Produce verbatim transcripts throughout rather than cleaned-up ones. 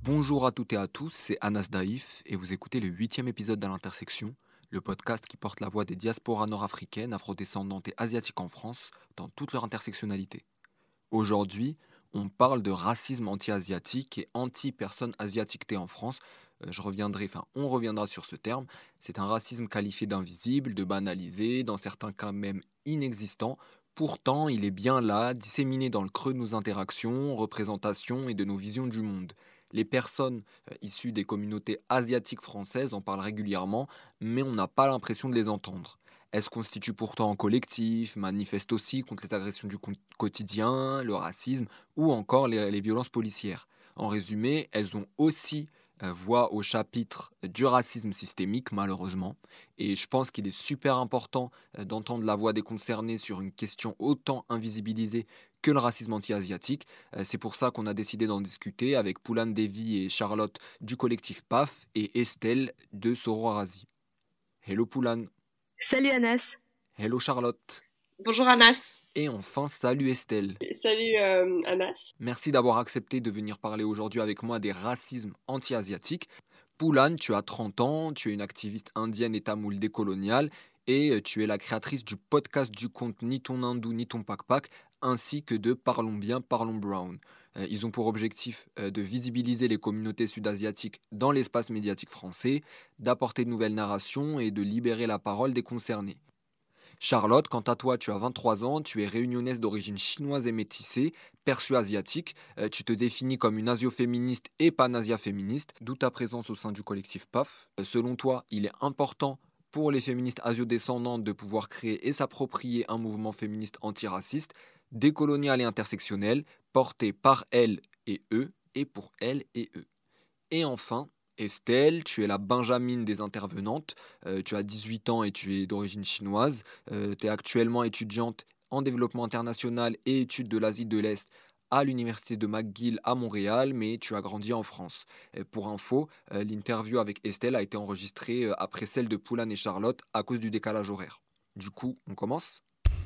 Bonjour à toutes et à tous, c'est Anas Daïf et vous écoutez le huitième épisode d'À l'Intersection, le podcast qui porte la voix des diasporas nord-africaines, afrodescendantes et asiatiques en France dans toute leur intersectionnalité. Aujourd'hui, on parle de racisme anti-asiatique et anti-personnes asiatiquetées en France. Euh, je reviendrai, enfin, on reviendra sur ce terme. C'est un racisme qualifié d'invisible, de banalisé, dans certains cas même inexistant. Pourtant, il est bien là, disséminé dans le creux de nos interactions, représentations et de nos visions du monde. Les personnes euh, issues des communautés asiatiques françaises en parlent régulièrement, mais on n'a pas l'impression de les entendre. Elles se constituent pourtant en collectif, manifestent aussi contre les agressions du con- quotidien, le racisme ou encore les, les violences policières. En résumé, elles ont aussi euh, voix au chapitre du racisme systémique, malheureusement. Et je pense qu'il est super important euh, d'entendre la voix des concernés sur une question autant invisibilisée que le racisme anti-asiatique. Euh, c'est pour ça qu'on a décidé d'en discuter avec Poulane Devi et Charlotte du collectif P A F et Estelle de Soro Arazi. Hello Poulane. Salut Anas. Hello Charlotte. Bonjour Anas. Et enfin, salut Estelle. Salut euh, Anas. Merci d'avoir accepté de venir parler aujourd'hui avec moi des racismes anti-asiatiques. Poulane, tu as trente ans, tu es une activiste indienne et tamoule décoloniale et tu es la créatrice du podcast du compte Ni ton hindou ni ton pakpak ainsi que de Parlons bien, Parlons brown. Euh, Ils ont pour objectif euh, de visibiliser les communautés sud-asiatiques dans l'espace médiatique français, d'apporter de nouvelles narrations et de libérer la parole des concernés. Charlotte, quant à toi, tu as vingt-trois ans, tu es réunionnaise d'origine chinoise et métissée, perçue asiatique, euh, tu te définis comme une asio-féministe et pan-asia-féministe, d'où ta présence au sein du collectif P A F. Euh, selon toi, il est important pour les féministes asio-descendantes de pouvoir créer et s'approprier un mouvement féministe antiraciste, décolonial et intersectionnel, porté par elles et eux, et pour elles et eux. Et enfin, Estelle, tu es la Benjamine des intervenantes, euh, tu as dix-huit ans et tu es d'origine chinoise, euh, tu es actuellement étudiante en développement international et études de l'Asie de l'Est à l'université de McGill à Montréal, mais tu as grandi en France. Et pour info, euh, l'interview avec Estelle a été enregistrée euh, après celle de Poulane et Charlotte à cause du décalage horaire. Du coup, on commence ?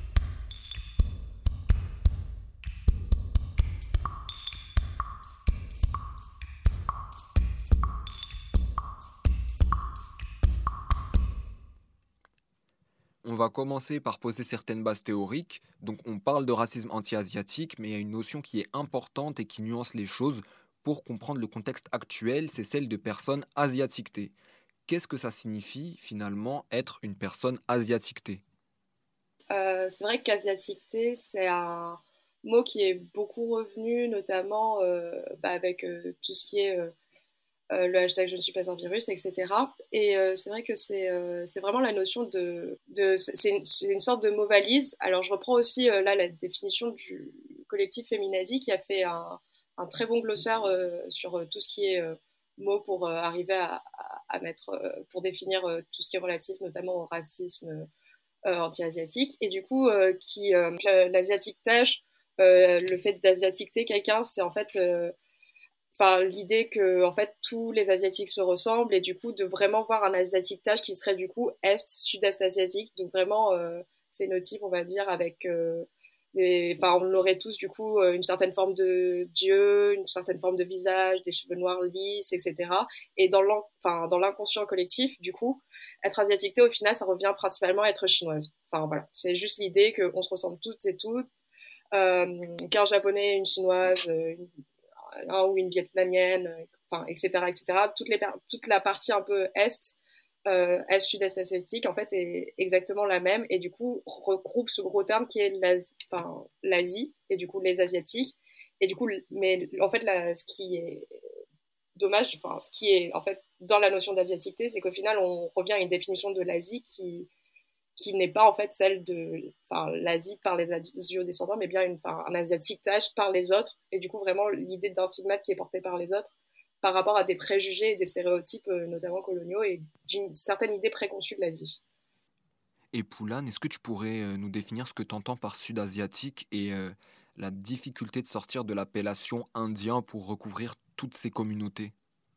On va commencer par poser certaines bases théoriques. Donc on parle de racisme anti-asiatique, mais il y a une notion qui est importante et qui nuance les choses pour comprendre le contexte actuel, c'est celle de personnes asiatiquetées. Qu'est-ce que ça signifie finalement être une personne asiatiquetée ? Euh, c'est vrai qu'asiaticité, c'est un mot qui est beaucoup revenu, notamment euh, bah, avec euh, tout ce qui est euh, euh, le hashtag je ne suis pas un virus, et cetera. Et euh, c'est vrai que c'est euh, c'est vraiment la notion de... de c'est, une, c'est une sorte de mot valise. Alors je reprends aussi euh, là la définition du collectif Féminazie qui a fait un, un très bon glossaire euh, sur euh, tout ce qui est euh, mots pour euh, arriver à, à, à mettre, euh, pour définir euh, tout ce qui est relatif notamment au racisme euh, anti-asiatique. Et du coup, euh, qui, euh, l'asiatique-tâche, euh, le fait d'asiatiqueter quelqu'un, c'est en fait... Euh, enfin l'idée que en fait tous les asiatiques se ressemblent et du coup de vraiment voir un asiatique-tâche qui serait du coup est sud-est asiatique, donc vraiment euh, phénotype on va dire avec euh, des... enfin on aurait tous du coup une certaine forme de dieu, une certaine forme de visage, des cheveux noirs lisses, etc. Et dans l'in... enfin, dans l'inconscient collectif du coup être asiatique au final ça revient principalement à être chinoise. Enfin voilà, c'est juste l'idée qu'on se ressemble toutes et toutes, euh, qu'un japonais, une chinoise, une hein, ou une vietnamienne, enfin, et cetera, et cetera. Toutes les, toute la partie un peu est, euh, est sud-est asiatique, en fait, est exactement la même et du coup regroupe ce gros terme qui est l'Asie, enfin, l'Asie et du coup les asiatiques. Et du coup, mais en fait, là, ce qui est dommage, enfin, ce qui est en fait dans la notion d'asiaticité, c'est qu'au final, on revient à une définition de l'Asie qui qui n'est pas en fait celle de enfin, l'Asie par les asio-descendants, mais bien une, enfin, un asiatique-tâche par les autres. Et du coup, vraiment, l'idée d'un stigmate qui est porté par les autres par rapport à des préjugés et des stéréotypes, euh, notamment coloniaux, et d'une certaine idée préconçue de l'Asie. Et Poulane, est-ce que tu pourrais euh, nous définir ce que tu entends par sud-asiatique et euh, la difficulté de sortir de l'appellation indien pour recouvrir toutes ces communautés ?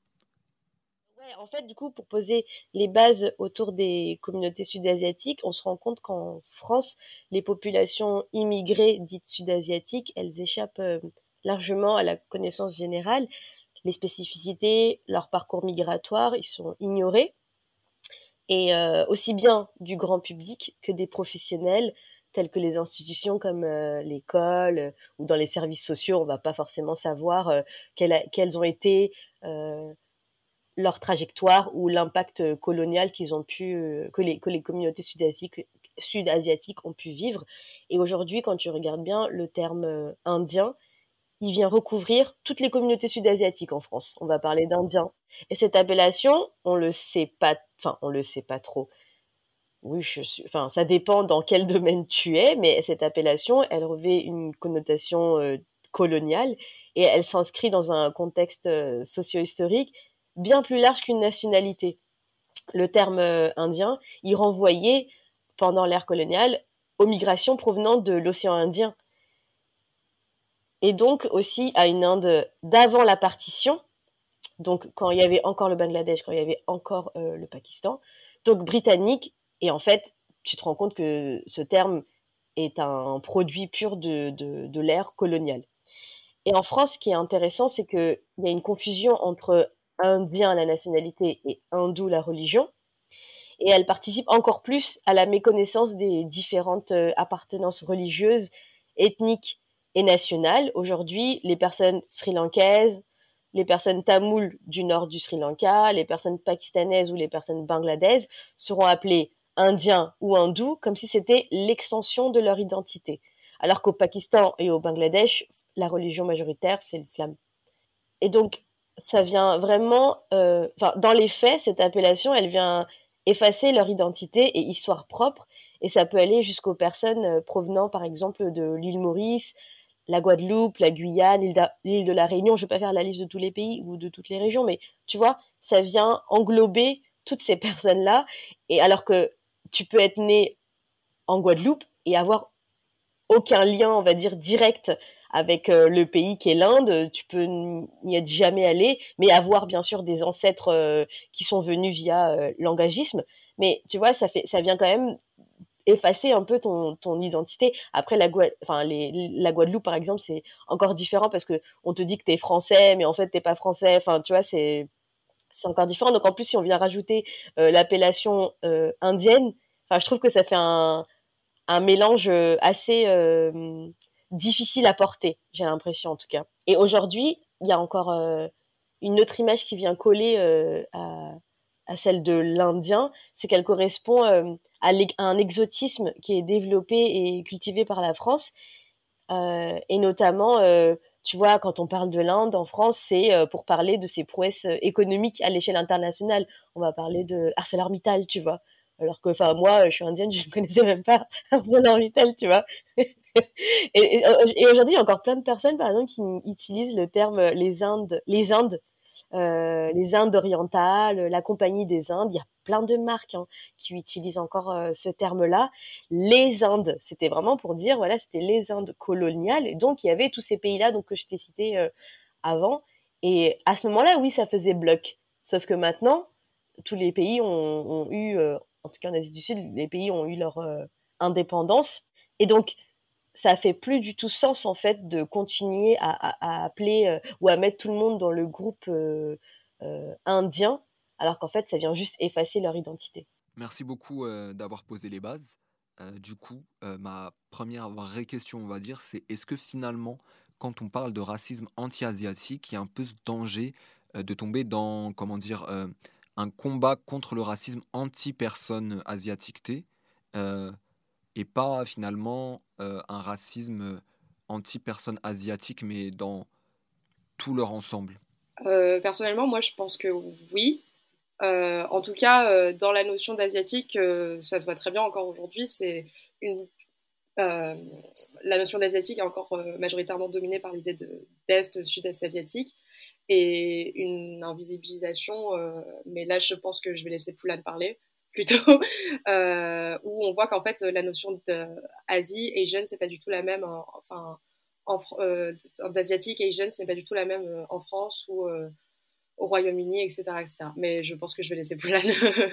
Ouais, en fait, du coup, pour poser les bases autour des communautés sud-asiatiques, on se rend compte qu'en France, les populations immigrées dites sud-asiatiques, elles échappent euh, largement à la connaissance générale. les spécificités, leur parcours migratoire, ils sont ignorés. Et euh, aussi bien du grand public que des professionnels tels que les institutions comme euh, l'école euh, ou dans les services sociaux, on va pas forcément savoir euh, quelle a, quelles ont été euh, leur trajectoire ou l'impact colonial qu'ils ont pu, euh, que, les, que les communautés sud-asiatiques, sud-asiatiques ont pu vivre. Et aujourd'hui, quand tu regardes bien le terme euh, indien, il vient recouvrir toutes les communautés sud-asiatiques en France. On va parler d'indiens. Et cette appellation, on le sait pas, enfin, on le sait pas trop. Oui, je suis, enfin, ça dépend dans quel domaine tu es, mais cette appellation, elle revêt une connotation euh, coloniale et elle s'inscrit dans un contexte euh, socio-historique bien plus large qu'une nationalité. Le terme euh, indien, il renvoyait, pendant l'ère coloniale, aux migrations provenant de l'océan Indien et donc aussi à une Inde d'avant la partition, donc quand il y avait encore le Bangladesh, quand il y avait encore euh, le Pakistan, donc britannique, et en fait, tu te rends compte que ce terme est un produit pur de, de, de l'ère coloniale. Et en France, ce qui est intéressant, c'est qu'il y a une confusion entre indien, la nationalité, et hindou, la religion, et elle participe encore plus à la méconnaissance des différentes euh, appartenances religieuses, ethniques et nationales. Aujourd'hui, les personnes sri-lankaises, les personnes tamoules du nord du Sri Lanka, les personnes pakistanaises ou les personnes bangladaises seront appelées indiens ou hindous comme si c'était l'extension de leur identité. Alors qu'au Pakistan et au Bangladesh, la religion majoritaire, c'est l'islam. Et donc, ça vient vraiment, euh, enfin, dans les faits, cette appellation, elle vient effacer leur identité et histoire propre, et ça peut aller jusqu'aux personnes euh, provenant, par exemple, de l'île Maurice, la Guadeloupe, la Guyane, l'île, l'île de la Réunion. Je ne vais pas faire la liste de tous les pays ou de toutes les régions, mais tu vois, ça vient englober toutes ces personnes-là, et alors que tu peux être né en Guadeloupe et avoir aucun lien, on va dire, direct avec euh, le pays qui est l'Inde, tu peux n'y être jamais allé, mais avoir bien sûr des ancêtres euh, qui sont venus via euh, l'engagisme. Mais tu vois, ça fait, ça vient quand même effacer un peu ton, ton identité. Après, la, Gua- enfin, les, la Guadeloupe, par exemple, c'est encore différent parce que on te dit que t'es français, mais en fait, t'es pas français. Enfin, tu vois, c'est, c'est encore différent. Donc, en plus, si on vient rajouter euh, l'appellation euh, indienne, enfin, je trouve que ça fait un, un mélange euh, assez euh, difficile à porter, j'ai l'impression en tout cas. Et aujourd'hui, il y a encore euh, une autre image qui vient coller euh, à, à celle de l'Indien, c'est qu'elle correspond euh, à, à un exotisme qui est développé et cultivé par la France. Euh, et notamment, euh, tu vois, quand on parle de l'Inde en France, c'est euh, pour parler de ses prouesses euh, économiques à l'échelle internationale. On va parler de ArcelorMittal, tu vois. Alors que, enfin, moi, je suis indienne, je ne connaissais même pas ArcelorMittal, tu vois. et, et, et aujourd'hui, il y a encore plein de personnes, par exemple, qui utilisent le terme les Indes, les Indes euh, les Indes orientales, la Compagnie des Indes. Il y a plein de marques hein, qui utilisent encore euh, ce terme-là. Les Indes, c'était vraiment pour dire, voilà, c'était les Indes coloniales. Et donc, il y avait tous ces pays-là donc, que je t'ai cités euh, avant. Et à ce moment-là, oui, ça faisait bloc. Sauf que maintenant, tous les pays ont, ont eu, euh, en tout cas en Asie du Sud, les pays ont eu leur euh, indépendance. Et donc, ça fait plus du tout sens en fait de continuer à, à, à appeler euh, ou à mettre tout le monde dans le groupe euh, euh, indien, alors qu'en fait ça vient juste effacer leur identité. Merci beaucoup euh, d'avoir posé les bases. Euh, du coup, euh, ma première vraie question, on va dire, c'est est-ce que finalement, quand on parle de racisme anti-asiatique, il y a un peu ce danger euh, de tomber dans, comment dire, euh, un combat contre le racisme anti-personne asiatique T, euh, et pas finalement euh, un racisme anti-personne asiatique, mais dans tout leur ensemble. Euh, personnellement, moi, je pense que oui. Euh, en tout cas, euh, dans la notion d'asiatique, euh, ça se voit très bien encore aujourd'hui. C'est une, euh, la notion d'asiatique est encore euh, majoritairement dominée par l'idée de, d'Est, Sud-Est asiatique et une invisibilisation. Euh, mais là, je pense que je vais laisser Poulane parler plutôt, euh, où on voit qu'en fait, la notion d'Asie, Asian, c'est pas du tout la même. En, enfin, en, euh, d'asiatique et Asian, c'est pas du tout la même en France ou euh, au Royaume-Uni, et cetera, et cetera. Mais je pense que je vais laisser Poulane,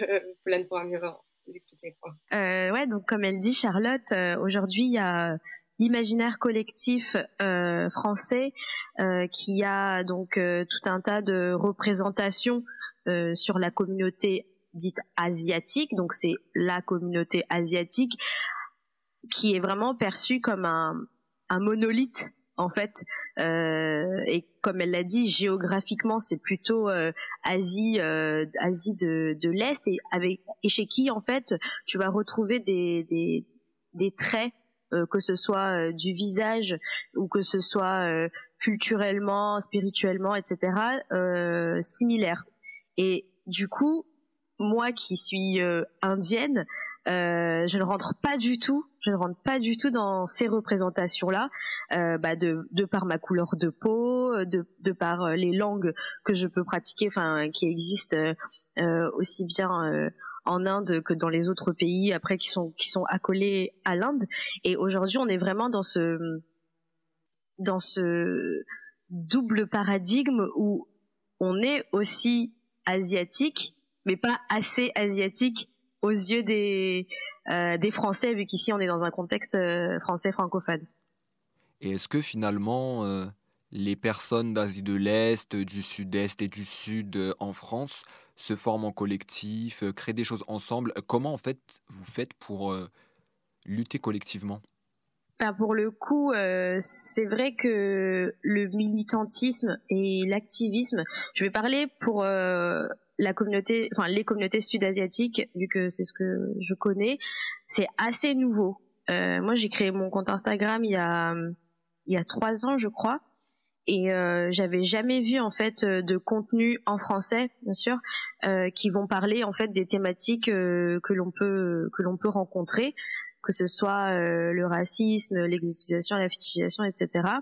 Poulane pourra mieux l'expliquer. Quoi. Euh, ouais, donc comme elle dit, Charlotte, euh, aujourd'hui, il y a imaginaire collectif euh, français euh, qui a donc euh, tout un tas de représentations euh, sur la communauté dite asiatique. Donc c'est la communauté asiatique qui est vraiment perçue comme un, un monolithe en fait, euh, et comme elle l'a dit, géographiquement c'est plutôt euh, Asie, euh, Asie de, de l'Est, et avec et chez qui en fait tu vas retrouver des des, des traits, euh, que ce soit euh, du visage ou que ce soit euh, culturellement, spirituellement, et cetera, euh, similaires. Et du coup, moi qui suis euh, indienne, euh, je ne rentre pas du tout, je ne rentre pas du tout dans ces représentations-là, euh, bah de, de par ma couleur de peau, de, de par les langues que je peux pratiquer, enfin qui existent euh, aussi bien euh, en Inde que dans les autres pays après qui sont qui sont accolés à l'Inde. Et aujourd'hui, on est vraiment dans ce dans ce double paradigme où on est aussi asiatique, mais pas assez asiatique aux yeux des euh, des Français, vu qu'ici on est dans un contexte euh, français francophone. Et est-ce que finalement euh, les personnes d'Asie de l'Est, du Sud-Est et du Sud euh, en France se forment en collectif, euh, créent des choses ensemble? Comment en fait vous faites pour euh, lutter collectivement? Ben pour le coup, euh, c'est vrai que le militantisme et l'activisme, je vais parler pour euh, la communauté, enfin les communautés sud-asiatiques, vu que c'est ce que je connais, c'est assez nouveau. Euh, moi, j'ai créé mon compte Instagram il y a il y a trois ans, je crois, et euh, j'avais jamais vu en fait de contenu en français, bien sûr, euh, qui vont parler en fait des thématiques euh, que l'on peut que l'on peut rencontrer, que ce soit euh, le racisme, l'exotisation, la fétichisation, et cetera.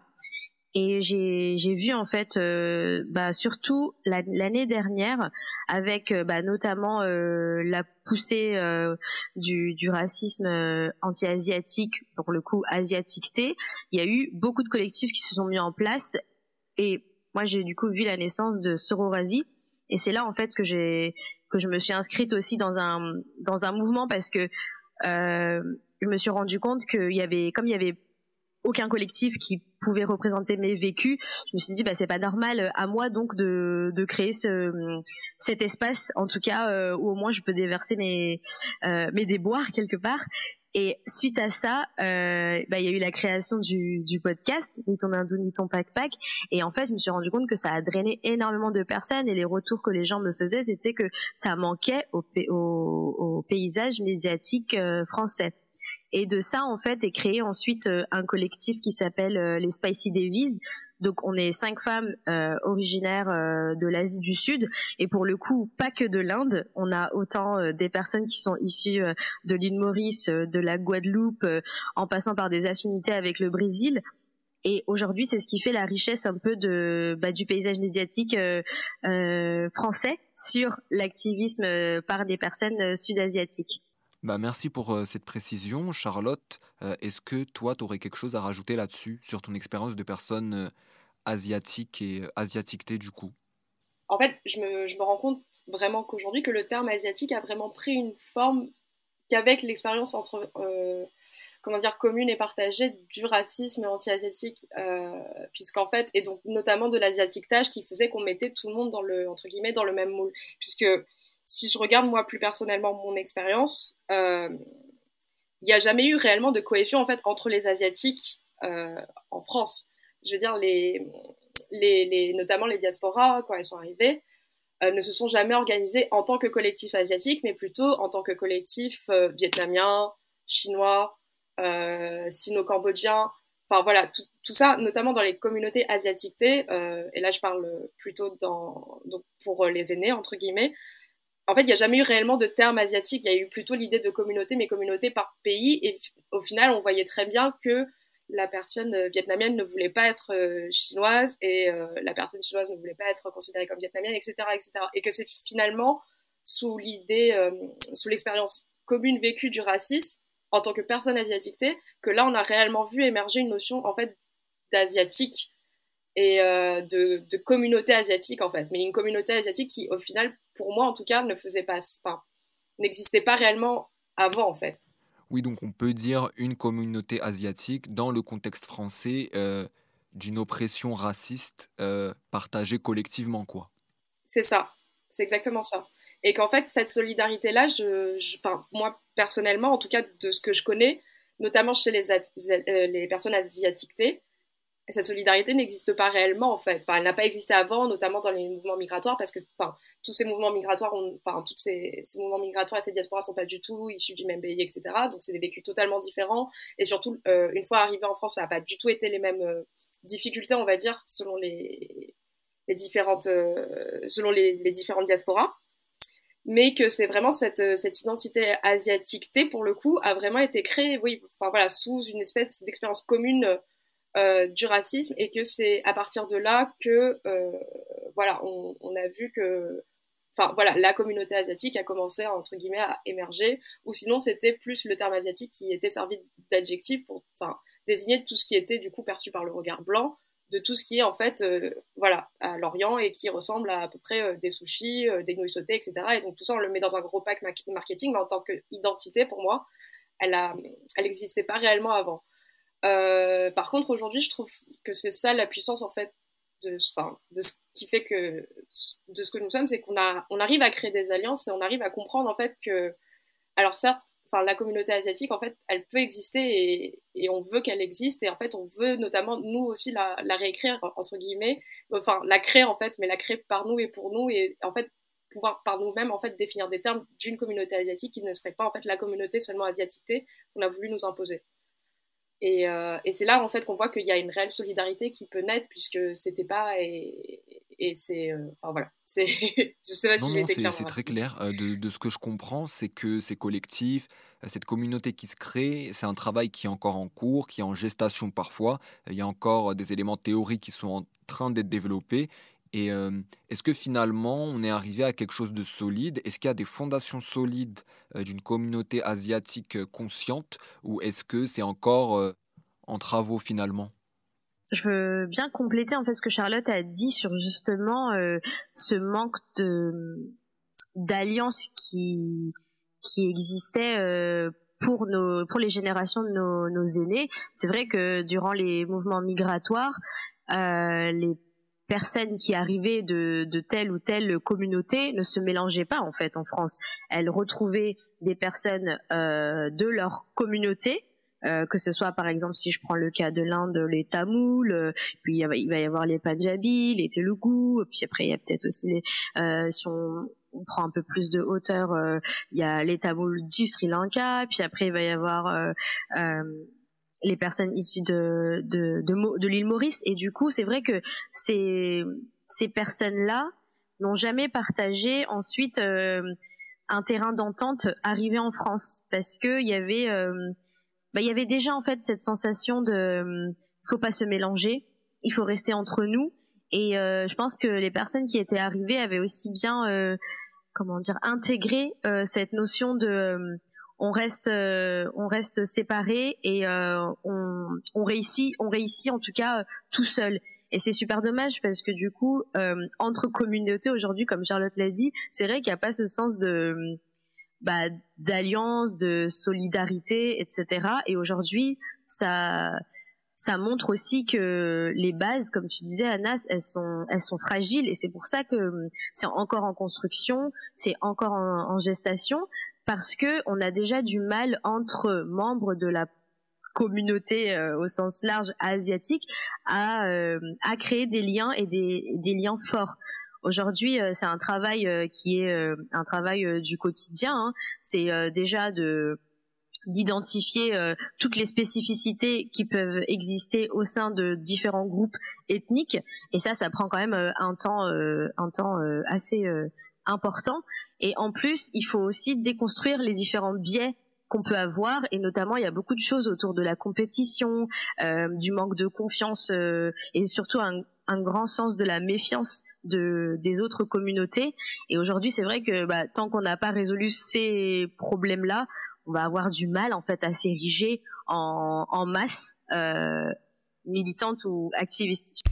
Et j'ai j'ai vu en fait, euh, bah surtout la, l'année dernière, avec euh, bah notamment euh, la poussée euh, du du racisme euh, anti-asiatique, pour le coup asiaticté, il y a eu beaucoup de collectifs qui se sont mis en place. Et moi j'ai du coup vu la naissance de Sororasi, et c'est là en fait que j'ai que je me suis inscrite aussi dans un dans un mouvement, parce que euh, je me suis rendu compte qu'il y avait, comme il y avait aucun collectif qui pouvait représenter mes vécus, je me suis dit bah c'est pas normal à moi donc de de créer ce cet espace, en tout cas euh, où au moins je peux déverser mes euh, mes déboires quelque part. Et suite à ça, euh, bah il y a eu la création du du podcast Ni ton hindou ni ton pack-pack, et en fait je me suis rendu compte que ça a drainé énormément de personnes, et les retours que les gens me faisaient, c'était que ça manquait au au, au paysage médiatique euh, français. Et de ça, en fait, est créé ensuite euh, un collectif qui s'appelle euh, les Spicy Devies. Donc, on est cinq femmes euh, originaires euh, de l'Asie du Sud, et pour le coup, pas que de l'Inde. On a autant euh, des personnes qui sont issues euh, de l'île Maurice, euh, de la Guadeloupe, euh, en passant par des affinités avec le Brésil. Et aujourd'hui, c'est ce qui fait la richesse un peu de bah, du paysage médiatique euh, euh, français sur l'activisme euh, par des personnes euh, sud-asiatiques. Bah merci pour euh, cette précision, Charlotte. Euh, est-ce que toi, tu aurais quelque chose à rajouter là-dessus, sur ton expérience de personne euh, asiatique et euh, asiatiquetée du coup? En fait, je me, je me rends compte vraiment qu'aujourd'hui, que le terme asiatique a vraiment pris une forme qu'avec l'expérience entre, euh, comment dire, commune et partagée du racisme anti-asiatique, euh, puisqu'en fait, et donc notamment de l'asiatictage qui faisait qu'on mettait tout le monde dans le, entre guillemets, dans le même moule. Puisque si je regarde moi plus personnellement mon expérience, euh, il n'y a jamais eu réellement de cohésion en fait entre les asiatiques euh, en France. Je veux dire, les, les, les, notamment les diasporas, quand elles sont arrivées, euh, ne se sont jamais organisées en tant que collectif asiatique, mais plutôt en tant que collectif euh, vietnamien, chinois, euh, sino-cambodgien. Enfin voilà, tout, tout ça, notamment dans les communautés asiatiquetées, euh, et là je parle plutôt dans, donc pour les aînés, entre guillemets. En fait, il n'y a jamais eu réellement de terme asiatique. Il y a eu plutôt l'idée de communauté, mais communauté par pays. Et au final, on voyait très bien que la personne vietnamienne ne voulait pas être euh, chinoise, et euh, la personne chinoise ne voulait pas être considérée comme vietnamienne, et cetera, et cetera. Et que c'est finalement sous l'idée, euh, sous l'expérience commune vécue du racisme, en tant que personne asiatique, que là, on a réellement vu émerger une notion, en fait, d'asiatique et euh, de, de communauté asiatique, en fait. Mais une communauté asiatique qui, au final, pour moi, en tout cas, ne faisait pas, enfin, n'existait pas réellement avant, en fait. Oui, donc on peut dire une communauté asiatique dans le contexte français euh, d'une oppression raciste euh, partagée collectivement, quoi. C'est ça, c'est exactement ça. Et qu'en fait, cette solidarité-là, je, je, enfin, moi personnellement, en tout cas de ce que je connais, notamment chez les, As- euh, les personnes asiatiques, cette solidarité n'existe pas réellement en fait. Enfin, elle n'a pas existé avant, notamment dans les mouvements migratoires, parce que enfin, tous ces mouvements migratoires, ont, enfin, tous ces, ces mouvements migratoires et ces diasporas sont pas du tout issus du même pays, et cetera. Donc c'est des vécus totalement différents. Et surtout, euh, une fois arrivé en France, ça n'a pas du tout été les mêmes euh, difficultés, on va dire, selon les, les différentes, euh, selon les, les différentes diasporas. Mais que c'est vraiment cette, cette identité asiatique T, pour le coup, a vraiment été créée, oui, enfin, voilà, sous une espèce d'expérience commune euh, du racisme, et que c'est à partir de là que, euh, voilà, on, on a vu que, enfin, voilà, la communauté asiatique a commencé, entre guillemets, à émerger, ou sinon c'était plus le terme asiatique qui était servi d'adjectif pour, enfin, désigner tout ce qui était, du coup, perçu par le regard blanc, de tout ce qui est en fait euh, voilà, à l'Orient et qui ressemble à à peu près euh, des sushis, euh, des nouilles sautées, et cetera. Et donc tout ça, on le met dans un gros pack marketing, mais en tant qu'identité, pour moi, elle a, elle n'existait pas réellement avant. Euh, par contre, aujourd'hui, je trouve que c'est ça la puissance en fait de, enfin, de ce qui fait que de ce que nous sommes, c'est qu'on a, on arrive à créer des alliances et on arrive à comprendre en fait que, alors certes, enfin, la communauté asiatique, en fait, elle peut exister et, et on veut qu'elle existe. Et en fait, on veut notamment, nous aussi, la, la réécrire, entre guillemets. Enfin, la créer, en fait, mais la créer par nous et pour nous. Et en fait, pouvoir par nous-mêmes, en fait, définir des termes d'une communauté asiatique qui ne serait pas, en fait, la communauté seulement asiatique qu'on a voulu nous imposer. Et, euh, et c'est là, en fait, qu'on voit qu'il y a une réelle solidarité qui peut naître, puisque c'était pas... Et, et c'est... Euh, enfin, voilà. C'est, je sais pas Non, si j'ai non, été c'est claire. c'est très clair. Euh, de, de ce que je comprends, c'est que c'est collectif, euh, cette communauté qui se crée, c'est un travail qui est encore en cours, qui est en gestation parfois. Il y a encore des éléments théoriques qui sont en train d'être développés. Et euh, est-ce que finalement, on est arrivé à quelque chose de solide? Est-ce qu'il y a des fondations solides euh, d'une communauté asiatique euh, consciente, ou est-ce que c'est encore euh, en travaux finalement? Je veux bien compléter en fait ce que Charlotte a dit sur justement euh, ce manque de d'alliance qui qui existait euh, pour nos pour les générations de nos, nos aînés. C'est vrai que durant les mouvements migratoires, euh, les personnes qui arrivaient de, de telle ou telle communauté ne se mélangeaient pas en fait en France. Elles retrouvaient des personnes euh, de leur communauté. Euh, que ce soit par exemple si je prends le cas de l'Inde, les Tamouls, euh, puis il va, il va y avoir les Punjabis, les Telugus, puis après il y a peut-être aussi les euh, si on, on prend un peu plus de hauteur, euh, il y a les Tamouls du Sri Lanka, puis après il va y avoir euh, euh, les personnes issues de de, de, de l'île Maurice, et du coup c'est vrai que ces ces personnes-là n'ont jamais partagé ensuite euh, un terrain d'entente arrivé en France, parce que il y avait euh, bah, il y avait déjà en fait cette sensation de euh, faut pas se mélanger, il faut rester entre nous, et euh, je pense que les personnes qui étaient arrivées avaient aussi bien euh, comment dire intégré euh, cette notion de euh, on reste euh, on reste séparés et euh, on on réussit on réussit en tout cas euh, tout seul. Et c'est super dommage parce que du coup euh, entre communautés aujourd'hui, comme Charlotte l'a dit, c'est vrai qu'il n'y a pas ce sens de bah, d'alliance, de solidarité, et cetera. Et aujourd'hui, ça, ça montre aussi que les bases, comme tu disais, Anas, elles sont, elles sont fragiles, et c'est pour ça que c'est encore en construction, c'est encore en, en gestation, parce que on a déjà du mal entre membres de la communauté euh, au sens large asiatique à, euh, à créer des liens et des, des liens forts. Aujourd'hui, euh, c'est un travail euh, qui est euh, un travail euh, du quotidien. Hein. C'est euh, déjà de d'identifier euh, toutes les spécificités qui peuvent exister au sein de différents groupes ethniques. Et ça, ça prend quand même euh, un temps, euh, un temps euh, assez euh, important. Et en plus, il faut aussi déconstruire les différents biais qu'on peut avoir, et notamment il y a beaucoup de choses autour de la compétition, euh, du manque de confiance euh, et surtout un, un grand sens de la méfiance de des autres communautés. Et aujourd'hui, c'est vrai que bah, tant qu'on n'a pas résolu ces problèmes-là, on va avoir du mal en fait à s'ériger en, en masse euh, militante ou activiste.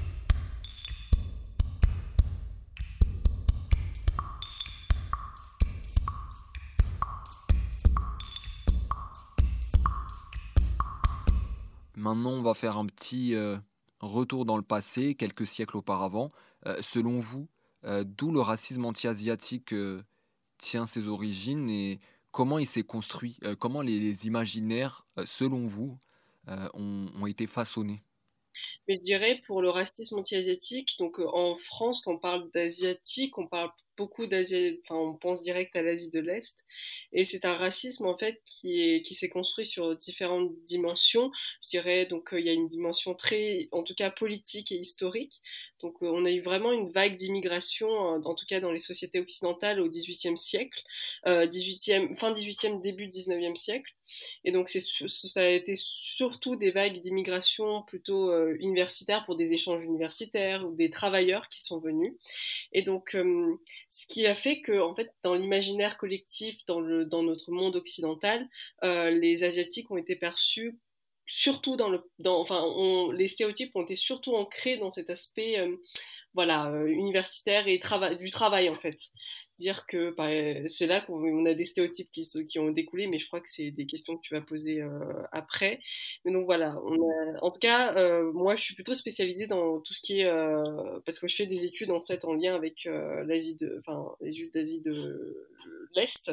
Maintenant, on va faire un petit euh, retour dans le passé, quelques siècles auparavant. Euh, selon vous, euh, d'où le racisme anti-asiatique euh, tient ses origines et comment il s'est construit? Euh, comment les, les imaginaires, euh, selon vous, euh, ont, ont été façonnés? Mais je dirais pour le racisme anti-asiatique, donc euh, en France, quand on parle d'asiatique, on parle beaucoup d'Asie, enfin on pense direct à l'Asie de l'Est, et c'est un racisme en fait qui est qui s'est construit sur différentes dimensions. Je dirais donc euh, il y a une dimension très, en tout cas politique et historique. Donc euh, on a eu vraiment une vague d'immigration, euh, en tout cas dans les sociétés occidentales au dix-huitième siècle, euh, dix-huitième, fin dix-huitième, début dix-neuvième siècle. Et donc c'est, ça a été surtout des vagues d'immigration plutôt euh, universitaires pour des échanges universitaires ou des travailleurs qui sont venus. Et donc euh, ce qui a fait que en fait dans l'imaginaire collectif, dans, le, dans notre monde occidental, euh, les Asiatiques ont été perçus surtout dans le, dans, enfin, on, les stéréotypes ont été surtout ancrés dans cet aspect, euh, voilà, euh, universitaire et trava- du travail en fait. Dire que bah, c'est là qu'on a des stéréotypes qui, qui ont découlé, mais je crois que c'est des questions que tu vas poser euh, après. Mais donc voilà, on a, en tout cas, euh, moi je suis plutôt spécialisée dans tout ce qui est, euh, parce que je fais des études en fait en lien avec euh, l'Asie de, enfin les études d'Asie de l'Est.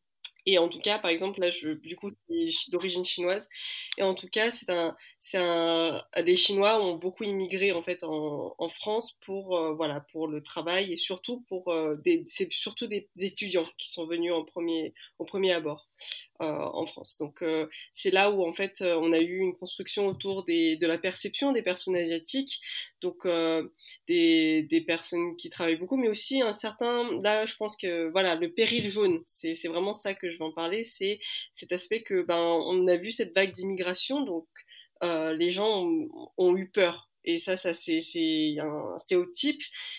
Et en tout cas, par exemple, là, je, du coup, je suis d'origine chinoise. Et en tout cas, c'est un, c'est un, des Chinois ont beaucoup immigré en fait en, en France pour, euh, voilà, pour le travail et surtout pour euh, des, c'est surtout des, des étudiants qui sont venus en premier, au premier abord euh, en France. Donc euh, c'est là où en fait euh, on a eu une construction autour des, de la perception des personnes asiatiques. Donc euh, des, des personnes qui travaillent beaucoup, mais aussi un certain, là je pense que voilà, le péril jaune, c'est, c'est vraiment ça que je vais en parler, c'est cet aspect que ben on a vu cette vague d'immigration, donc euh, les gens ont, ont eu peur. Et ça, ça c'est, c'est un stéréotype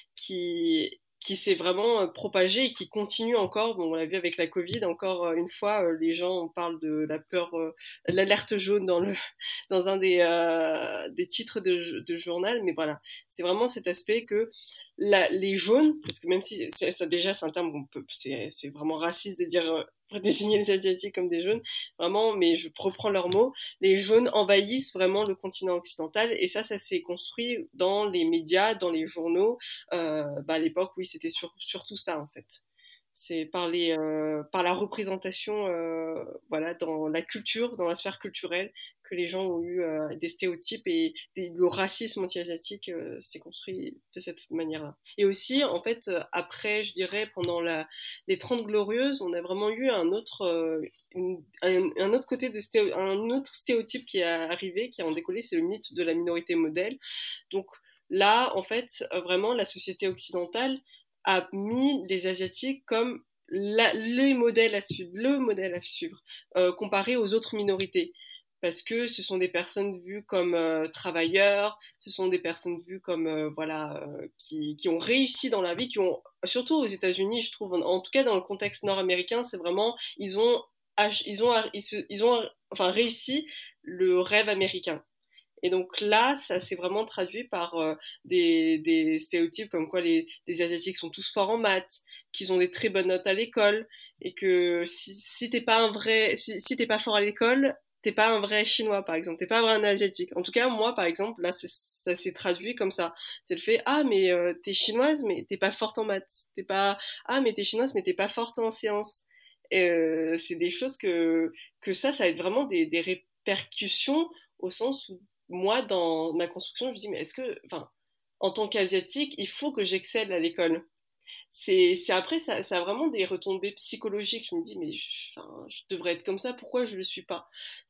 qui qui s'est vraiment euh, propagé et qui continue encore. Bon, on l'a vu avec la Covid, encore euh, une fois, euh, les gens parlent de la peur, euh, l'alerte jaune dans, le, dans un des, euh, des titres de, de journal. Mais voilà, c'est vraiment cet aspect que la, les jaunes, parce que même si c'est, ça déjà c'est un terme qu'on peut, c'est, c'est vraiment raciste de dire, euh, pour désigner les Asiatiques comme des jaunes, vraiment, mais je reprends leurs mots, les jaunes envahissent vraiment le continent occidental, et ça, ça s'est construit dans les médias, dans les journaux, euh, bah à l'époque, oui, c'était sur, surtout ça, en fait. C'est par, les, euh, par la représentation, euh, voilà, dans la culture, dans la sphère culturelle, que les gens ont eu euh, des stéréotypes et, et le racisme anti-asiatique euh, s'est construit de cette manière-là. Et aussi, en fait, euh, après, je dirais, pendant la, les Trente Glorieuses, on a vraiment eu un autre, euh, une, un, un, autre côté de stéo, un autre stéréotype qui est arrivé, qui a en décollé, c'est le mythe de la minorité modèle. Donc là, en fait, vraiment, la société occidentale a mis les Asiatiques comme la, les modèles à suivre, le modèle à suivre, euh, comparé aux autres minorités. Parce que ce sont des personnes vues comme euh, travailleurs, ce sont des personnes vues comme, euh, voilà, euh, qui, qui ont réussi dans la vie, qui ont, surtout aux États-Unis, je trouve, en, en tout cas dans le contexte nord-américain, c'est vraiment, ils ont, ils ont, ils, se, ils ont enfin, réussi le rêve américain. Et donc là, ça s'est vraiment traduit par euh, des, des stéréotypes comme quoi les, les Asiatiques sont tous forts en maths, qu'ils ont des très bonnes notes à l'école, et que si, si t'es pas un vrai, si, si t'es pas fort à l'école, t'es pas un vrai Chinois, par exemple, t'es pas un vrai Asiatique. En tout cas, moi, par exemple, là, ça s'est traduit comme ça. C'est le fait, ah, mais euh, t'es chinoise, mais t'es pas forte en maths. T'es pas, ah, mais t'es chinoise, mais t'es pas forte en sciences. Et euh, c'est des choses que, que ça, ça va être vraiment des, des répercussions au sens où moi, dans ma construction, je me dis, mais est-ce que, enfin, en tant qu'asiatique, il faut que j'excelle à l'école. C'est, c'est après, ça, ça a vraiment des retombées psychologiques. Je me dis, mais je, enfin, je devrais être comme ça, pourquoi je ne le suis pas?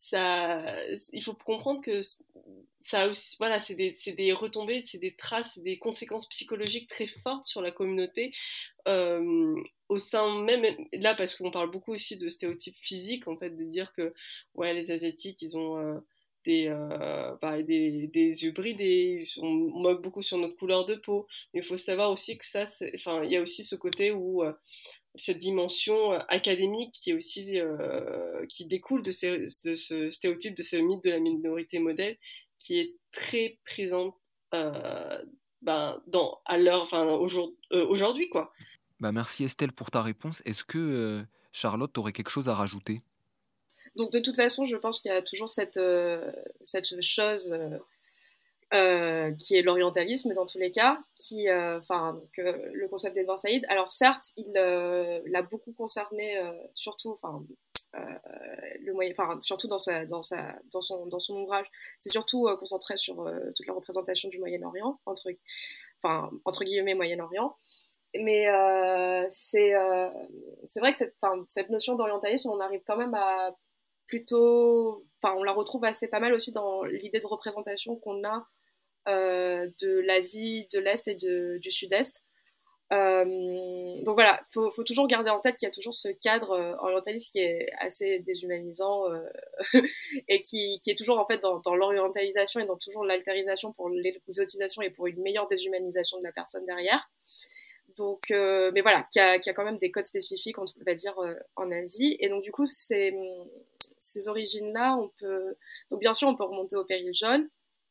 Ça, il faut comprendre que ça aussi, voilà, c'est des, c'est des retombées, c'est des traces, c'est des conséquences psychologiques très fortes sur la communauté. Euh, au sein même, là, parce qu'on parle beaucoup aussi de stéréotypes physiques, en fait, de dire que, ouais, les Asiatiques, ils ont. Euh, des, euh, bah, des, des yeux bridés, on moque beaucoup sur notre couleur de peau, mais il faut savoir aussi que ça, enfin, il y a aussi ce côté où euh, cette dimension euh, académique qui est aussi euh, qui découle de, ces, de ce stéréotype, de ce mythe de la minorité modèle, qui est très présente euh, ben, dans, à l'heure, enfin, aujourd'hui, euh, aujourd'hui, quoi. Bah merci Estelle pour ta réponse. Est-ce que euh, Charlotte aurait quelque chose à rajouter? Donc de toute façon, je pense qu'il y a toujours cette, euh, cette chose euh, euh, qui est l'orientalisme dans tous les cas, qui, enfin, euh, le concept d'Edward Said. Alors certes, il euh, l'a beaucoup concerné, euh, surtout, enfin, euh, le moyen, enfin, surtout dans sa, dans sa, dans son, dans son ouvrage, c'est surtout euh, concentré sur euh, toute la représentation du Moyen-Orient, entre, enfin, entre guillemets Moyen-Orient. Mais euh, c'est, euh, c'est vrai que cette, cette notion d'orientalisme, on arrive quand même à plutôt, enfin, on la retrouve assez pas mal aussi dans l'idée de représentation qu'on a euh, de l'Asie, de l'Est et de, du Sud-Est. Euh, donc voilà, il faut, faut toujours garder en tête qu'il y a toujours ce cadre euh, orientaliste qui est assez déshumanisant euh, et qui, qui est toujours en fait dans, dans l'orientalisation et dans toujours l'altérisation pour l'exotisation et pour une meilleure déshumanisation de la personne derrière. Donc, euh, mais voilà, qui a, qui a quand même des codes spécifiques, on va dire, euh, en Asie. Et donc, du coup, ces, ces origines-là, on peut... Donc, bien sûr, on peut remonter au Péril jaune,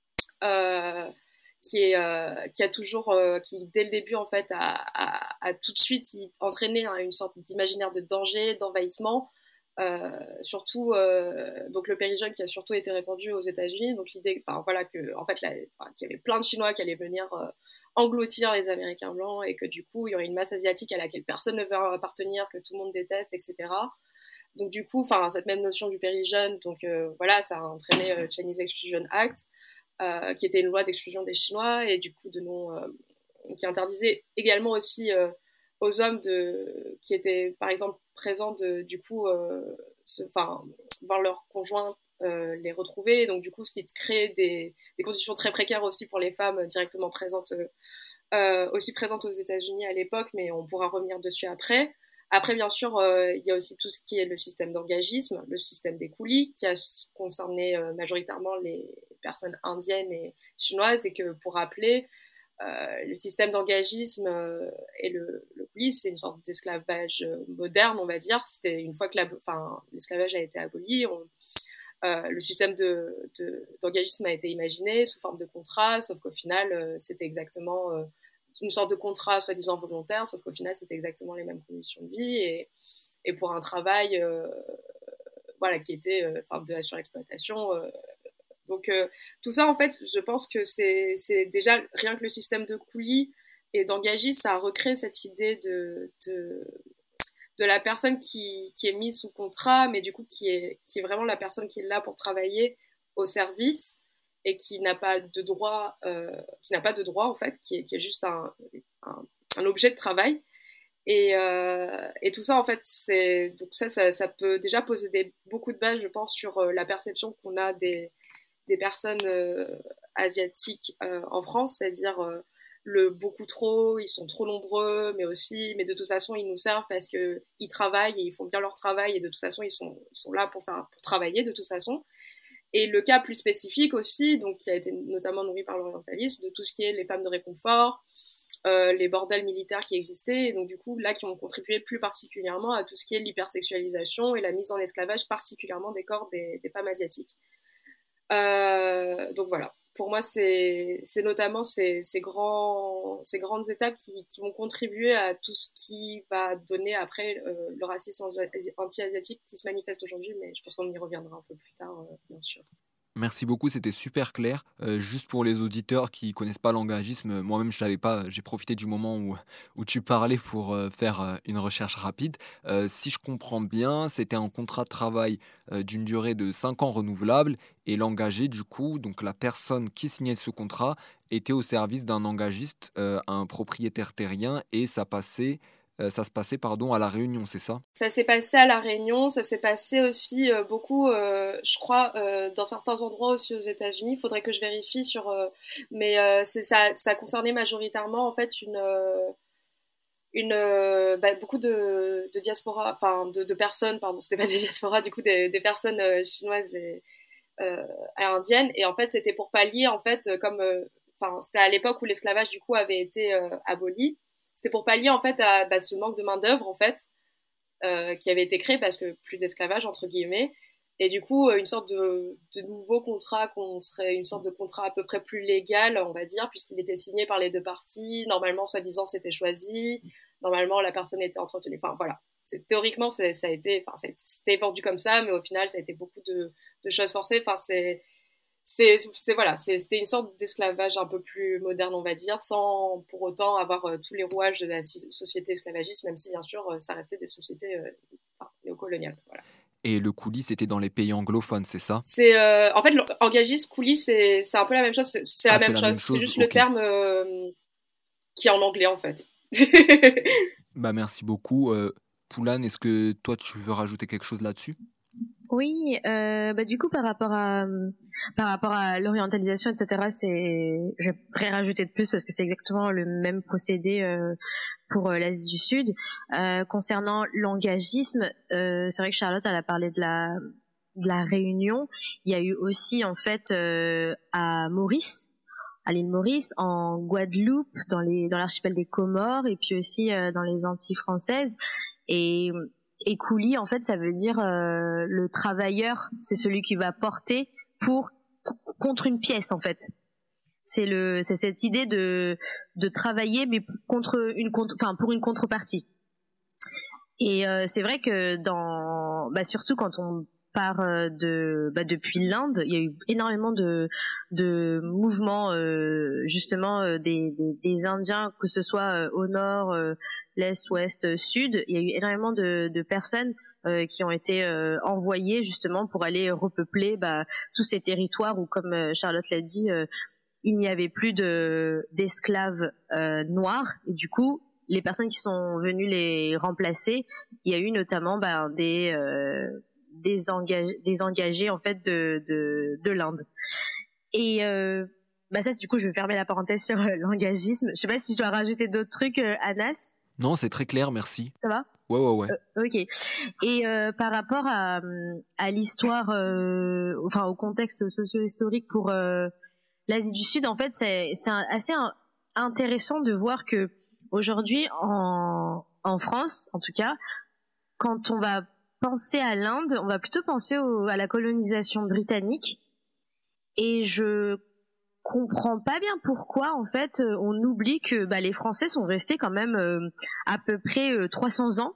euh, qui, est, euh, qui a toujours... Euh, qui, dès le début, en fait, a, a, a tout de suite entraîné hein, une sorte d'imaginaire de danger, d'envahissement. Euh, surtout, euh, donc le Péril jaune qui a surtout été répandu aux États-Unis. Donc, l'idée, enfin, voilà, que, en fait, là, enfin, qu'il y avait plein de Chinois qui allaient venir... Euh, engloutir les Américains blancs et que du coup, il y aurait une masse asiatique à laquelle personne ne veut appartenir, que tout le monde déteste, et cetera. Donc du coup, enfin, cette même notion du Péril jaune, donc euh, voilà, ça a entraîné le euh, Chinese Exclusion Act, euh, qui était une loi d'exclusion des Chinois et du coup de non, euh, qui interdisait également aussi euh, aux hommes de, qui étaient par exemple présents de, du coup, euh, se, enfin, voir leurs conjoints Euh, les retrouver, donc du coup ce qui crée des, des conditions très précaires aussi pour les femmes directement présentes euh, aussi présentes aux États-Unis à l'époque, mais on pourra revenir dessus après. Après bien sûr euh, il y a aussi tout ce qui est le système d'engagisme, le système des coulis qui a concerné euh, majoritairement les personnes indiennes et chinoises, et que pour rappeler euh, le système d'engagisme euh, et le, le coulis, c'est une sorte d'esclavage moderne, on va dire. C'était une fois que la, enfin, l'esclavage a été aboli, on Euh, le système de, de, d'engagisme a été imaginé sous forme de contrat, sauf qu'au final, euh, c'était exactement euh, une sorte de contrat soi-disant volontaire, sauf qu'au final, c'était exactement les mêmes conditions de vie et, et pour un travail euh, voilà, qui était euh, enfin, de la surexploitation. Euh, donc, euh, tout ça, en fait, je pense que c'est, c'est déjà rien que le système de coulis et d'engagisme, ça a recréé cette idée de... de de la personne qui, qui est mise sous contrat, mais du coup qui est, qui est vraiment la personne qui est là pour travailler au service et qui n'a pas de droit, euh, qui n'a pas de droit en fait, qui est, qui est juste un, un, un objet de travail. Et, euh, et tout ça en fait, c'est, donc ça, ça, ça peut déjà poser des, beaucoup de bases, je pense, sur euh, la perception qu'on a des, des personnes euh, asiatiques euh, en France, c'est-à-dire euh, le beaucoup trop, ils sont trop nombreux, mais aussi, mais de toute façon, ils nous servent parce qu'ils travaillent et ils font bien leur travail et de toute façon, ils sont, ils sont là pour, faire, pour travailler de toute façon. Et le cas plus spécifique aussi, donc qui a été notamment nourri par l'orientalisme, de tout ce qui est les femmes de réconfort, euh, les bordels militaires qui existaient, et donc du coup, là, qui ont contribué plus particulièrement à tout ce qui est l'hypersexualisation et la mise en esclavage, particulièrement des corps des, des femmes asiatiques. Euh, donc voilà. Pour moi, c'est, c'est notamment ces, ces, grands, ces grandes étapes qui, qui vont contribuer à tout ce qui va donner après euh, le racisme anti-asiatique qui se manifeste aujourd'hui, mais je pense qu'on y reviendra un peu plus tard, euh, bien sûr. Merci beaucoup, c'était super clair. Euh, juste pour les auditeurs qui connaissent pas l'engagisme, moi-même je savais pas, j'ai profité du moment où, où tu parlais pour euh, faire euh, une recherche rapide. Euh, si je comprends bien, c'était un contrat de travail euh, d'une durée de cinq ans renouvelable et l'engagé du coup, donc la personne qui signait ce contrat, était au service d'un engagiste, euh, un propriétaire terrien et ça passait... Euh, ça se passait pardon, à La Réunion, c'est ça? Ça s'est passé à La Réunion, ça s'est passé aussi euh, beaucoup, euh, je crois, euh, dans certains endroits aussi aux États-Unis. Il faudrait que je vérifie sur... Euh, mais euh, c'est, ça, ça concernait majoritairement, en fait, une... Euh, une euh, bah, beaucoup de, de diaspora, enfin, de, de personnes, pardon, c'était pas des diasporas, du coup, des, des personnes euh, chinoises et euh, indiennes. Et en fait, c'était pour pallier, en fait, comme... Enfin, euh, c'était à l'époque où l'esclavage, du coup, avait été euh, aboli. C'était pour pallier, en fait, à bah, ce manque de main-d'œuvre, en fait, Euh, qui avait été créé parce que plus d'esclavage entre guillemets, et du coup une sorte de, de nouveau contrat qu'on serait une sorte de contrat à peu près plus légal, on va dire, puisqu'il était signé par les deux parties, normalement soi-disant c'était choisi, normalement la personne était entretenue, enfin voilà, c'est, théoriquement, c'est, ça a été, enfin, c'était vendu comme ça, mais au final, ça a été beaucoup de, de choses forcées. Enfin, c'est, c'est, c'est voilà, c'est, c'était une sorte d'esclavage un peu plus moderne, on va dire, sans pour autant avoir euh, tous les rouages de la société esclavagiste, même si bien sûr, euh, ça restait des sociétés euh, enfin, néocoloniales. Voilà. Et le coulis, c'était dans les pays anglophones, c'est ça? C'est euh, en fait, engagiste, coulis, c'est, c'est un peu la même chose. C'est, c'est ah, la, même, la chose. même chose. C'est juste okay. le terme euh, qui est en anglais en fait. Bah merci beaucoup. Euh, Poulane, est-ce que toi tu veux rajouter quelque chose là-dessus? Oui, euh, bah du coup par rapport à par rapport à l'orientalisation, et cetera. C'est, je vais rien rajouter de plus parce que c'est exactement le même procédé euh, pour euh, l'Asie du Sud. Euh, concernant l'engagisme, euh, c'est vrai que Charlotte elle a parlé de la de la Réunion. Il y a eu aussi en fait euh, à Maurice, à l'île Maurice, en Guadeloupe, dans les dans l'archipel des Comores et puis aussi euh, dans les Antilles françaises. Et Et coulis, en fait, ça veut dire euh, le travailleur, c'est celui qui va porter pour contre une pièce, en fait. C'est le, c'est cette idée de de travailler, mais contre une contre, enfin pour une contrepartie. Et euh, c'est vrai que dans, bah surtout quand on part de, bah depuis l'Inde, il y a eu énormément de de mouvements euh, justement euh, des, des des Indiens, que ce soit euh, au nord, euh, l'est, ouest, sud. Il y a eu énormément de de personnes euh, qui ont été euh, envoyées justement pour aller repeupler bah tous ces territoires où, comme euh, Charlotte l'a dit, euh, il n'y avait plus de d'esclaves euh, noirs. Et du coup, les personnes qui sont venues les remplacer, il y a eu notamment bah, des euh, des engagés, des engagés en fait de de, de l'Inde. Et euh, bah ça, du coup, je vais fermer la parenthèse sur euh, l'engagisme. Je sais pas si je dois rajouter d'autres trucs, euh, Anas. Non, c'est très clair, merci. Ça va? Ouais, ouais, ouais. Euh, ok. Et euh, par rapport à à l'histoire, euh, enfin au contexte socio-historique pour euh, l'Asie du Sud, en fait, c'est c'est un, assez un, intéressant de voir que aujourd'hui en en France, en tout cas, quand on va penser à l'Inde, on va plutôt penser au, à la colonisation britannique. Et je comprends pas bien pourquoi en fait on oublie que bah, les Français sont restés quand même euh, à peu près euh, trois cents ans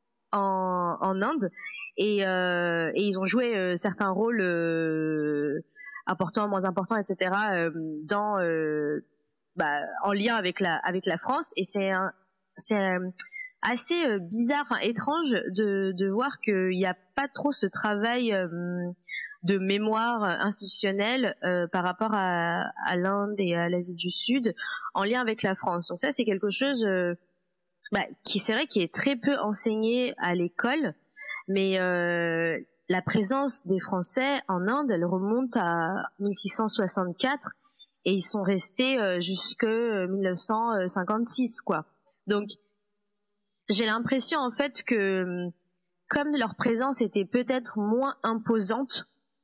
en, en Inde et, euh, et ils ont joué euh, certains rôles euh, importants, moins importants, et cetera. Euh, dans euh, bah, en lien avec la avec la France. Et c'est un, c'est un, assez euh, bizarre, enfin étrange de de voir qu'il n'y a pas trop ce travail euh, de mémoire institutionnelle euh, par rapport à, à l'Inde et à l'Asie du Sud en lien avec la France. Donc ça, c'est quelque chose euh, bah, qui, c'est vrai, qui est très peu enseigné à l'école, mais euh, la présence des Français en Inde, elle remonte à mille six cent soixante-quatre et ils sont restés euh, jusque mille neuf cent cinquante-six, quoi. Donc j'ai l'impression en fait que comme leur présence était peut-être moins imposante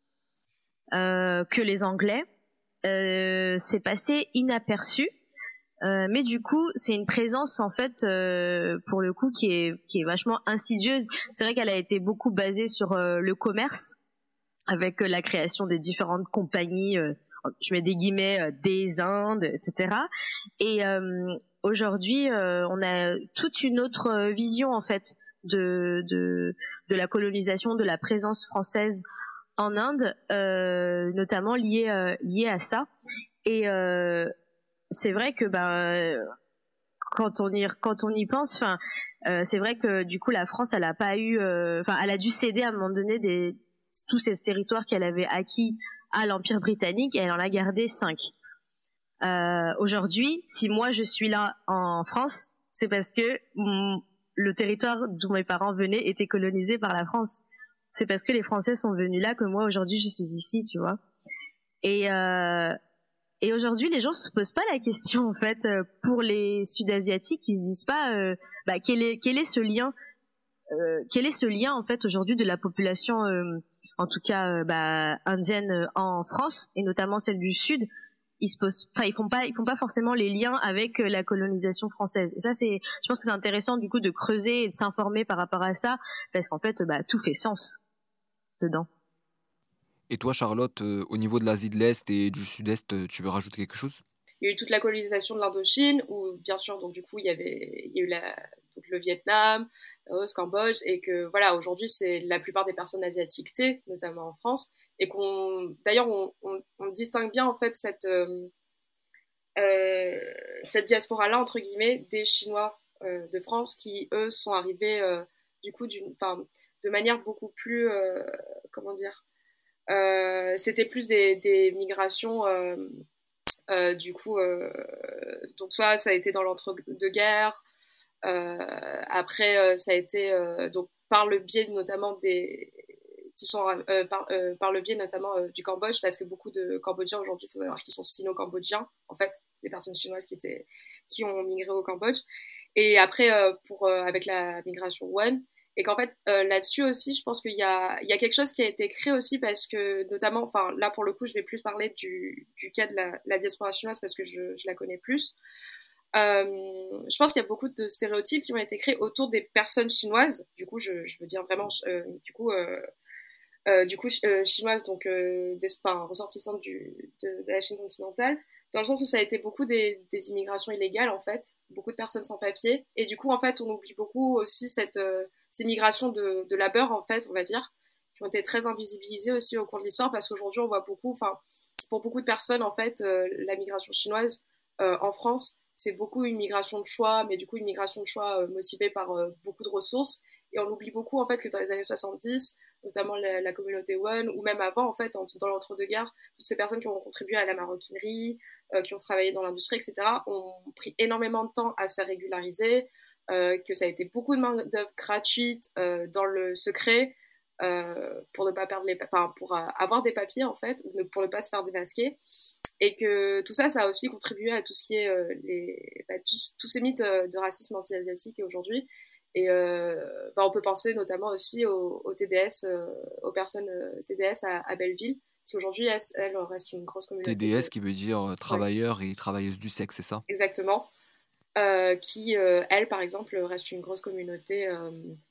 euh, que les Anglais, euh, c'est passé inaperçu. Euh, mais du coup, c'est une présence en fait, euh, pour le coup, qui est qui est vachement insidieuse. C'est vrai qu'elle a été beaucoup basée sur euh, le commerce, avec euh, la création des différentes compagnies. Euh, je mets des guillemets euh, des Indes, et cetera. Et euh, aujourd'hui, euh, on a toute une autre vision en fait de de de la colonisation, de la présence française en Inde, euh, notamment liée euh, liée à ça. Et euh, c'est vrai que ben quand on y quand on y pense, enfin euh, c'est vrai que du coup la France elle a pas eu, enfin euh, elle a dû céder à un moment donné des tous ces territoires qu'elle avait acquis à l'Empire britannique et elle en a gardé cinq. Euh, aujourd'hui, si moi je suis là en France, c'est parce que mon, le territoire d'où mes parents venaient était colonisé par la France. C'est parce que les Français sont venus là que moi aujourd'hui je suis ici, tu vois. Et euh, Et aujourd'hui, les gens se posent pas la question en fait pour les Sud-Asiatiques, ils se disent pas euh, bah, quel est quel est ce lien, euh, quel est ce lien en fait aujourd'hui de la population, euh, en tout cas euh, bah, indienne en France et notamment celle du Sud. Ils se posent, enfin ils font pas ils font pas forcément les liens avec la colonisation française. Et ça c'est, je pense que c'est intéressant du coup de creuser et de s'informer par rapport à ça parce qu'en fait bah tout fait sens dedans. Et toi, Charlotte, euh, au niveau de l'Asie de l'Est et du Sud-Est, euh, tu veux rajouter quelque chose? Il y a eu toute la colonisation de l'Indochine, où bien sûr, donc du coup, il y avait, il y a eu la, donc le Vietnam, Laos, Cambodge, et que voilà, aujourd'hui c'est la plupart des personnes asiatiques T, notamment en France, et qu'on, d'ailleurs, on, on, on distingue bien en fait cette euh, euh, cette diaspora-là entre guillemets des Chinois euh, de France qui eux sont arrivés euh, du coup d'une, enfin, de manière beaucoup plus, euh, comment dire, euh, c'était plus des, des migrations. Euh, Euh, du coup, euh, donc soit ça a été dans l'entre-deux-guerres, euh, après euh, ça a été euh, donc par le biais notamment des qui sont euh, par, euh, par le biais notamment euh, du Cambodge, parce que beaucoup de Cambodgiens aujourd'hui, il faut savoir qu'ils sont sino-cambodgiens en fait, des personnes chinoises qui étaient qui ont migré au Cambodge, et après euh, pour euh, avec la migration One. Et qu'en fait, euh, là-dessus aussi, je pense qu'il y a, il y a quelque chose qui a été créé aussi parce que, notamment, enfin, là, pour le coup, je vais plus parler du, du cas de la, la diaspora chinoise parce que je, je la connais plus. Euh, je pense qu'il y a beaucoup de stéréotypes qui ont été créés autour des personnes chinoises. Du coup, je, je veux dire vraiment, euh, du coup, euh, euh, du coup, euh, chinoises, donc, euh, des, enfin, ressortissantes du, de, de la Chine continentale, dans le sens où ça a été beaucoup des, des immigrations illégales, en fait, beaucoup de personnes sans papier. Et du coup, en fait, on oublie beaucoup aussi cette, euh, ces migrations de, de labeur, en fait, on va dire, qui ont été très invisibilisées aussi au cours de l'histoire, parce qu'aujourd'hui, on voit beaucoup, enfin, pour beaucoup de personnes, en fait, euh, la migration chinoise euh, en France, c'est beaucoup une migration de choix, mais du coup, une migration de choix euh, motivée par euh, beaucoup de ressources. Et on oublie beaucoup, en fait, que dans les années soixante-dix, notamment la, la communauté One, ou même avant, en fait, en, dans l'entre-deux-guerres, toutes ces personnes qui ont contribué à la maroquinerie, euh, qui ont travaillé dans l'industrie, et cetera, ont pris énormément de temps à se faire régulariser, euh, que ça a été beaucoup de main-d'œuvre gratuite euh, dans le secret euh, pour ne pas perdre les, enfin, pour euh, avoir des papiers en fait, ou ne, pour ne pas se faire démasquer, et que tout ça, ça a aussi contribué à tout ce qui est euh, les, bah, tous, tous ces mythes euh, de racisme anti-asiatique aujourd'hui. Et euh, bah, on peut penser notamment aussi aux, aux T D S, euh, aux personnes euh, T D S à, à Belleville, qui aujourd'hui, elles, elles restent une grosse communauté. T D S de... qui veut dire euh, travailleurs ouais. et travailleuses du sexe, c'est ça? Exactement. Euh, qui, euh, elle, par exemple, reste une grosse communauté euh,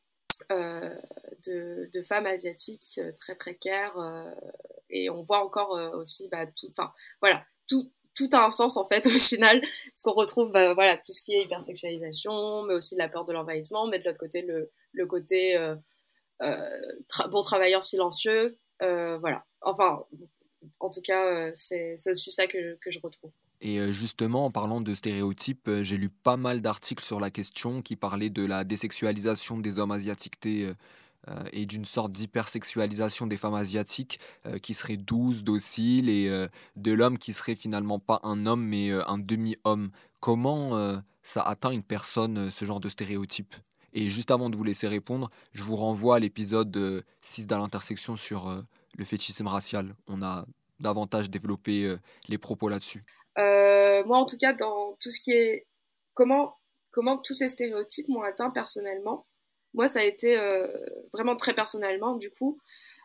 euh, de, de femmes asiatiques euh, très précaires. Euh, et on voit encore euh, aussi, bah, tout, enfin, voilà, tout, tout a un sens, en fait, au final, parce qu'on retrouve, bah, voilà, tout ce qui est hypersexualisation, mais aussi la peur de l'envahissement, mais de l'autre côté, le, le côté euh, euh, tra- bon travailleur silencieux, euh, voilà. Enfin, en tout cas, euh, c'est, c'est aussi ça que, que je retrouve. Et justement, en parlant de stéréotypes, j'ai lu pas mal d'articles sur la question qui parlaient de la désexualisation des hommes asiatiques T euh, et d'une sorte d'hypersexualisation des femmes asiatiques euh, qui seraient douces, dociles, et euh, de l'homme qui serait finalement pas un homme mais euh, un demi-homme. Comment euh, ça atteint une personne, euh, ce genre de stéréotype? Et juste avant de vous laisser répondre, je vous renvoie à l'épisode euh, six d'À l'intersection sur euh, le fétichisme racial. On a davantage développé euh, les propos là-dessus. Euh, moi, en tout cas, dans tout ce qui est comment comment tous ces stéréotypes m'ont atteint personnellement. Moi, ça a été euh, vraiment très personnellement, du coup,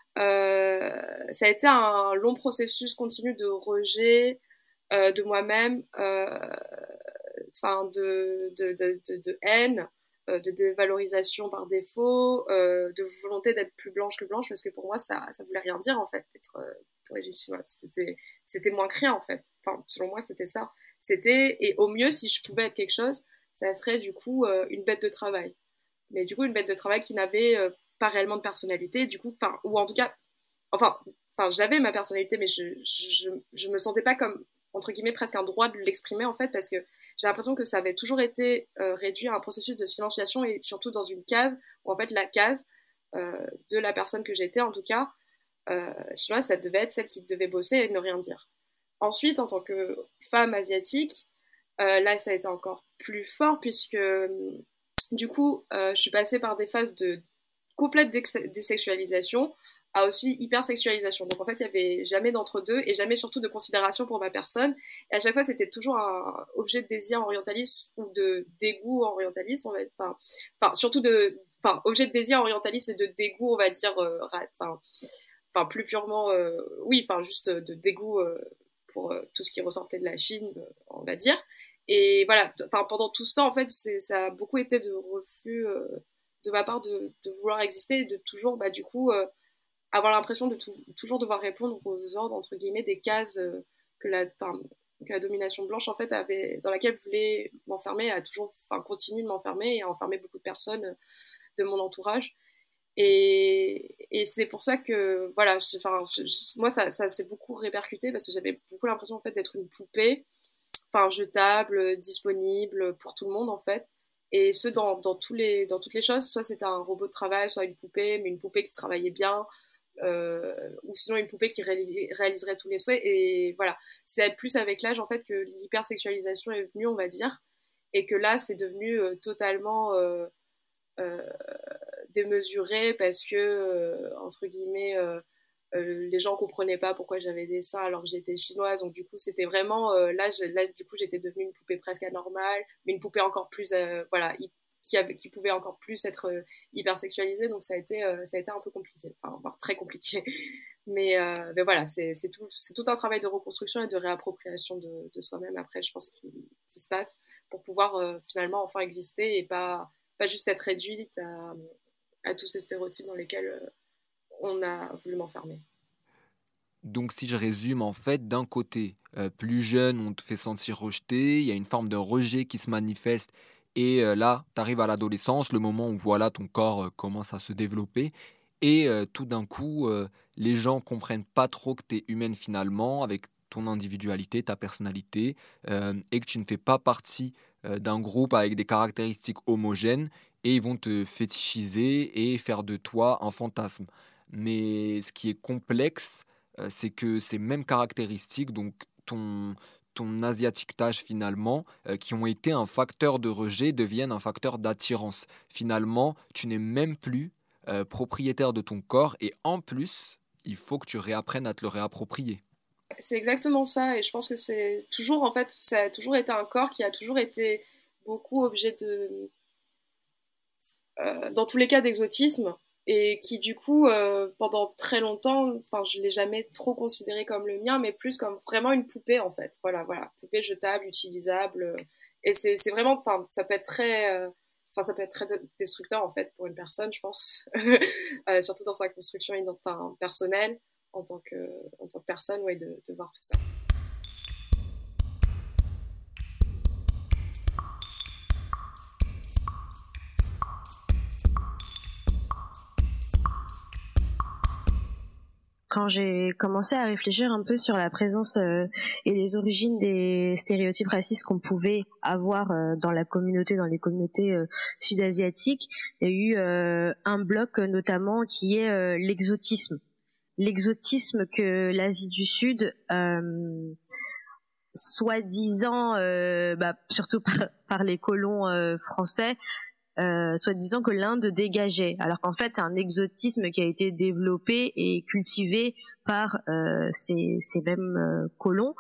euh, ça a été un long processus continu de rejet euh, de moi-même, enfin euh, de, de, de, de, de haine, euh, de dévalorisation par défaut, euh, de volonté d'être plus blanche que blanche, parce que pour moi, ça ça voulait rien dire en fait d'être euh, d'origine chinoise. C'était c'était moins créé en fait. Enfin, selon moi, c'était ça. C'était, et au mieux, si je pouvais être quelque chose, ça serait du coup euh, une bête de travail. Mais du coup, une bête de travail qui n'avait euh, pas réellement de personnalité, du coup, enfin, ou en tout cas, enfin, enfin, j'avais ma personnalité, mais je, je, je me sentais pas comme, entre guillemets, presque un droit de l'exprimer, en fait, parce que j'ai l'impression que ça avait toujours été euh, réduit à un processus de silenciation, et surtout dans une case, où en fait, la case euh, de la personne que j'étais, en tout cas, euh, chinoise, ça devait être celle qui devait bosser et ne rien dire. Ensuite, en tant que femme asiatique, euh, là, ça a été encore plus fort, puisque du coup, euh, je suis passée par des phases de complète désexualisation à aussi hypersexualisation. Donc en fait, il n'y avait jamais d'entre-deux et jamais surtout de considération pour ma personne. Et à chaque fois, c'était toujours un objet de désir orientaliste ou de dégoût orientaliste, on va dire. Enfin, enfin surtout de... Enfin, objet de désir orientaliste et de dégoût, on va dire... Euh, enfin, enfin, plus purement... Euh, oui, enfin, juste de dégoût euh, pour euh, tout ce qui ressortait de la Chine, euh, on va dire. Et voilà, enfin, pendant tout ce temps, en fait, c'est, ça a beaucoup été de refus euh, de ma part de, de vouloir exister et de toujours, bah, du coup, euh, avoir l'impression de tout, toujours devoir répondre aux ordres, entre guillemets, des cases euh, que la, donc la domination blanche en fait avait, dans laquelle voulait m'enfermer, a toujours, enfin continue de m'enfermer et a enfermé beaucoup de personnes de mon entourage. Et, et c'est pour ça que voilà, je, enfin, je, je, moi ça, ça s'est beaucoup répercuté parce que j'avais beaucoup l'impression en fait d'être une poupée, enfin jetable, disponible pour tout le monde en fait. Et ce dans, dans tous les dans toutes les choses, soit c'était un robot de travail, soit une poupée, mais une poupée qui travaillait bien. Euh, ou sinon une poupée qui ré- réaliserait tous les souhaits. Et voilà, c'est plus avec l'âge en fait que l'hypersexualisation est venue, on va dire, et que là c'est devenu euh, totalement euh, euh, démesuré parce que euh, entre guillemets euh, euh, les gens comprenaient pas pourquoi j'avais des seins alors que j'étais chinoise, donc du coup c'était vraiment euh, là, je, là du coup j'étais devenue une poupée presque anormale, mais une poupée encore plus euh, voilà Qui, avait, qui pouvait encore plus être euh, hyper sexualisée, donc ça a été euh, ça a été un peu compliqué, enfin voire très compliqué, mais euh, mais voilà, c'est c'est tout c'est tout un travail de reconstruction et de réappropriation de, de soi-même après, je pense, qui, qui se passe pour pouvoir euh, finalement enfin exister et pas pas juste être réduite à, à tous ces stéréotypes dans lesquels euh, on a voulu m'enfermer. Donc si je résume, en fait, d'un côté, euh, plus jeune, on te fait sentir rejeté, il y a une forme de rejet qui se manifeste. Et euh, là, tu arrives à l'adolescence, le moment où voilà, ton corps euh, commence à se développer. Et euh, tout d'un coup, euh, les gens comprennent pas trop que tu es humaine finalement, avec ton individualité, ta personnalité, euh, et que tu ne fais pas partie euh, d'un groupe avec des caractéristiques homogènes, et ils vont te fétichiser et faire de toi un fantasme. Mais ce qui est complexe, euh, c'est que ces mêmes caractéristiques, donc ton, ton asiatique-tâche finalement, euh, qui ont été un facteur de rejet, deviennent un facteur d'attirance. Finalement, tu n'es même plus euh, propriétaire de ton corps et en plus, il faut que tu réapprennes à te le réapproprier. C'est exactement ça, et je pense que c'est toujours, en fait, ça a toujours été un corps qui a toujours été beaucoup objet de, euh, dans tous les cas, d'exotisme, et qui du coup, euh, pendant très longtemps, enfin, je l'ai jamais trop considéré comme le mien, mais plus comme vraiment une poupée en fait. Voilà, voilà, poupée jetable, utilisable, et c'est c'est vraiment, enfin, ça peut être très, euh, enfin, ça peut être très destructeur en fait pour une personne, je pense, euh, surtout dans sa construction enfin, personnelle en tant que en tant que personne, ouais, de, de voir tout ça. Quand j'ai commencé à réfléchir un peu sur la présence euh, et les origines des stéréotypes racistes qu'on pouvait avoir euh, dans la communauté, dans les communautés euh, sud-asiatiques, il y a eu euh, un bloc euh, notamment qui est euh, l'exotisme. L'exotisme que l'Asie du Sud, euh, soi-disant, euh, bah, surtout par, par les colons euh, français, Euh, soi-disant que l'Inde dégageait, alors qu'en fait c'est un exotisme qui a été développé et cultivé par euh, ces, ces mêmes euh, colons.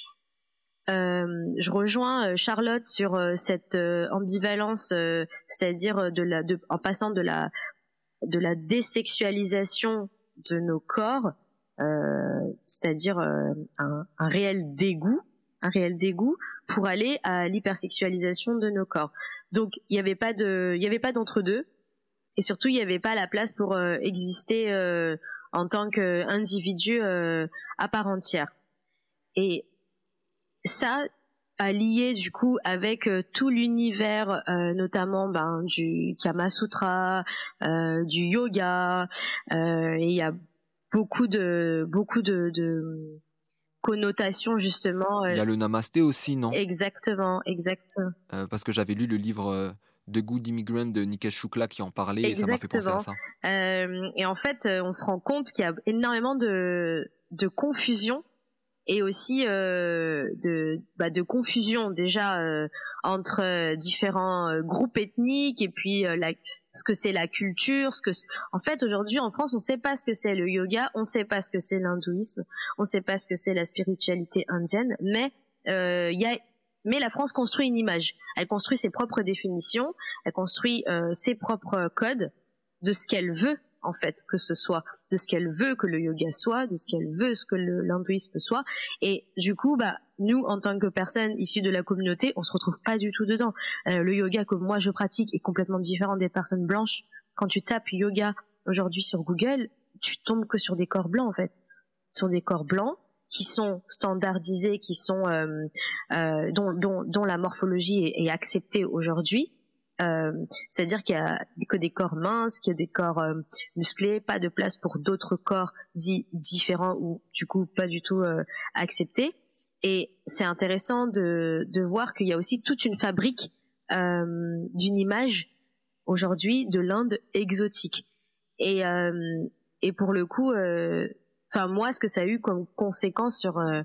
Euh, je rejoins Charlotte sur euh, cette euh, ambivalence, euh, c'est-à-dire de la, de, en passant de la, de la désexualisation de nos corps, euh, c'est-à-dire euh, un, un réel dégoût, un réel dégoût, pour aller à l'hypersexualisation de nos corps. Donc il y avait pas de, il y avait pas d'entre-deux, et surtout il y avait pas la place pour euh, exister euh, en tant qu'individu euh, à part entière. Et ça a lié du coup avec euh, tout l'univers, euh, notamment ben du Kama Sutra, euh, du yoga, euh, et il y a beaucoup de beaucoup de, de connotations justement. Euh, Il y a le namasté aussi, non? Exactement, exactement. Euh, parce que j'avais lu le livre euh, The Good Immigrant de Nikesh Shukla qui en parlait et ça m'a fait penser à ça. Euh, et en fait, on se rend compte qu'il y a énormément de, de confusion et aussi euh, de, bah, de confusion déjà euh, entre différents euh, groupes ethniques et puis euh, la, ce que c'est la culture, ce que c'est... En fait aujourd'hui en France on sait pas ce que c'est le yoga, on sait pas ce que c'est l'hindouisme, on sait pas ce que c'est la spiritualité indienne, mais euh, il y a mais la France construit une image, elle construit ses propres définitions, elle construit euh, ses propres codes de ce qu'elle veut en fait que ce soit, de ce qu'elle veut que le yoga soit, de ce qu'elle veut ce que le, l'hindouisme soit, et du coup bah nous en tant que personnes issues de la communauté on se retrouve pas du tout dedans. Euh, le yoga que moi je pratique est complètement différent des personnes blanches. Quand tu tapes yoga aujourd'hui sur Google, tu tombes que sur des corps blancs en fait, sur des corps blancs qui sont standardisés, qui sont euh, euh, dont, dont, dont la morphologie est, est acceptée aujourd'hui. Euh, c'est-à-dire qu'il y a que des corps minces, qu'il y a des corps euh, musclés, pas de place pour d'autres corps dits différents ou du coup pas du tout euh, acceptés. Et c'est intéressant de, de voir qu'il y a aussi toute une fabrique euh, d'une image aujourd'hui de l'Inde exotique. Et, euh, et pour le coup, enfin euh, moi, ce que ça a eu comme conséquence sur euh,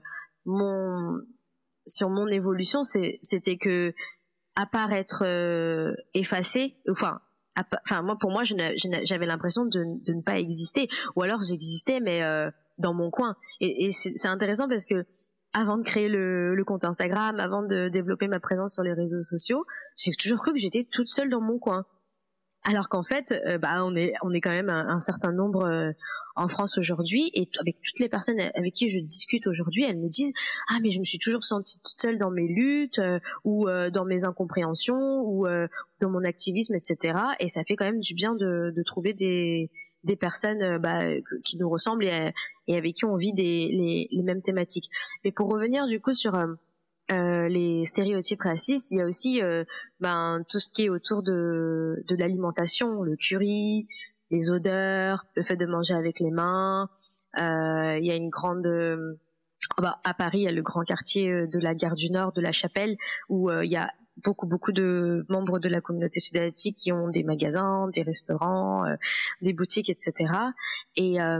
mon sur mon évolution, c'est, c'était que à part être euh, effacée, enfin, enfin moi pour moi, je n'a, je n'a, j'avais l'impression de, de ne pas exister, ou alors j'existais mais euh, dans mon coin. Et, et c'est, c'est intéressant parce que avant de créer le, le compte Instagram, avant de développer ma présence sur les réseaux sociaux, j'ai toujours cru que j'étais toute seule dans mon coin. Alors qu'en fait, euh, bah on est on est quand même un, un certain nombre euh, en France aujourd'hui, et t- avec toutes les personnes avec qui je discute aujourd'hui, elles me disent ah mais je me suis toujours sentie toute seule dans mes luttes euh, ou euh, dans mes incompréhensions ou euh, dans mon activisme, et cetera. Et ça fait quand même du bien de, de trouver des des personnes euh, bah, qui nous ressemblent et, et avec qui on vit des les, les mêmes thématiques. Mais pour revenir du coup sur euh, Euh, les stéréotypes racistes, il y a aussi euh, ben tout ce qui est autour de de l'alimentation, le curry, les odeurs, le fait de manger avec les mains. Euh, il y a une grande euh, bah, à Paris, il y a le grand quartier de la Gare du Nord, de la Chapelle, où euh, il y a beaucoup beaucoup de membres de la communauté sud-asiatique qui ont des magasins, des restaurants, euh, des boutiques, et cetera. Et euh,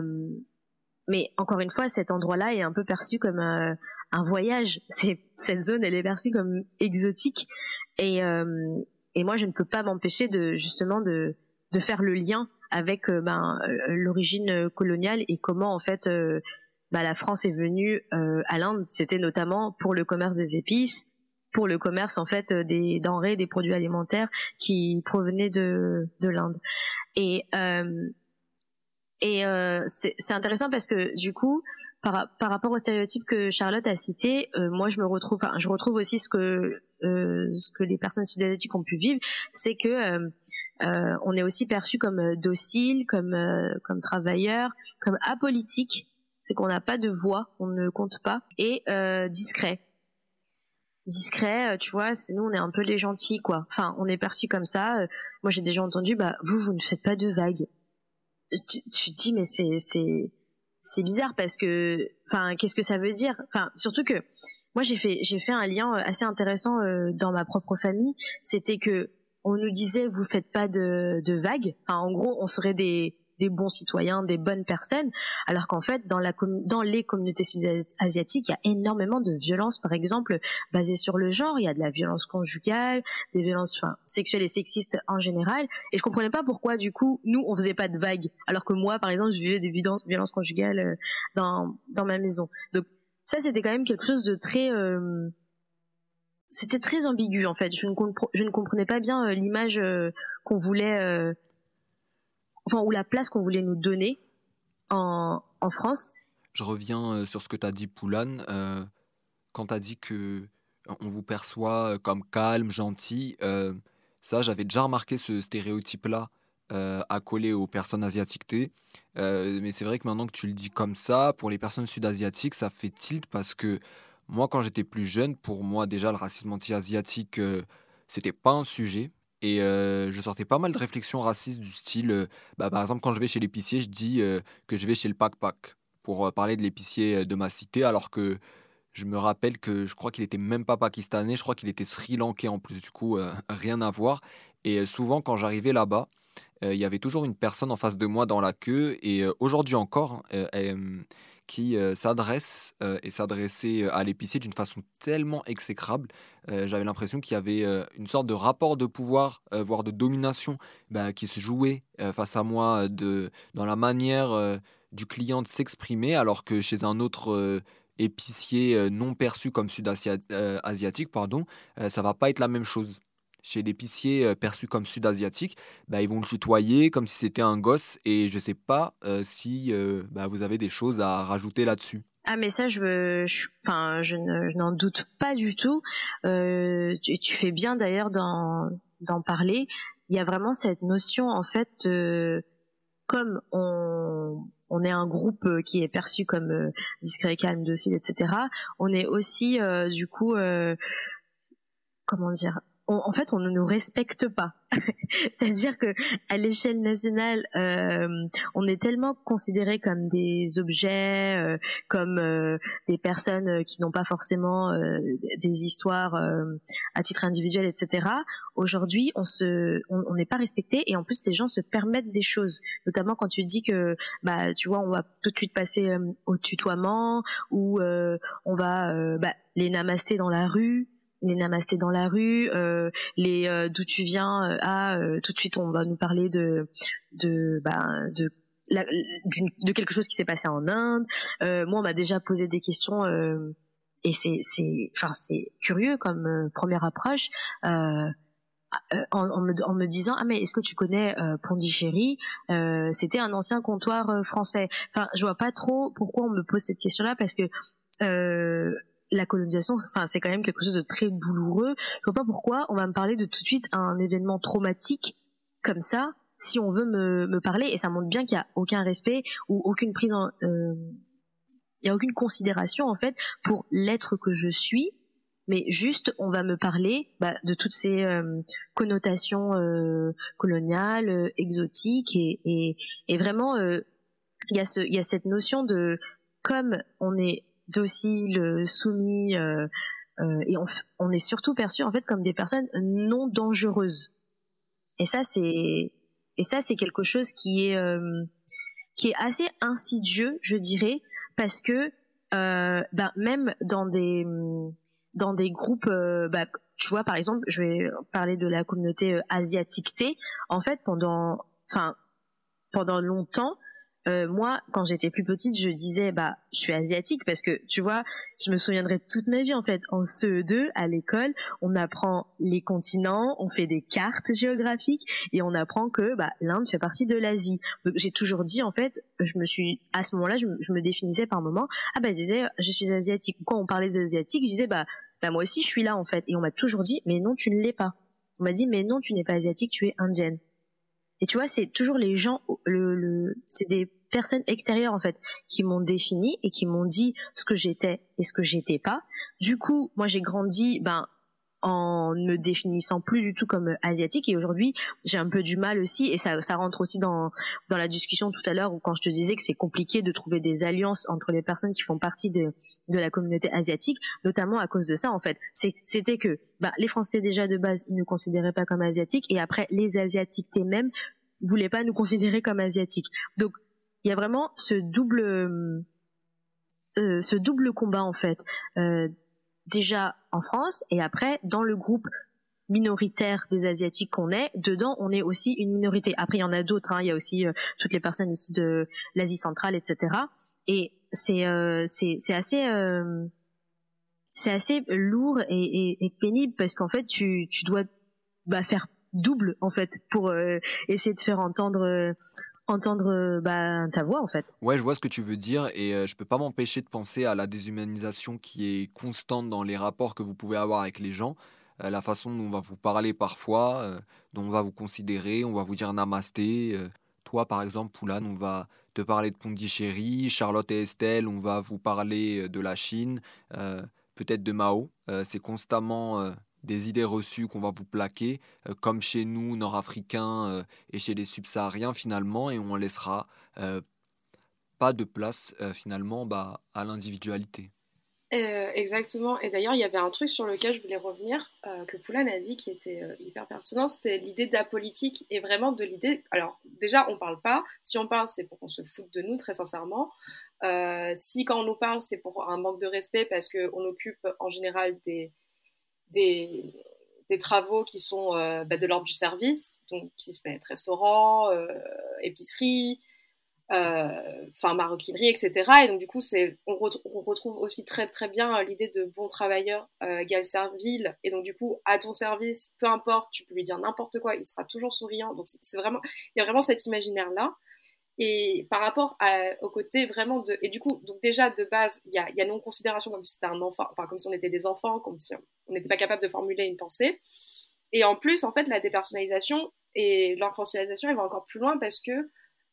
mais encore une fois, cet endroit-là est un peu perçu comme euh, un voyage. C'est, cette zone, elle est perçue comme exotique. Et, euh, et moi, je ne peux pas m'empêcher de justement de, de faire le lien avec euh, ben, euh, l'origine coloniale et comment en fait euh, bah, la France est venue euh, à l'Inde. C'était notamment pour le commerce des épices, pour le commerce en fait des denrées, des produits alimentaires qui provenaient de, de l'Inde. Et euh, Et euh, c'est, c'est intéressant parce que du coup, par, par rapport aux stéréotypes que Charlotte a cités, euh, moi je me retrouve, enfin je retrouve aussi ce que euh, ce que les personnes sud-asiatiques ont pu vivre, c'est que euh, euh, on est aussi perçu comme docile, comme euh, comme travailleur, comme apolitique, c'est qu'on n'a pas de voix, on ne compte pas, et euh, discret. Discret, tu vois, c'est, nous on est un peu les gentils quoi. Enfin, on est perçu comme ça. Euh, moi j'ai déjà entendu, bah vous vous ne faites pas de vagues. Tu, tu te dis mais c'est c'est c'est bizarre parce que enfin qu'est-ce que ça veut dire, enfin surtout que moi j'ai fait j'ai fait un lien assez intéressant euh, dans ma propre famille, c'était que on nous disait vous faites pas de de vagues, enfin en gros on serait des des bons citoyens, des bonnes personnes, alors qu'en fait dans la dans les communautés sud-asiatiques il y a énormément de violences, par exemple basées sur le genre. Il y a de la violence conjugale, des violences enfin sexuelles et sexistes en général, et je comprenais pas pourquoi du coup nous on faisait pas de vagues alors que moi par exemple je vivais des violences, violences conjugales dans dans ma maison. Donc ça c'était quand même quelque chose de très euh, c'était très ambigu en fait. Je ne, compre- je ne comprenais pas bien euh, l'image euh, qu'on voulait euh, enfin ou la place qu'on voulait nous donner en, en France. Je reviens euh, sur ce que tu as dit, Poulane, euh, quand tu as dit que on vous perçoit comme calme, gentil. Euh, ça, j'avais déjà remarqué ce stéréotype-là euh, accolé aux personnes asiatiques T. Euh, mais c'est vrai que maintenant que tu le dis comme ça, pour les personnes sud-asiatiques, ça fait tilt parce que moi, quand j'étais plus jeune, pour moi, déjà, le racisme anti-asiatique, euh, c'était pas un sujet. Et euh, je sortais pas mal de réflexions racistes du style, euh, bah, par exemple, quand je vais chez l'épicier, je dis euh, que je vais chez le Pac-Pac pour euh, parler de l'épicier de ma cité, alors que je me rappelle que je crois qu'il était même pas pakistanais, je crois qu'il était sri-lankais en plus, du coup, euh, rien à voir. Et euh, souvent, quand j'arrivais là-bas, euh, il y avait toujours une personne en face de moi dans la queue, et euh, aujourd'hui encore, hein, euh, euh, qui euh, s'adresse euh, et s'adressait à l'épicier d'une façon tellement exécrable. Euh, j'avais l'impression qu'il y avait euh, une sorte de rapport de pouvoir, euh, voire de domination, bah, qui se jouait euh, face à moi euh, de, dans la manière euh, du client de s'exprimer, alors que chez un autre euh, épicier euh, non perçu comme sud-asiatique, pardon, euh, ça va pas être la même chose. Chez l'épicier euh, perçu comme sud-asiatique, bah, ils vont le tutoyer comme si c'était un gosse, et je sais pas euh, si euh, bah, vous avez des choses à rajouter là-dessus. Ah mais ça je veux, je, enfin je, ne, je n'en doute pas du tout. Euh, tu, tu fais bien d'ailleurs d'en, d'en parler. Il y a vraiment cette notion en fait de, comme on on est un groupe qui est perçu comme euh, discret, calme, docile, et cetera. On est aussi euh, du coup, euh, comment dire, on, en fait, on ne nous respecte pas. C'est-à-dire que à l'échelle nationale, euh, on est tellement considérés comme des objets, euh, comme euh, des personnes qui n'ont pas forcément euh, des histoires euh, à titre individuel, et cetera. Aujourd'hui, on se, on n'est pas respecté et en plus les gens se permettent des choses, notamment quand tu dis que, bah, tu vois, on va tout de suite passer euh, au tutoiement ou euh, on va, euh, bah, les namastés dans la rue. Les namastés dans la rue, euh, les euh, d'où tu viens, euh, ah euh, tout de suite on va nous parler de de bah, de la, d'une, de quelque chose qui s'est passé en Inde. Euh, moi on m'a déjà posé des questions euh, et c'est c'est enfin c'est curieux comme euh, première approche euh, en, en, me, en me disant ah mais est-ce que tu connais euh, Pondichéry, euh, c'était un ancien comptoir euh, français. Enfin je vois pas trop pourquoi on me pose cette question là parce que euh, la colonisation, enfin c'est quand même quelque chose de très douloureux. Je vois pas pourquoi on va me parler de tout de suite un événement traumatique comme ça si on veut me, me parler, et ça montre bien qu'il y a aucun respect ou aucune prise en euh, il y a aucune considération en fait pour l'être que je suis, mais juste on va me parler bah, de toutes ces euh, connotations euh, coloniales, euh, exotiques et, et, et vraiment il euh, y a ce il y a cette notion de comme on est docile, soumis, euh, euh, et on, on est surtout perçu en fait comme des personnes non dangereuses. Et ça c'est et ça c'est quelque chose qui est euh, qui est assez insidieux, je dirais, parce que euh, bah, même dans des dans des groupes, euh, bah, tu vois par exemple, je vais parler de la communauté euh, asiatique T. En fait, pendant enfin pendant longtemps. Euh, moi, quand j'étais plus petite, je disais bah je suis asiatique parce que tu vois, je me souviendrai toute ma vie en fait. En C E deux à l'école, on apprend les continents, on fait des cartes géographiques et on apprend que bah l'Inde fait partie de l'Asie. Donc j'ai toujours dit en fait, je me suis à ce moment-là, je, je me définissais par moment. Ah bah je disais je suis asiatique. Quand on parlait des asiatiques, je disais bah bah moi aussi je suis là en fait. Et on m'a toujours dit mais non tu ne l'es pas. On m'a dit mais non tu n'es pas asiatique, tu es indienne. Et tu vois, c'est toujours les gens, le, le, c'est des personnes extérieures en fait qui m'ont défini et qui m'ont dit ce que j'étais et ce que j'étais pas. Du coup, moi j'ai grandi, ben en ne me définissant plus du tout comme asiatique, et aujourd'hui j'ai un peu du mal aussi, et ça, ça rentre aussi dans dans la discussion tout à l'heure où quand je te disais que c'est compliqué de trouver des alliances entre les personnes qui font partie de de la communauté asiatique, notamment à cause de ça en fait. C'est, c'était que bah, les Français déjà de base ils ne nous considéraient pas comme asiatiques, et après les asiatiques eux-mêmes voulaient pas nous considérer comme asiatiques. Donc il y a vraiment ce double euh, ce double combat en fait. Euh, déjà en France, et après dans le groupe minoritaire des asiatiques qu'on est, dedans on est aussi une minorité. Après il y en a d'autres, hein. Il y a aussi euh, toutes les personnes ici de l'Asie centrale, et cetera. Et c'est euh, c'est c'est assez euh, c'est assez lourd et, et, et pénible parce qu'en fait tu tu dois bah, faire double en fait pour euh, essayer de faire entendre euh, entendre bah, ta voix en fait. Ouais, je vois ce que tu veux dire et euh, je peux pas m'empêcher de penser à la déshumanisation qui est constante dans les rapports que vous pouvez avoir avec les gens, euh, la façon dont on va vous parler parfois, euh, dont on va vous considérer, on va vous dire namasté. Euh, toi, par exemple, Poulane, on va te parler de Pondichéry, Charlotte et Estelle, on va vous parler euh, de la Chine, euh, peut-être de Mao. Euh, c'est constamment euh, des idées reçues qu'on va vous plaquer, euh, comme chez nous, nord-africains euh, et chez les subsahariens finalement, et on laissera euh, pas de place euh, finalement bah, à l'individualité. Euh, exactement. Et d'ailleurs, il y avait un truc sur lequel je voulais revenir, euh, que Poulane a dit qui était euh, hyper pertinent, c'était l'idée d'apolitique et vraiment de l'idée. Alors, déjà, on parle pas. Si on parle, c'est pour qu'on se foute de nous, très sincèrement. Euh, si quand on nous parle, c'est pour un manque de respect parce qu'on occupe en général des, des, des travaux qui sont euh, bah, de l'ordre du service, donc qui se mettent restaurant, euh, épicerie. Enfin, euh, maroquinerie, et cetera. Et donc, du coup, c'est, on, ret- on retrouve aussi très, très bien euh, l'idée de bon travailleur euh, égale servile. Et donc, du coup, à ton service, peu importe, tu peux lui dire n'importe quoi, il sera toujours souriant. Donc, c'est, c'est vraiment, il y a vraiment cet imaginaire-là. Et par rapport à, au côté vraiment de... Et du coup, donc déjà, de base, il y a, il y a non-considération comme si c'était un enfant, enfin, comme si on était des enfants, comme si on n'était pas capable de formuler une pensée. Et en plus, en fait, la dépersonnalisation et l'enfantilisation, elle va encore plus loin parce que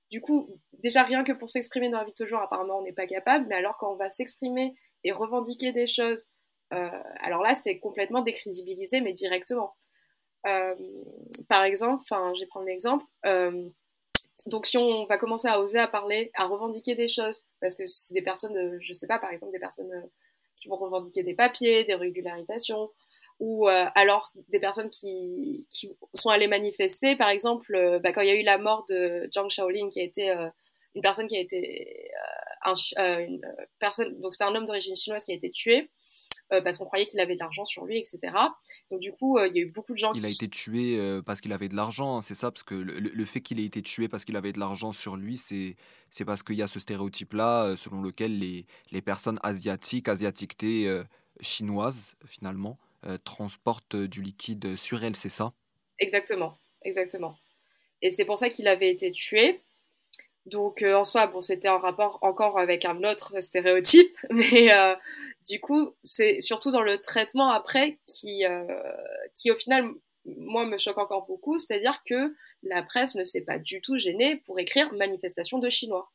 du coup, déjà rien que pour s'exprimer dans la vie de tous les jours, apparemment, on n'est pas capable. Mais alors, quand on va s'exprimer et revendiquer des choses, euh, alors là, c'est complètement décrédibilisé, mais directement. Euh, par exemple, enfin, je vais prendre l'exemple. Euh, donc, si on va commencer à oser à parler, à revendiquer des choses, parce que c'est des personnes, euh, je sais pas, par exemple, des personnes euh, qui vont revendiquer des papiers, des régularisations, ou euh, alors des personnes qui, qui sont allées manifester, par exemple, euh, bah, quand il y a eu la mort de Zhang Shaolin, qui a été euh, une personne qui a été euh, un, euh, une personne, donc c'était un homme d'origine chinoise qui a été tué. Euh, parce qu'on croyait qu'il avait de l'argent sur lui, et cetera. Donc du coup, euh, il y a eu beaucoup de gens Il qui... a été tué euh, parce qu'il avait de l'argent, hein, c'est ça, parce que le, le- le fait qu'il ait été tué parce qu'il avait de l'argent sur lui, c'est c'est parce qu'il y a ce stéréotype-là euh, selon lequel les, les personnes asiatiques, asiatiquetées, euh, chinoises, finalement, euh, transportent du liquide sur elles, c'est ça? Exactement, exactement. Et c'est pour ça qu'il avait été tué. Donc euh, en soi, bon, c'était en rapport encore avec un autre stéréotype, mais euh, du coup, c'est surtout dans le traitement après qui, euh, qui au final, moi, me choque encore beaucoup, c'est-à-dire que la presse ne s'est pas du tout gênée pour écrire manifestation de Chinois.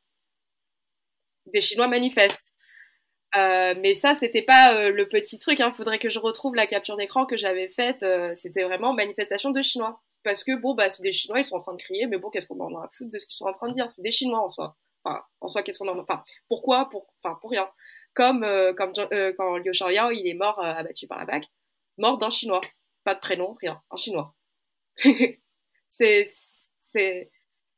Des Chinois manifestent. Euh, mais ça, c'était pas euh, le petit truc. Hein. Faudrait que je retrouve la capture d'écran que j'avais faite. Euh, c'était vraiment manifestation de Chinois. Parce que bon, bah, c'est des Chinois, ils sont en train de crier, mais bon, qu'est-ce qu'on en a à foutre de ce qu'ils sont en train de dire? C'est des Chinois en soi. Enfin, en soi, qu'est-ce qu'on en a? Enfin, pourquoi? Pour, enfin, pour rien. Comme, euh, comme euh, quand Liu Xiaoyao, il est mort euh, abattu par la bac, mort d'un Chinois. Pas de prénom, rien. Un Chinois. c'est, c'est,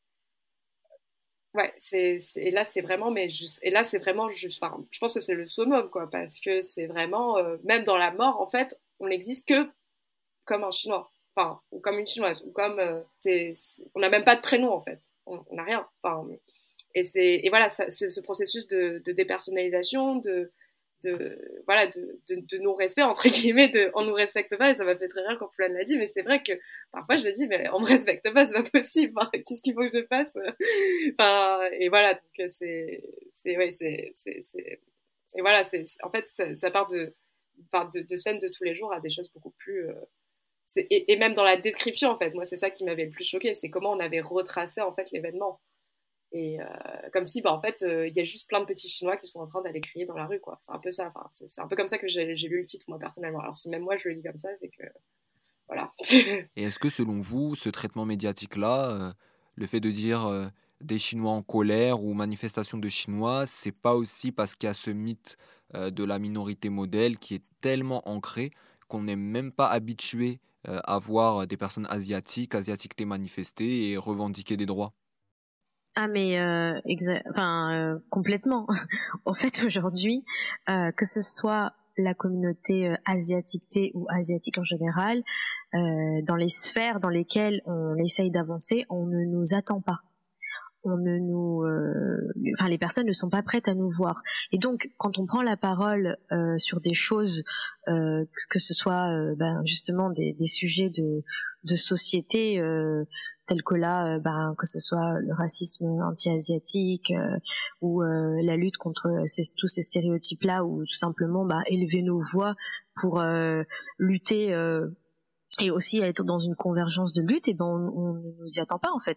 Ouais, c'est, c'est, et là, c'est vraiment, mais juste, et là, c'est vraiment juste, enfin, je pense que c'est le summum, quoi, parce que c'est vraiment, euh, même dans la mort, en fait, on n'existe que comme un Chinois, enfin, ou comme une Chinoise, ou comme, euh, c'est, c'est- on n'a même pas de prénom, en fait, on on n'a rien, enfin, et c'est, et voilà, ça, ce, ce processus de, de dépersonnalisation, de, de, voilà, de, de, de non-respect, entre guillemets, de, on nous respecte pas, et ça m'a fait très rire quand Poulane l'a dit, mais c'est vrai que, parfois, je me dis, mais on me respecte pas, c'est pas possible, enfin, qu'est-ce qu'il faut que je fasse? Enfin, et voilà, donc, c'est, c'est, ouais, c'est, c'est, c'est, et voilà, c'est, c'est- en fait, ça, ça part de, enfin, de, de scènes de tous les jours à des choses beaucoup plus, euh, c'est, et, et même dans la description, en fait, moi, c'est ça qui m'avait le plus choqué, c'est comment on avait retracé, en fait, l'événement. Et euh, comme si, bah, en fait, euh, il y a juste plein de petits Chinois qui sont en train d'aller crier dans la rue, quoi. C'est un peu ça, enfin, c'est, c'est un peu comme ça que j'ai, j'ai lu le titre, moi, personnellement. Alors, si même moi, je le lis comme ça, c'est que, voilà. Et est-ce que selon vous, ce traitement médiatique-là, euh, le fait de dire euh, des Chinois en colère ou manifestation de Chinois, c'est pas aussi parce qu'il y a ce mythe euh, de la minorité modèle qui est tellement ancré qu'on n'est même pas habitué euh, à voir des personnes asiatiques, asiatiques manifester et revendiquer des droits? Ah mais euh, exa- enfin euh, complètement. En fait aujourd'hui, euh, que ce soit la communauté euh, asiatique ou asiatique en général, euh, dans les sphères dans lesquelles on essaye d'avancer, on ne nous attend pas. On ne nous, euh, enfin les personnes ne sont pas prêtes à nous voir. Et donc quand on prend la parole euh, sur des choses, euh, que ce soit euh, ben, justement des, des sujets de, de société. Euh, tels que là, euh, ben, que ce soit le racisme anti-asiatique euh, ou euh, la lutte contre ces, tous ces stéréotypes-là, ou tout simplement bah, élever nos voix pour euh, lutter euh, et aussi être dans une convergence de lutte, et ben on, on ne nous y attend pas en fait.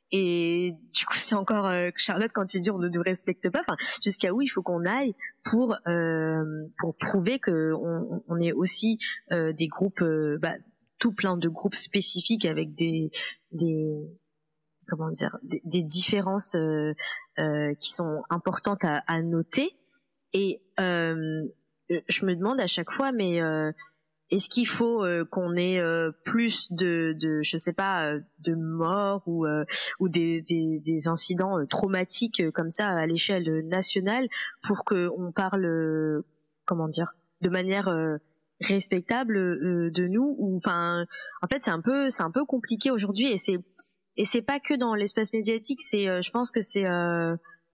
Et du coup, c'est encore euh, Charlotte quand tu dis on ne nous respecte pas. Enfin, jusqu'à où il faut qu'on aille pour euh, pour prouver que on, on est aussi euh, des groupes, euh, bah, tout plein de groupes spécifiques avec des des comment dire des, des différences euh, euh, qui sont importantes à, à noter. Et euh, je me demande à chaque fois, mais euh, est-ce qu'il faut euh, qu'on ait euh, plus de, de, je sais pas, euh, de morts ou euh, ou des, des, des incidents euh, traumatiques euh, comme ça à l'échelle nationale pour que on parle, euh, comment dire, de manière euh, respectable euh, de nous? Ou enfin, en fait, c'est un peu, c'est un peu compliqué aujourd'hui, et c'est et c'est pas que dans l'espace médiatique. C'est, euh, je pense que c'est euh,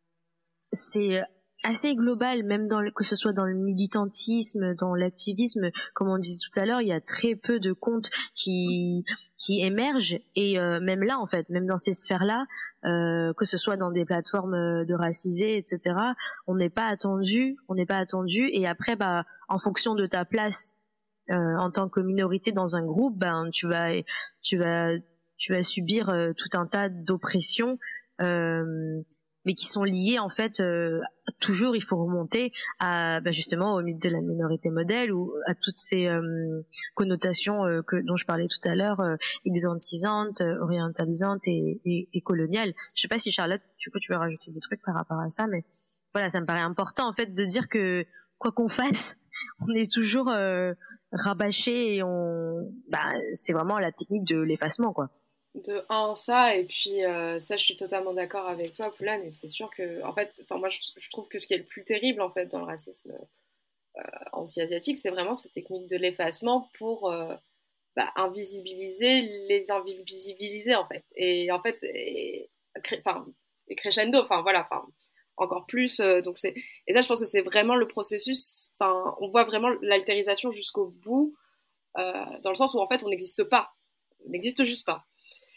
c'est assez global, même dans le, que ce soit dans le militantisme, dans l'activisme, comme on disait tout à l'heure, il y a très peu de comptes qui qui émergent, et euh, même là en fait, même dans ces sphères-là, euh, que ce soit dans des plateformes de racisés, et cetera, on n'est pas attendu, on n'est pas attendu, et après bah en fonction de ta place euh, en tant que minorité dans un groupe, ben tu vas tu vas tu vas subir euh, tout un tas d'oppressions euh, mais qui sont liés en fait euh, toujours il faut remonter à bah, justement au mythe de la minorité modèle ou à toutes ces euh, connotations euh, que dont je parlais tout à l'heure euh, exantisantes, euh, orientalisantes et, et, et coloniales. Je sais pas si Charlotte du coup tu veux rajouter des trucs par rapport à ça, mais voilà, ça me paraît important en fait de dire que quoi qu'on fasse, on est toujours euh, rabâché et on bah c'est vraiment la technique de l'effacement quoi. De un, ça, et puis euh, ça, je suis totalement d'accord avec toi, Poulane, et c'est sûr que, en fait, enfin, moi, je, je trouve que ce qui est le plus terrible, en fait, dans le racisme euh, anti-asiatique, c'est vraiment cette technique de l'effacement pour euh, bah, invisibiliser les invisibiliser, en fait. Et en fait, et, enfin, et crescendo, enfin, voilà, enfin, encore plus, euh, donc c'est, et ça, je pense que c'est vraiment le processus, enfin, on voit vraiment l'altérisation jusqu'au bout, euh, dans le sens où, en fait, on n'existe pas, on n'existe juste pas.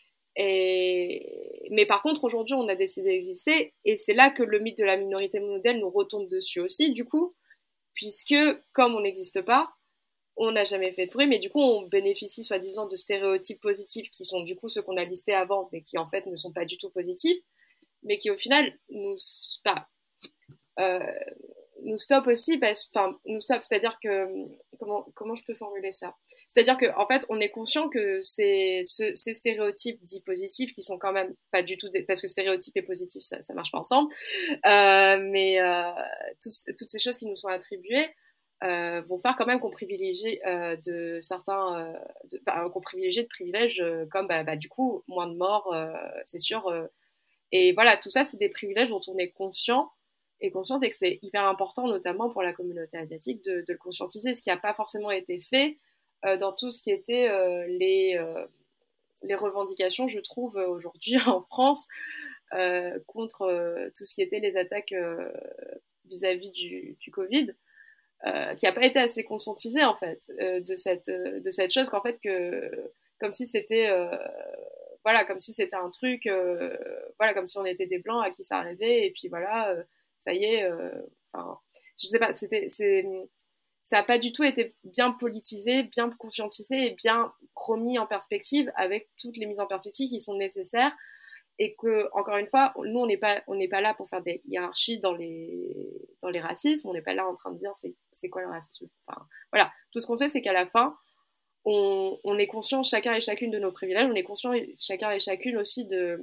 Et... Mais par contre, aujourd'hui, on a décidé d'exister, et c'est là que le mythe de la minorité modèle nous retombe dessus aussi, du coup, puisque, comme on n'existe pas, on n'a jamais fait de bruit, mais du coup, on bénéficie, soi-disant, de stéréotypes positifs, qui sont du coup ceux qu'on a listés avant, mais qui, en fait, ne sont pas du tout positifs, mais qui, au final, nous... Bah, euh, nous stoppent aussi, parce... enfin, nous stoppent, c'est-à-dire que... Comment, comment je peux formuler ça ? C'est-à-dire qu'en en fait, on est conscient que ces, ce, ces stéréotypes dits positifs, qui sont quand même pas du tout... Des, parce que stéréotypes et positifs, ça, ça marche pas ensemble, euh, mais euh, tout, toutes ces choses qui nous sont attribuées euh, vont faire quand même qu'on privilégie euh, de certains... Euh, de, bah, qu'on privilégie de privilèges euh, comme, bah, bah, du coup, moins de morts, euh, c'est sûr. Euh, et voilà, tout ça, c'est des privilèges dont on est conscient et consciente, et que c'est hyper important, notamment pour la communauté asiatique, de, de le conscientiser, ce qui n'a pas forcément été fait euh, dans tout ce qui était euh, les, euh, les revendications, je trouve, aujourd'hui en France, euh, contre euh, tout ce qui était les attaques euh, vis-à-vis du, du Covid, euh, qui n'a pas été assez conscientisé, en fait, euh, de, cette, de cette chose qu'en fait, que, comme si c'était... Euh, voilà, comme si c'était un truc, euh, voilà, comme si on était des blancs à qui ça arrivait, et puis voilà... Euh, ça y est, euh, enfin, je sais pas, c'était, c'est, ça a pas du tout été bien politisé, bien conscientisé et bien remis en perspective avec toutes les mises en perspective qui sont nécessaires, et que, encore une fois, nous, on n'est pas, on n'est pas là pour faire des hiérarchies dans les, dans les racismes, on n'est pas là en train de dire c'est, c'est quoi le racisme, enfin, voilà, tout ce qu'on sait, c'est qu'à la fin, on, on est conscient chacun et chacune de nos privilèges, on est conscient chacun et chacune aussi de,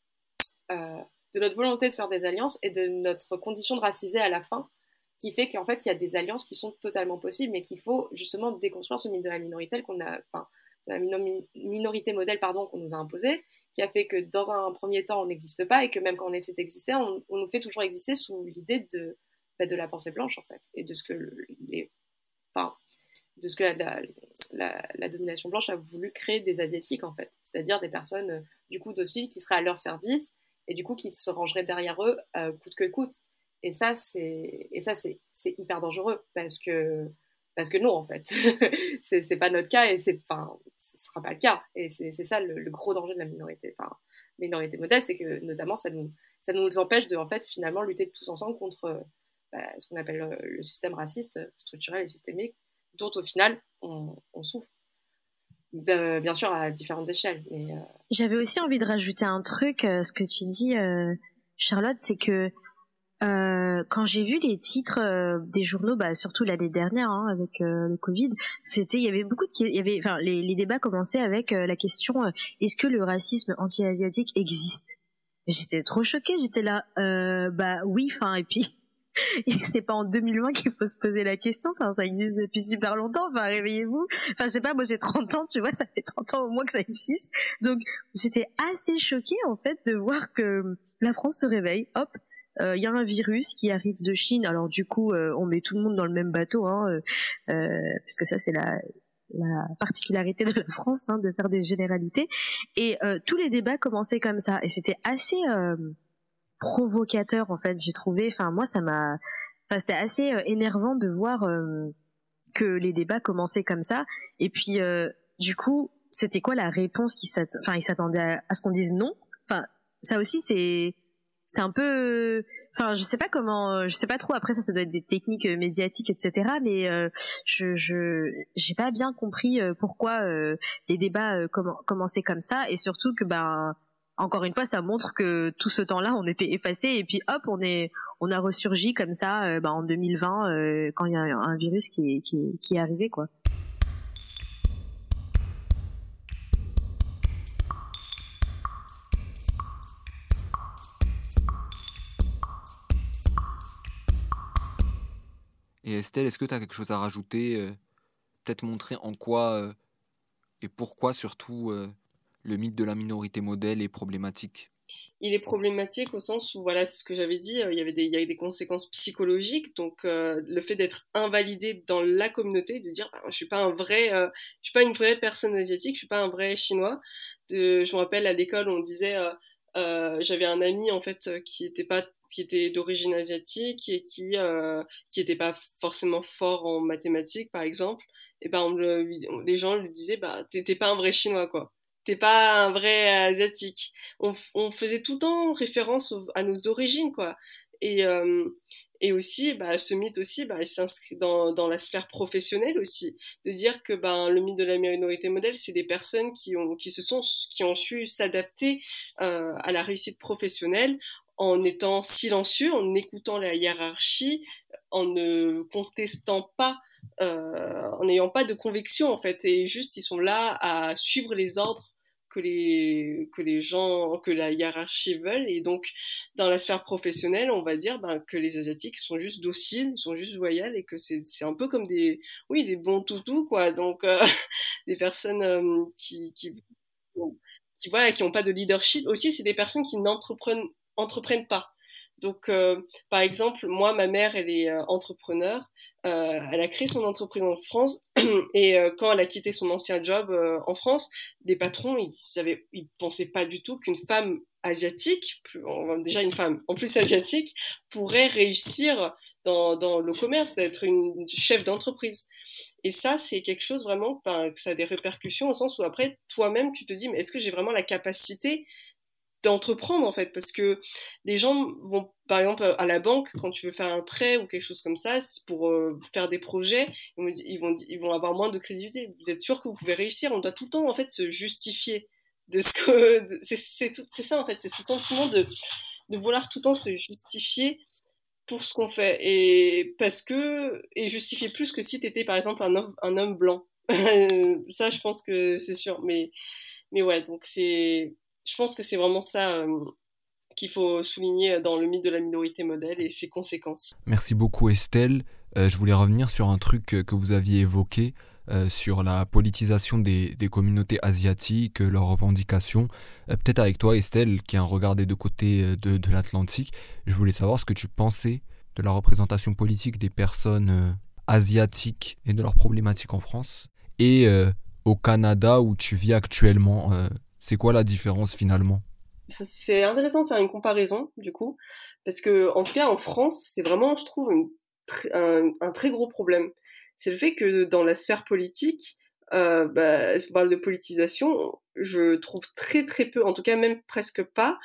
euh, de notre volonté de faire des alliances et de notre condition de raciser à la fin, qui fait qu'en fait, il y a des alliances qui sont totalement possibles, mais qu'il faut justement déconstruire ce mythe de la minorité qu'on a, enfin, de la mino- minorité modèle, pardon, qu'on nous a imposé, qui a fait que dans un premier temps, on n'existe pas, et que même quand on essaie d'exister, on, on nous fait toujours exister sous l'idée de, bah, de la pensée blanche, en fait, et de ce que les, enfin, de ce que la, la, la, la domination blanche a voulu créer des Asiatiques, en fait, c'est-à-dire des personnes, du coup, dociles, qui seraient à leur service, et du coup qui se rangeraient derrière eux euh, coûte que coûte. Et ça, c'est, et ça c'est, c'est hyper dangereux, parce que, parce que non, en fait. c'est, c'est pas notre cas, et c'est, enfin, ce sera pas le cas. Et c'est, c'est ça le, le gros danger de la minorité, enfin, minorité modèle, c'est que notamment ça nous, ça nous empêche de, en fait, finalement, lutter tous ensemble contre bah, ce qu'on appelle le, le système raciste, structurel et systémique, dont au final, on, on souffre. Euh, bien sûr à différentes échelles, mais euh... j'avais aussi envie de rajouter un truc, euh, ce que tu dis euh, Charlotte, c'est que euh, quand j'ai vu les titres euh, des journaux, bah surtout l'année dernière hein, avec euh, le Covid, c'était il y avait beaucoup de il y avait enfin les, les débats commençaient avec euh, la question euh, est-ce que le racisme anti-asiatique existe? J'étais trop choquée, j'étais là euh, bah oui, enfin et puis et c'est pas en deux mille vingt qu'il faut se poser la question, enfin ça existe depuis super longtemps, enfin réveillez-vous, enfin je sais pas, moi j'ai trente ans, tu vois, ça fait trente ans au moins que ça existe, donc j'étais assez choquée en fait de voir que la France se réveille, hop, il euh, y a un virus qui arrive de Chine, alors du coup euh, on met tout le monde dans le même bateau, hein, euh, euh, parce que ça c'est la la particularité de la France, hein, de faire des généralités, et euh, tous les débats commençaient comme ça, et c'était assez... Euh, provocateur en fait, j'ai trouvé, enfin moi ça m'a enfin, c'était assez euh, énervant de voir euh, que les débats commençaient comme ça, et puis euh, du coup c'était quoi la réponse qui s'att... enfin ils s'attendaient à, à ce qu'on dise non, enfin ça aussi c'est c'était un peu enfin je sais pas comment je sais pas trop, après ça ça doit être des techniques euh, médiatiques etc, mais euh, je je j'ai pas bien compris euh, pourquoi euh, les débats euh, comm- commençaient comme ça, et surtout que ben encore une fois, ça montre que tout ce temps-là, on était effacés et puis hop, on est, on a ressurgi comme ça euh, bah, en deux mille vingt euh, quand il y a un virus qui est, qui est, qui est arrivé, quoi. Et Estelle, est-ce que tu as quelque chose à rajouter, euh, peut-être montrer en quoi euh, et pourquoi surtout euh, le mythe de la minorité modèle est problématique? Il est problématique au sens où, voilà, c'est ce que j'avais dit, euh, il y avait des, il y avait des conséquences psychologiques. Donc, euh, le fait d'être invalidé dans la communauté, de dire, bah, je suis pas un vrai, euh, je suis pas une vraie personne asiatique, je suis pas un vrai chinois. De, je me rappelle à l'école, on disait, euh, euh, j'avais un ami en fait euh, qui était pas, qui était d'origine asiatique et qui, euh, qui était pas forcément fort en mathématiques, par exemple. Et ben, on le- on- les gens lui disaient, bah, t'es t'es pas un vrai chinois, quoi. T'es pas un vrai asiatique. On, f- on faisait tout le temps référence au- à nos origines, quoi. Et, euh, et aussi, bah, ce mythe aussi, bah, il s'inscrit dans, dans la sphère professionnelle aussi, de dire que ben, le mythe de la minorité modèle, c'est des personnes qui ont, qui se sont, qui ont su s'adapter euh, à la réussite professionnelle en étant silencieux, en écoutant la hiérarchie, en ne contestant pas, euh, en n'ayant pas de conviction en fait, et juste ils sont là à suivre les ordres que les, que les gens, que la hiérarchie veulent. Et donc, dans la sphère professionnelle, on va dire ben, que les Asiatiques sont juste dociles, sont juste loyaux et que c'est, c'est un peu comme des, oui, des bons toutous, quoi. Donc, euh, des personnes euh, qui, qui, qui, voilà, qui n'ont pas de leadership. Aussi, c'est des personnes qui n'entreprennent entreprennent pas. Donc, euh, par exemple, moi, ma mère, elle est euh, entrepreneur. Euh, elle a créé son entreprise en France et euh, quand elle a quitté son ancien job euh, en France, les patrons, ils savaient, ils pensaient pas du tout qu'une femme asiatique, plus, déjà une femme en plus asiatique, pourrait réussir dans, dans le commerce, d'être une chef d'entreprise. Et ça, c'est quelque chose vraiment, ben, que ça a des répercussions au sens où après, toi-même, tu te dis, mais est-ce que j'ai vraiment la capacité d'entreprendre en fait, parce que les gens vont par exemple à la banque quand tu veux faire un prêt ou quelque chose comme ça pour euh, faire des projets, ils vont, ils vont ils vont avoir moins de crédibilité. Vous êtes sûr que vous pouvez réussir? On doit tout le temps en fait se justifier de ce que de, c'est c'est tout, c'est ça en fait, c'est ce sentiment de de vouloir tout le temps se justifier pour ce qu'on fait, et parce que et justifier plus que si t'étais par exemple un homme un homme blanc. Ça je pense que c'est sûr, mais mais ouais, donc c'est, je pense que c'est vraiment ça euh, qu'il faut souligner dans le mythe de la minorité modèle et ses conséquences. Merci beaucoup Estelle. Euh, je voulais revenir sur un truc euh, que vous aviez évoqué, euh, sur la politisation des, des communautés asiatiques, euh, leurs revendications. Euh, peut-être avec toi Estelle, qui a un regard des deux côtés euh, de, de l'Atlantique, je voulais savoir ce que tu pensais de la représentation politique des personnes euh, asiatiques et de leurs problématiques en France. Et euh, au Canada où tu vis actuellement, euh, c'est quoi la différence finalement? Ça, c'est intéressant de faire une comparaison du coup, parce que en tout cas en France, c'est vraiment, je trouve, une tr- un, un très gros problème. C'est le fait que dans la sphère politique, euh, bah, si on parle de politisation, je trouve très très peu, en tout cas même presque pas,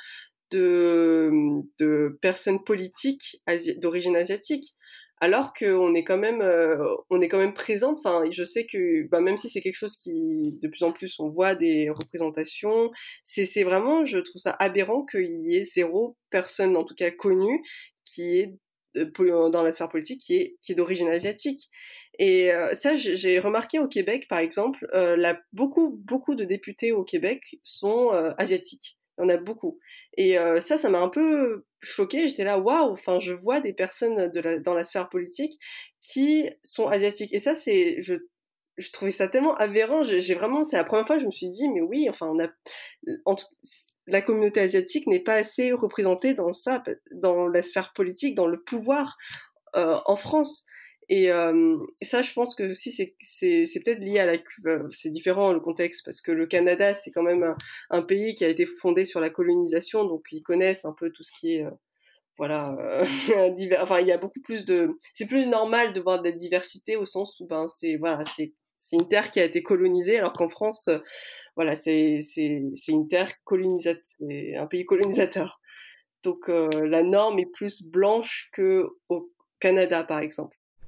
de, de personnes politiques asi- d'origine asiatique, alors qu'on est quand même euh, on est quand même présente. Enfin, je sais que bah, même si c'est quelque chose qui de plus en plus on voit des représentations, c'est c'est vraiment, je trouve ça aberrant qu'il y ait zéro personne en tout cas connue qui est de- dans la sphère politique qui est qui est d'origine asiatique. Et euh, ça, j'ai j'ai remarqué au Québec, par exemple, euh, la, beaucoup, beaucoup de députés au Québec sont euh, asiatiques. Il y en a beaucoup. Et euh, ça, ça m'a un peu choquée. J'étais là, waouh, enfin, je vois des personnes de la, dans la sphère politique qui sont asiatiques. Et ça, c'est, je, je trouvais ça tellement aberrant. J'ai j'ai vraiment, c'est la première fois que je me suis dit, mais oui, enfin, on a, en tout- la communauté asiatique n'est pas assez représentée dans ça, dans la sphère politique, dans le pouvoir euh, en France. Et euh, ça, je pense que aussi, c'est, c'est, c'est peut-être lié à la... euh, c'est différent le contexte, parce que le Canada, c'est quand même un, un pays qui a été fondé sur la colonisation, donc ils connaissent un peu tout ce qui est... euh, voilà, euh, divers, enfin, il y a beaucoup plus de... C'est plus normal de voir de la diversité au sens où, ben, c'est, voilà, c'est, c'est une terre qui a été colonisée, alors qu'en France, euh, voilà, c'est, c'est, c'est une terre colonisate, c'est un pays colonisateur. Donc, euh, la norme est plus blanche que au Canada, par exemple.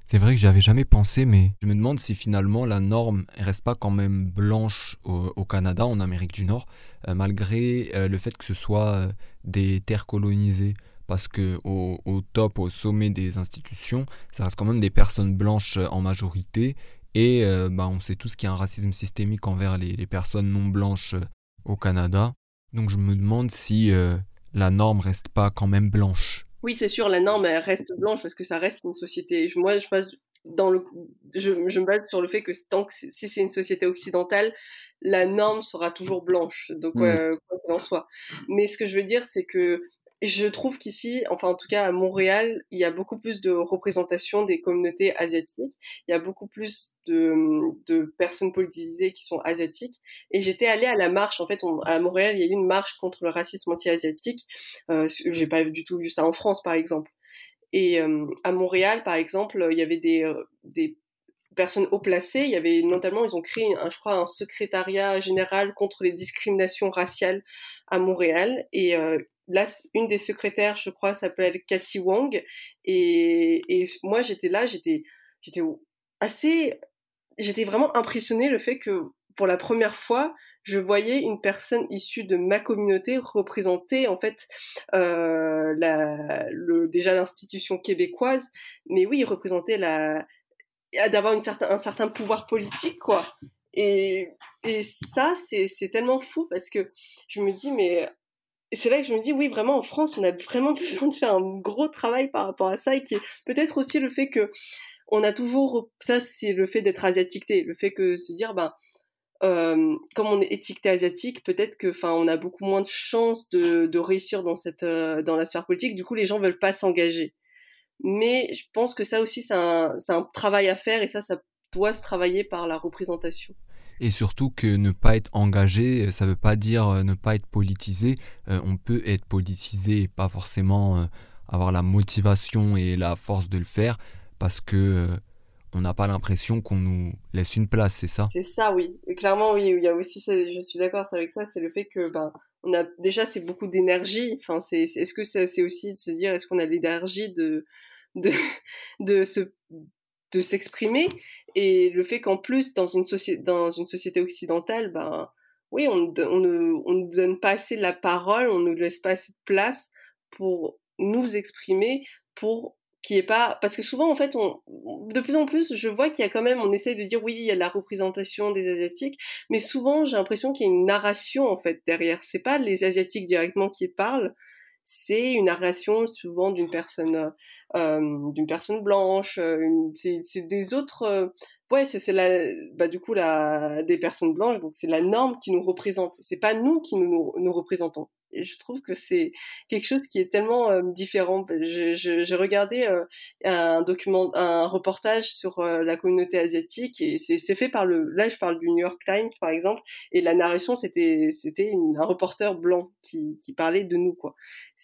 C'est vrai que j'y avais jamais pensé, mais je me demande si finalement la norme elle reste pas quand même blanche au, au Canada, en Amérique du Nord, euh, malgré euh, le fait que ce soit euh, des terres colonisées. Parce que au, au top, au sommet des institutions, ça reste quand même des personnes blanches euh, en majorité. Et euh, bah, on sait tous qu'il y a un racisme systémique envers les, les personnes non blanches euh, au Canada. Donc je me demande si euh, la norme reste pas quand même blanche. Oui, c'est sûr, la norme, elle reste blanche parce que ça reste une société. Je- Moi, je base, dans le, je, je me base sur le fait que tant que c'est- si c'est une société occidentale, la norme sera toujours blanche. Donc, Hmm. euh, quoi qu'il en soit. Mais ce que je veux dire, c'est que je trouve qu'ici, enfin, en tout cas, à Montréal, il y a beaucoup plus de représentation des communautés asiatiques. Il y a beaucoup plus de, de personnes politisées qui sont asiatiques. Et j'étais allée à la marche. En fait, on- à Montréal, il y a eu une marche contre le racisme anti-asiatique. Euh, j'ai pas du tout vu ça en France, par exemple. Et euh, à Montréal, par exemple, il y avait des, euh, des personnes haut placées. Il y avait notamment, ils ont créé, un, je crois, un secrétariat général contre les discriminations raciales à Montréal. Et euh, là, une des secrétaires, je crois, s'appelle Cathy Wong. Et, et moi, j'étais là, j'étais, j'étais assez, j'étais vraiment impressionnée le fait que pour la première fois, je voyais une personne issue de ma communauté représenter en fait euh, la, le, déjà l'institution québécoise, mais oui, représenter la, d'avoir une certain, un certain pouvoir politique, quoi. Et, et ça, c'est, c'est tellement fou parce que je me dis, mais c'est là que je me dis, oui, vraiment, en France, on a vraiment besoin de faire un gros travail par rapport à ça et qui est peut-être aussi le fait que on a toujours, ça, c'est le fait d'être asiatique, le fait que se dire, ben, euh, comme on est étiqueté asiatique, peut-être que, enfin, on a beaucoup moins de chances de, de réussir dans cette, euh, dans la sphère politique. Du coup, les gens veulent pas s'engager. Mais je pense que ça aussi, c'est un, c'est un travail à faire et ça, ça doit se travailler par la représentation. Et surtout que ne pas être engagé, ça veut pas dire euh, ne pas être politisé. Euh, on peut être politisé et pas forcément euh, avoir la motivation et la force de le faire parce que euh, on n'a pas l'impression qu'on nous laisse une place, c'est ça? C'est ça, oui. Et clairement, oui. Il y a aussi, ça, je suis d'accord avec ça, c'est le fait que, ben, on a déjà, c'est beaucoup d'énergie. Enfin, c'est, c'est- est-ce que c'est, c'est aussi de se dire, est-ce qu'on a l'énergie de, de, de se, de s'exprimer et le fait qu'en plus, dans une société, dans une société occidentale, ben, oui, on, on ne, on ne donne pas assez la parole, on ne laisse pas assez de place pour nous exprimer, pour qui est pas parce que souvent en fait on de plus en plus je vois qu'il y a quand même on essaye de dire oui il y a la représentation des asiatiques mais souvent j'ai l'impression qu'il y a une narration en fait derrière c'est pas les asiatiques directement qui parlent c'est une narration souvent d'une personne euh, d'une personne blanche euh, une, c'est, c'est des autres euh, ouais c'est, c'est la bah du coup la des personnes blanches donc c'est la norme qui nous représente c'est pas nous qui nous nous représentons et je trouve que c'est quelque chose qui est tellement euh, différent. Je, je, j'ai regardé euh, un document, un reportage sur euh, la communauté asiatique et c'est, c'est fait par le. Là, je parle du New York Times par exemple, et la narration c'était c'était une, un reporter blanc qui qui parlait de nous quoi.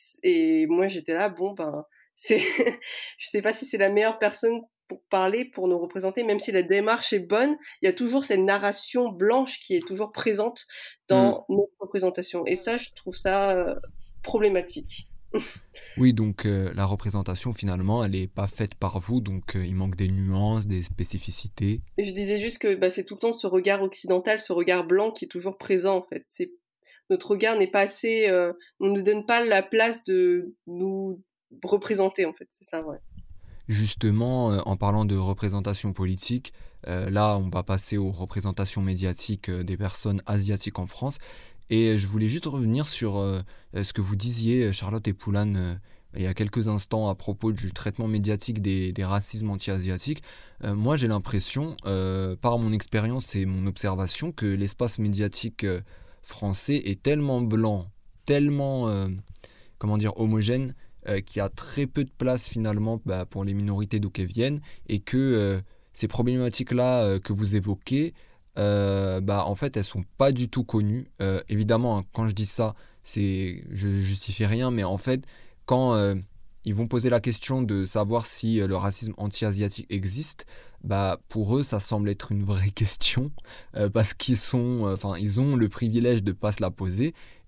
Et moi j'étais là bon ben c'est je sais pas si c'est la meilleure personne pour parler, pour nous représenter, même si la démarche est bonne, il y a toujours cette narration blanche qui est toujours présente dans mmh. notre représentation. Et ça, je trouve ça euh, problématique. Oui, donc euh, la représentation, finalement, elle n'est pas faite par vous, donc euh, il manque des nuances, des spécificités. Et je disais juste que bah, c'est tout le temps ce regard occidental, ce regard blanc qui est toujours présent, en fait. C'est... Notre regard n'est pas assez... Euh, on ne nous donne pas la place de nous représenter, en fait. C'est ça, ouais. Justement, euh, en parlant de représentation politique, euh, là, on va passer aux représentations médiatiques euh, des personnes asiatiques en France. Et je voulais juste revenir sur euh, ce que vous disiez, Charlotte et Poulane, euh, il y a quelques instants à propos du traitement médiatique des, des racismes anti-asiatiques. Euh, moi, j'ai l'impression, euh, par mon expérience et mon observation, que l'espace médiatique euh, français est tellement blanc, tellement, euh, comment dire, homogène, Euh, qui a très peu de place finalement bah, pour les minorités d'où qu'elles viennent et que euh, ces problématiques-là euh, que vous évoquez, euh, bah, en fait, elles sont pas du tout connues. Euh, évidemment, hein, quand je dis ça, c'est, je justifie rien, mais en fait, quand euh, ils vont poser la question de savoir si euh, le racisme anti-asiatique existe, bah, pour eux, ça semble être une vraie question euh, parce qu'ils sont, enfin, euh, ils ont le privilège de pas se la poser.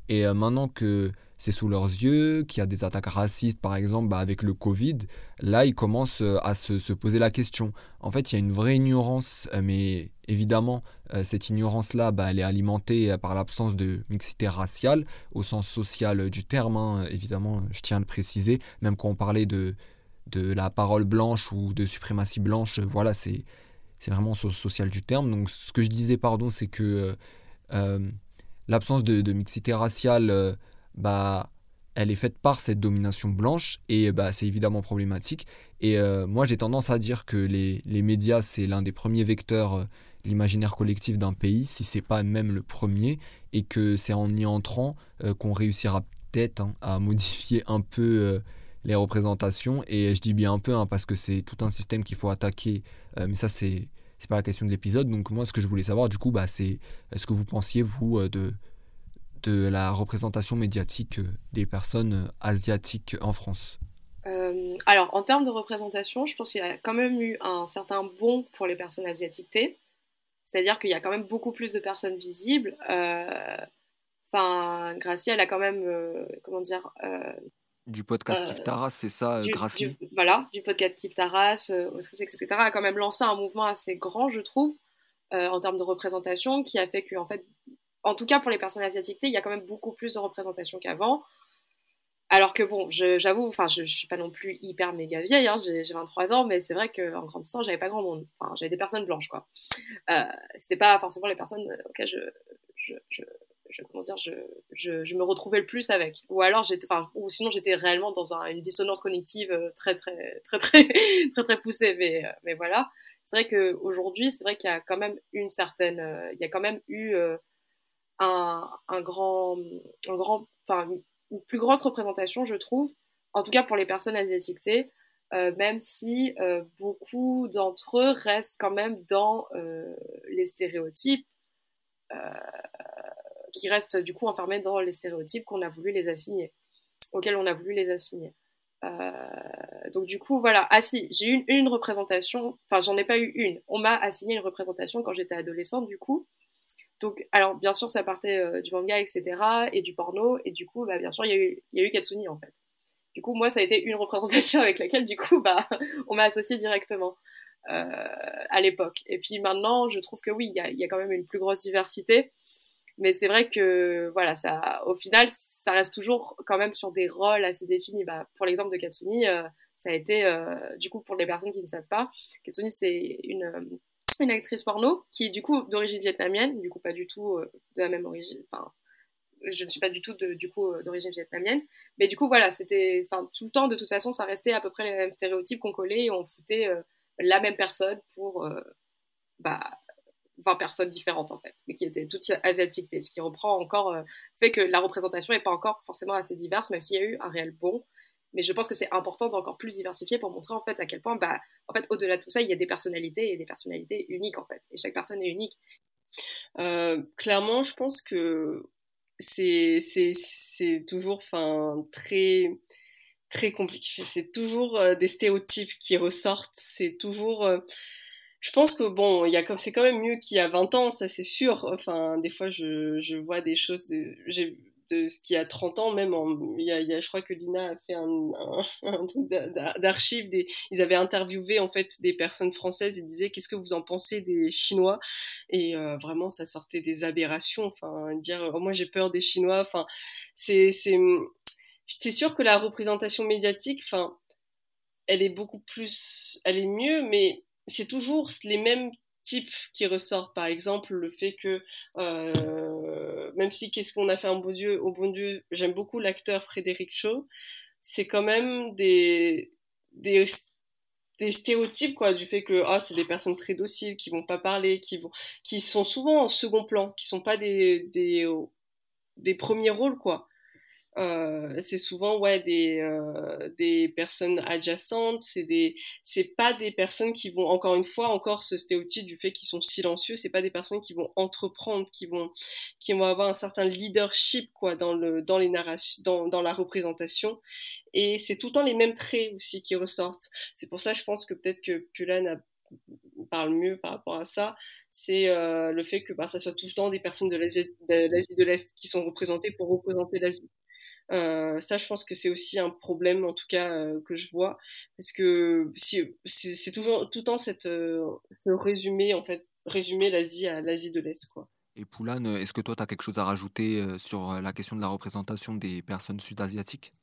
Et euh, maintenant que c'est sous leurs yeux, qu'il y a des attaques racistes, par exemple, bah, avec le Covid, là, ils commencent euh, à se, se poser la question. En fait, il y a une vraie ignorance, euh, mais évidemment, euh, cette ignorance-là, bah, elle est alimentée euh, par l'absence de mixité raciale, au sens social euh, du terme, hein, évidemment, je tiens à le préciser, même quand on parlait de, de la parole blanche ou de suprématie blanche, euh, voilà, c'est, c'est vraiment so- social du terme. Donc, ce que je disais, pardon, c'est que euh, euh, l'absence de, de mixité raciale, euh, bah, elle est faite par cette domination blanche et bah, c'est évidemment problématique. Et euh, moi, j'ai tendance à dire que les, les médias, c'est l'un des premiers vecteurs euh, de l'imaginaire collectif d'un pays, si c'est pas même le premier, et que c'est en y entrant euh, qu'on réussira peut-être hein, à modifier un peu euh, les représentations. Et je dis bien un peu hein, parce que c'est tout un système qu'il faut attaquer, euh, mais ça, c'est, c'est pas la question de l'épisode. Donc, moi, ce que je voulais savoir, du coup, bah, c'est ce que vous pensiez, vous, euh, de de la représentation médiatique euh, des personnes euh, asiatiques en France. Euh, alors, en termes de représentation, je pense qu'il y a quand même eu un certain bond pour les personnes asiatiques T. C'est-à-dire qu'il y a quand même beaucoup plus de personnes visibles. Euh, Enfin, Gracie, elle a quand même, euh, comment dire, euh, Du podcast Kif euh, Taras, c'est ça, euh, du, Gracie? du, voilà, du podcast Kif Taras, euh, Autrice, et cetera, a quand même lancé un mouvement assez grand, je trouve, euh, en termes de représentation, qui a fait que, en fait, en tout cas pour les personnes asiatiques, il y a quand même beaucoup plus de représentation qu'avant. Alors que bon, je, j'avoue, enfin, je, je suis pas non plus hyper méga vieille, hein, j'ai, j'ai vingt-trois ans, mais c'est vrai qu'en grandissant, j'avais pas grand monde. Enfin, j'avais des personnes blanches, quoi. Euh, C'était pas forcément les personnes auxquelles je, je, je, je comment dire, je, je, je me retrouvais le plus avec. Ou alors j'étais, enfin, ou sinon j'étais réellement dans un, une dissonance cognitive très, très, très, très, très, très poussée. Mais, mais voilà. C'est vrai qu'aujourd'hui, c'est vrai qu'il y a quand même une certaine, euh, il y a quand même eu euh, un, un grand, un grand, enfin, une, une plus grosse représentation, je trouve, en tout cas pour les personnes asiatiques, euh, même si euh, beaucoup d'entre eux restent quand même dans euh, les stéréotypes, euh, qui restent du coup enfermés dans les stéréotypes qu'on a voulu les assigner, auxquels on a voulu les assigner. Euh, donc du coup, voilà. Ah si, j'ai eu une, une représentation, enfin j'en ai pas eu une, on m'a assigné une représentation quand j'étais adolescente du coup. Donc, alors bien sûr, ça partait euh, du manga, et cetera, et du porno, et du coup, bah, bien sûr, il y a eu, il y a eu Katsuni en fait. Du coup, moi, ça a été une représentation avec laquelle, du coup, bah, on m'a associé directement euh, à l'époque. Et puis maintenant, je trouve que oui, il y a, y a quand même une plus grosse diversité. Mais c'est vrai que, voilà, ça, au final, ça reste toujours quand même sur des rôles assez définis. Bah, pour l'exemple de Katsuni, euh, ça a été, euh, du coup, pour les personnes qui ne savent pas, Katsuni, c'est une, euh, une actrice porno qui est, du coup, d'origine vietnamienne, du coup, pas du tout euh, de la même origine, enfin, je ne suis pas du tout de, du coup d'origine vietnamienne, mais du coup voilà, c'était, enfin tout le temps de toute façon ça restait à peu près les mêmes stéréotypes qu'on collait et on foutait euh, la même personne pour euh, bah, vingt personnes différentes en fait, mais qui étaient toutes asiatiques, ce qui reprend encore euh, fait que la représentation n'est pas encore forcément assez diverse, même s'il y a eu un réel bond. Mais je pense que c'est important d'encore plus diversifier pour montrer en fait à quel point, bah, en fait, au-delà de tout ça, il y a des personnalités et des personnalités uniques en fait, et chaque personne est unique. Euh, clairement, je pense que c'est c'est c'est toujours enfin très très compliqué. C'est toujours euh, des stéréotypes qui ressortent, c'est toujours euh, je pense que bon, il y a comme c'est quand même mieux qu'il y a vingt ans, ça c'est sûr. Enfin, des fois je je vois des choses de j'ai de ce qui a trente ans même en, il y a, il y a je crois que Lina a fait un, un, un truc d'archives des, ils avaient interviewé en fait des personnes françaises et disaient qu'est-ce que vous en pensez des Chinois et euh, vraiment ça sortait des aberrations, enfin dire oh, moi j'ai peur des Chinois, enfin c'est c'est c'est sûr que la représentation médiatique, enfin elle est beaucoup plus, elle est mieux, mais c'est toujours les mêmes types qui ressortent. Par exemple, le fait que, euh, même si Qu'est-ce qu'on a fait un bon Dieu, au bon Dieu, j'aime beaucoup l'acteur Frédéric Shaw, c'est quand même des, des, des stéréotypes, quoi, du fait que, ah, c'est des personnes très dociles, qui vont pas parler, qui vont, qui sont souvent en second plan, qui sont pas des, des, des premiers rôles, quoi. Euh, c'est souvent ouais des euh, des personnes adjacentes, c'est des c'est pas des personnes qui vont, encore une fois, encore ce stéréotype du fait qu'ils sont silencieux, c'est pas des personnes qui vont entreprendre, qui vont qui vont avoir un certain leadership quoi dans le dans les narrations, dans dans la représentation, et c'est tout le temps les mêmes traits aussi qui ressortent. C'est pour ça je pense que peut-être que Pulan a parle mieux par rapport à ça, c'est euh, le fait que bah, ça soit tout le temps des personnes de l'Asie de, l'Asie de l'Est qui sont représentées pour représenter l'Asie. Euh, ça, je pense que c'est aussi un problème, en tout cas, euh, que je vois, parce que si, c'est, c'est toujours tout le temps cette, euh, ce résumé, en fait, résumer l'Asie à l'Asie de l'Est, quoi. Et Poulane, est-ce que toi, tu as quelque chose à rajouter euh, sur euh, la question de la représentation des personnes sud-asiatiques?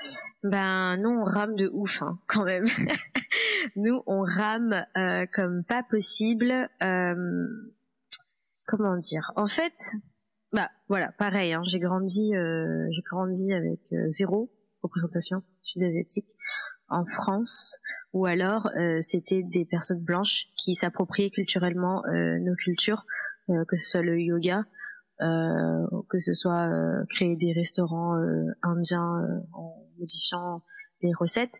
Ben, nous, on rame de ouf, hein, quand même. Nous, on rame euh, comme pas possible. Euh, comment dire? En fait, bah voilà, pareil. Hein, j'ai grandi, euh, j'ai grandi avec euh, zéro représentation sud-asiatique en France, ou alors euh, c'était des personnes blanches qui s'appropriaient culturellement euh, nos cultures, euh, que ce soit le yoga, euh, que ce soit euh, créer des restaurants euh, indiens euh, en modifiant des recettes.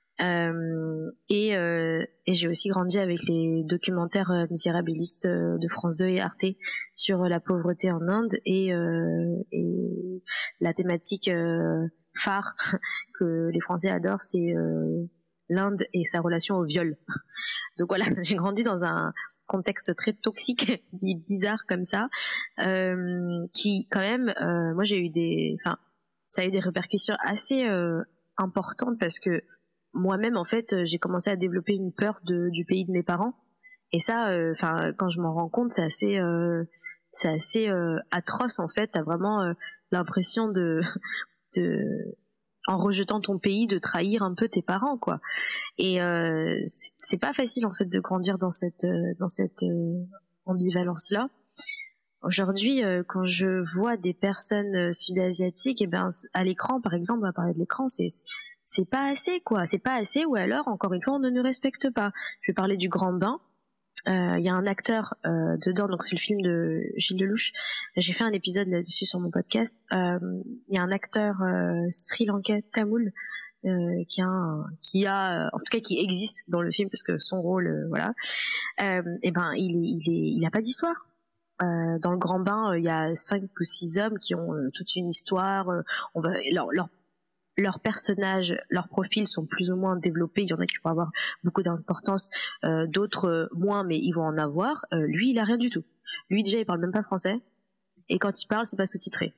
Euh, et, euh, et j'ai aussi grandi avec les documentaires euh, misérabilistes euh, de France deux et Arte sur la pauvreté en Inde et, euh, et la thématique euh, phare que les Français adorent, c'est euh, l'Inde et sa relation au viol. Donc voilà, j'ai grandi dans un contexte très toxique, bizarre comme ça, euh, qui quand même, euh, moi j'ai eu des, enfin, ça a eu des répercussions assez euh, importantes parce que moi-même en fait, j'ai commencé à développer une peur de, du pays de mes parents. Et ça, enfin, euh, quand je m'en rends compte, c'est assez, euh, c'est assez euh, atroce en fait. T'as vraiment euh, l'impression de, de, en rejetant ton pays, de trahir un peu tes parents, quoi. Et euh, c'est, c'est pas facile en fait de grandir dans cette, euh, dans cette euh, ambivalence-là. Aujourd'hui, euh, quand je vois des personnes euh, sud-asiatiques, et ben à l'écran, par exemple, on va parler de l'écran, c'est c'est pas assez, quoi. C'est pas assez, ou alors, encore une fois, on ne nous respecte pas. Je vais parler du Grand Bain. Il euh, y a un acteur euh, dedans, donc c'est le film de Gilles Lelouch. J'ai fait un épisode là-dessus sur mon podcast. Il euh, y a un acteur euh, sri-lankais, tamoul, euh, qui a, un, qui a, en tout cas, qui existe dans le film parce que son rôle, euh, voilà. Euh, et ben, il est, il est, il a pas d'histoire. Euh, dans le Grand Bain, il euh, y a cinq ou six hommes qui ont euh, toute une histoire. Euh, on va leur, leur leurs personnages, leurs profils sont plus ou moins développés. Il y en a qui vont avoir beaucoup d'importance, euh, d'autres euh, moins, mais ils vont en avoir. Euh, lui, il a rien du tout. Lui, déjà, il parle même pas français. Et quand il parle, c'est pas sous-titré.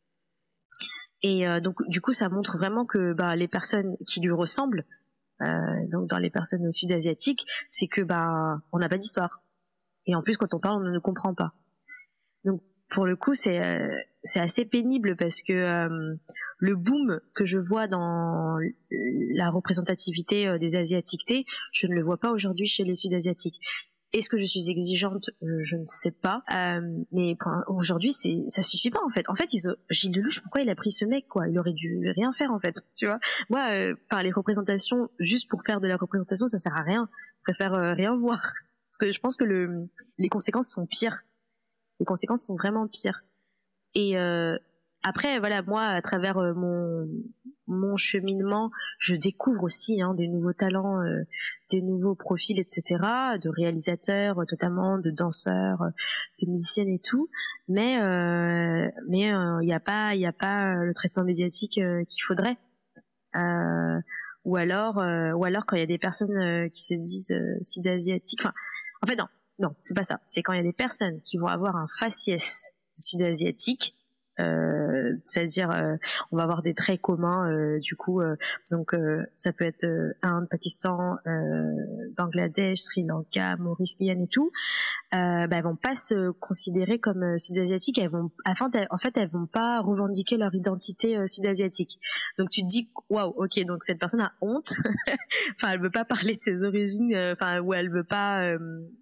Et euh, donc, du coup, ça montre vraiment que bah, les personnes qui lui ressemblent, euh, donc dans les personnes sud-asiatiques, c'est que bah, on n'a pas d'histoire. Et en plus, quand on parle, on ne comprend pas. Donc, pour le coup, c'est euh, c'est assez pénible parce que euh, le boom que je vois dans la représentativité des asiatiquetés, je ne le vois pas aujourd'hui chez les sud-asiatiques. Est-ce que je suis exigeante? Je ne sais pas. Euh, mais pour, aujourd'hui, c'est, ça suffit pas en fait. En fait, ils, Gilles Lelouch, pourquoi il a pris ce mec, quoi? Il aurait dû rien faire en fait. Tu vois? Moi, euh, par les représentations, juste pour faire de la représentation, ça sert à rien. Je préfère euh, rien voir parce que je pense que le, les conséquences sont pires. Les conséquences sont vraiment pires. Et euh, après, voilà, moi, à travers euh, mon mon cheminement, je découvre aussi hein, des nouveaux talents, euh, des nouveaux profils, et cetera, de réalisateurs, notamment de danseurs, de musiciennes et tout. Mais euh, mais il euh, y a pas il y a pas le traitement médiatique euh, qu'il faudrait. Euh, ou alors euh, ou alors quand il y a des personnes euh, qui se disent euh, sud-asiatiques. Enfin, en fait non non c'est pas ça. C'est quand il y a des personnes qui vont avoir un faciès sud-asiatique. Euh, c'est-à-dire euh, on va avoir des traits communs euh, du coup euh, donc euh, ça peut être euh, Inde, Pakistan, euh, Bangladesh, Sri Lanka, Maurice, Guyane et tout. Euh, bah, elles vont pas se considérer comme euh, sud-asiatiques. Elles vont, enfin, en fait, elles vont pas revendiquer leur identité euh, sud-asiatique. Donc tu te dis waouh, ok, donc cette personne a honte. Enfin, elle veut pas parler de ses origines. Enfin, euh, ou elle veut pas, euh,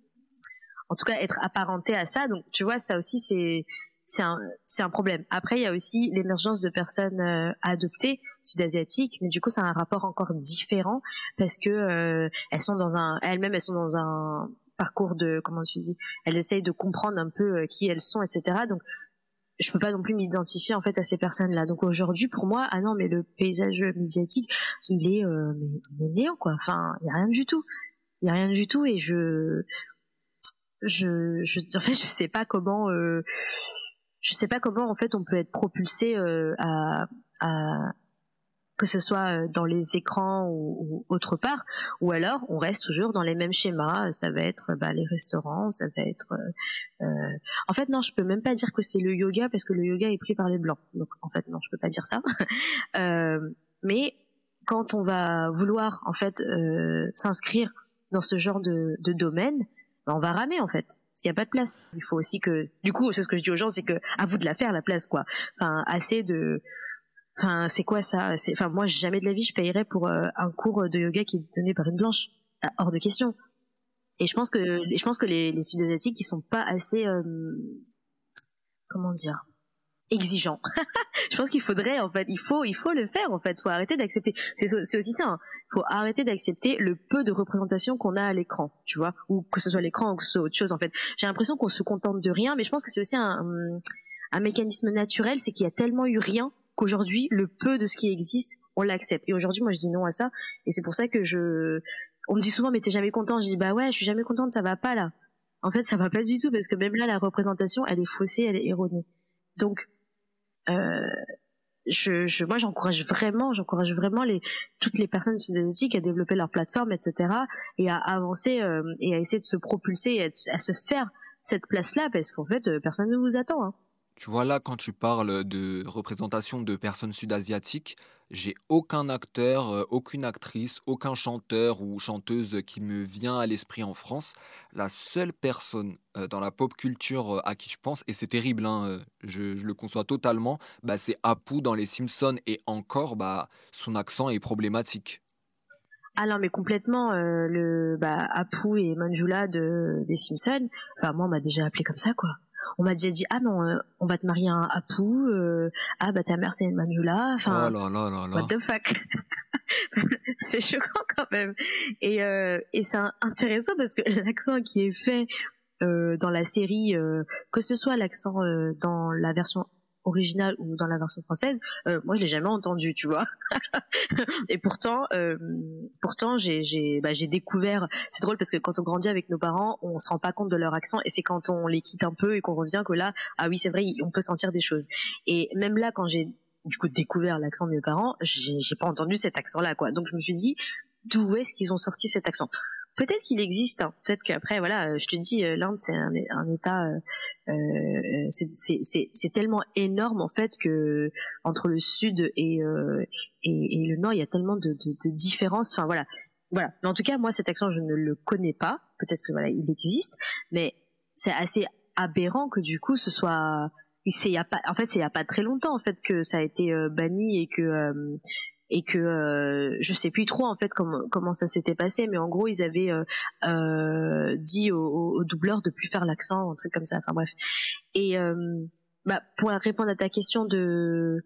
en tout cas, être apparentée à ça. Donc tu vois, ça aussi c'est c'est un c'est un problème. Après il y a aussi l'émergence de personnes euh, adoptées sud-asiatiques, mais du coup ça a un rapport encore différent parce que euh, elles sont dans un elles-mêmes elles sont dans un parcours de comment tu dis, elles essayent de comprendre un peu euh, qui elles sont, et cetera. Donc je peux pas non plus m'identifier en fait à ces personnes-là. Donc aujourd'hui pour moi, ah non mais le paysage médiatique il est euh, mais il est néant quoi. Enfin il y a rien du tout, il y a rien du tout et je je je en fait je sais pas comment euh, je sais pas comment en fait on peut être propulsé euh, à, à que ce soit dans les écrans ou, ou autre part, ou alors on reste toujours dans les mêmes schémas. Ça va être bah, les restaurants, ça va être. Euh, euh... En fait, non, je peux même pas dire que c'est le yoga parce que le yoga est pris par les blancs. Donc, en fait, non, je peux pas dire ça. euh, mais quand on va vouloir en fait euh, s'inscrire dans ce genre de, de domaine, bah, on va ramer en fait. Parce qu'il n'y a pas de place. Il faut aussi que, du coup, c'est ce que je dis aux gens, c'est que à vous de la faire la place, quoi. Enfin, assez de. Enfin, c'est quoi ça? C'est, enfin, moi, jamais de la vie, je payerais pour euh, un cours de yoga qui est donné par une blanche. Ah, hors de question. Et je pense que, je pense que les, les Sud-Asiatiques, ils sont pas assez, euh, comment dire, exigeants. Je pense qu'il faudrait, en fait, il faut, il faut le faire, en fait. Faut arrêter d'accepter. C'est, c'est aussi ça. Hein. Faut arrêter d'accepter le peu de représentation qu'on a à l'écran, tu vois, ou que ce soit l'écran ou que ce soit autre chose. En fait, j'ai l'impression qu'on se contente de rien, mais je pense que c'est aussi un, un, un mécanisme naturel, c'est qu'il y a tellement eu rien qu'aujourd'hui, le peu de ce qui existe, on l'accepte. Et aujourd'hui, moi, je dis non à ça. Et c'est pour ça que je... On me dit souvent, mais t'es jamais content. Je dis, bah ouais, je suis jamais contente, ça va pas, là. En fait, ça va pas du tout, parce que même là, la représentation, elle est faussée, elle est erronée. Donc, euh, je, je, moi, j'encourage vraiment, j'encourage vraiment les, toutes les personnes sud-asiatiques à développer leur plateforme, et cetera, et à avancer, euh, et à essayer de se propulser, et à, à se faire cette place-là, parce qu'en fait, euh, personne ne vous attend, hein. Tu vois, là, quand tu parles de représentation de personnes sud-asiatiques, j'ai aucun acteur, euh, aucune actrice, aucun chanteur ou chanteuse qui me vient à l'esprit en France. La seule personne euh, dans la pop culture euh, à qui je pense, et c'est terrible, hein, euh, je, je le conçois totalement, bah, c'est Apu dans Les Simpsons, et encore, bah, son accent est problématique. Ah non, mais complètement, euh, le bah, Apu et Manjula de, des Simpsons, enfin moi on m'a déjà appelé comme ça, quoi. On m'a déjà dit, ah non, euh, on va te marier à un Apu, euh, ah bah ta mère c'est une Manjula, enfin, oh là là là là. what the fuck. C'est choquant quand même. Et, euh, et c'est intéressant parce que l'accent qui est fait euh, dans la série, euh, que ce soit l'accent euh, dans la version originale ou dans la version française, euh, moi je l'ai jamais entendu, tu vois. Et pourtant, euh, pourtant j'ai j'ai bah, j'ai découvert. C'est drôle parce que quand on grandit avec nos parents, on se rend pas compte de leur accent, et c'est quand on les quitte un peu et qu'on revient que là, ah oui c'est vrai, on peut sentir des choses. Et même là, quand j'ai du coup découvert l'accent de mes parents, j'ai j'ai pas entendu cet accent-là, quoi. Donc je me suis dit, d'où est-ce qu'ils ont sorti cet accent? Peut-être qu'il existe, hein. Peut-être qu'après, voilà, je te dis, l'Inde c'est un, un État, euh, c'est, c'est, c'est, c'est tellement énorme en fait que entre le sud et euh, et, et le nord, il y a tellement de, de, de différences. Enfin voilà, voilà. Mais en tout cas, moi, cet accent, je ne le connais pas. Peut-être que voilà, il existe, mais c'est assez aberrant que du coup, ce soit. C'est il y a pas. En fait, c'est il y a pas très longtemps en fait que ça a été euh, banni et que. Euh, et que euh, je sais plus trop en fait comment comment ça s'était passé, mais en gros ils avaient euh, euh, dit au, au, au doubleur de plus faire l'accent, un truc comme ça, enfin bref. Et euh, bah pour répondre à ta question de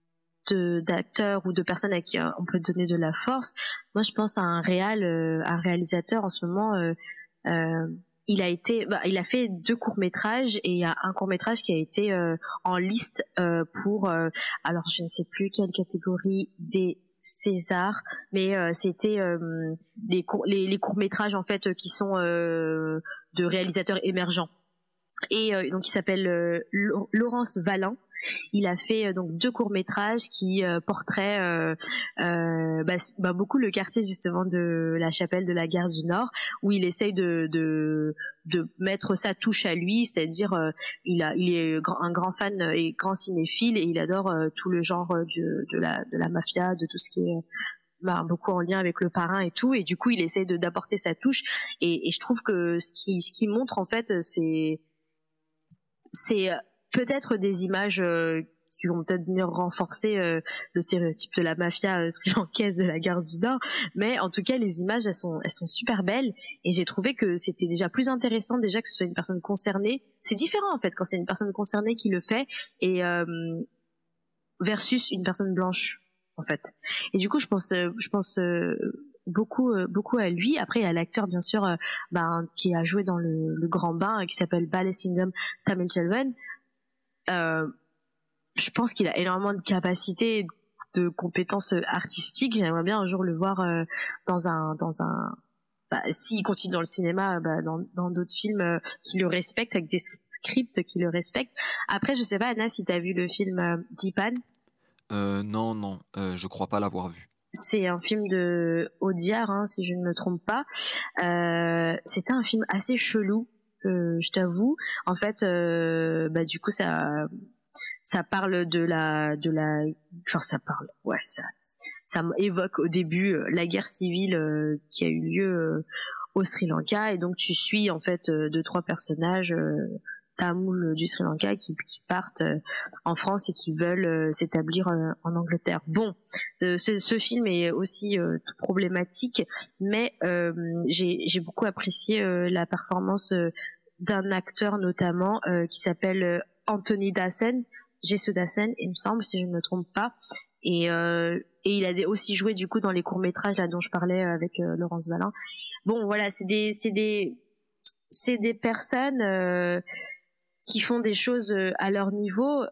de d'acteurs ou de personnes à qui on peut donner de la force, moi je pense à un réal euh, un réalisateur en ce moment, euh, euh, il a été bah, il a fait deux courts-métrages, et il y a un court-métrage qui a été euh, en liste euh, pour euh, alors je ne sais plus quelle catégorie des César, mais euh, c'était euh, les, cour- les, les courts-métrages en fait qui sont euh, de réalisateurs émergents. Et euh, donc il s'appelle euh, Laurence Vallin. Il a fait euh, donc deux courts métrages qui euh, portraient euh, euh, bah, bah, beaucoup le quartier justement de la Chapelle de la Gare du Nord, où il essaye de de, de mettre sa touche à lui, c'est-à-dire euh, il a il est un grand fan et grand cinéphile, et il adore euh, tout le genre de, de la de la mafia, de tout ce qui est bah, beaucoup en lien avec le parrain et tout, et du coup il essaye de d'apporter sa touche, et, et je trouve que ce qui ce qui montre en fait c'est c'est peut-être des images euh, qui vont peut-être venir renforcer euh, le stéréotype de la mafia euh, sri-lankaise de la Gare du Nord, mais en tout cas les images elles sont elles sont super belles, et j'ai trouvé que c'était déjà plus intéressant déjà que ce soit une personne concernée. C'est différent en fait quand c'est une personne concernée qui le fait, et euh, versus une personne blanche en fait. Et du coup je pense euh, je pense euh, beaucoup euh, beaucoup à lui. Après il y a l'acteur bien sûr euh, ben, qui a joué dans le, le Grand Bain, qui s'appelle Balasingham Tamilselvan. Euh, je pense qu'il a énormément de capacités, de compétences artistiques. J'aimerais bien un jour le voir euh, dans un dans un bah, s'il continue dans le cinéma, bah, dans dans d'autres films euh, qui le respectent, avec des scripts qui le respectent. Après je sais pas Anna si t'as vu le film euh, Dipan. Euh, non, non, euh, je crois pas l'avoir vu. C'est un film de Audiard, hein, si je ne me trompe pas. Euh, c'était un film assez chelou, euh, je t'avoue. En fait, euh, bah du coup, ça, ça parle de la, de la, enfin ça parle, ouais, ça, ça évoque au début euh, la guerre civile euh, qui a eu lieu euh, au Sri Lanka, et donc tu suis en fait euh, deux trois personnages. Euh, Tamouls du Sri Lanka qui, qui partent euh, en France et qui veulent euh, s'établir euh, en Angleterre. Bon, euh, ce, ce film est aussi euh, tout problématique, mais euh, j'ai, j'ai beaucoup apprécié euh, la performance euh, d'un acteur notamment euh, qui s'appelle euh, Anthony Dassen, Jesse Dassen, il me semble, si je ne me trompe pas. Et, euh, et il a aussi joué du coup dans les courts métrages là dont je parlais avec euh, Laurence Vallin. Bon, voilà, c'est des, c'est des, c'est des personnes euh, qui font des choses à leur niveau,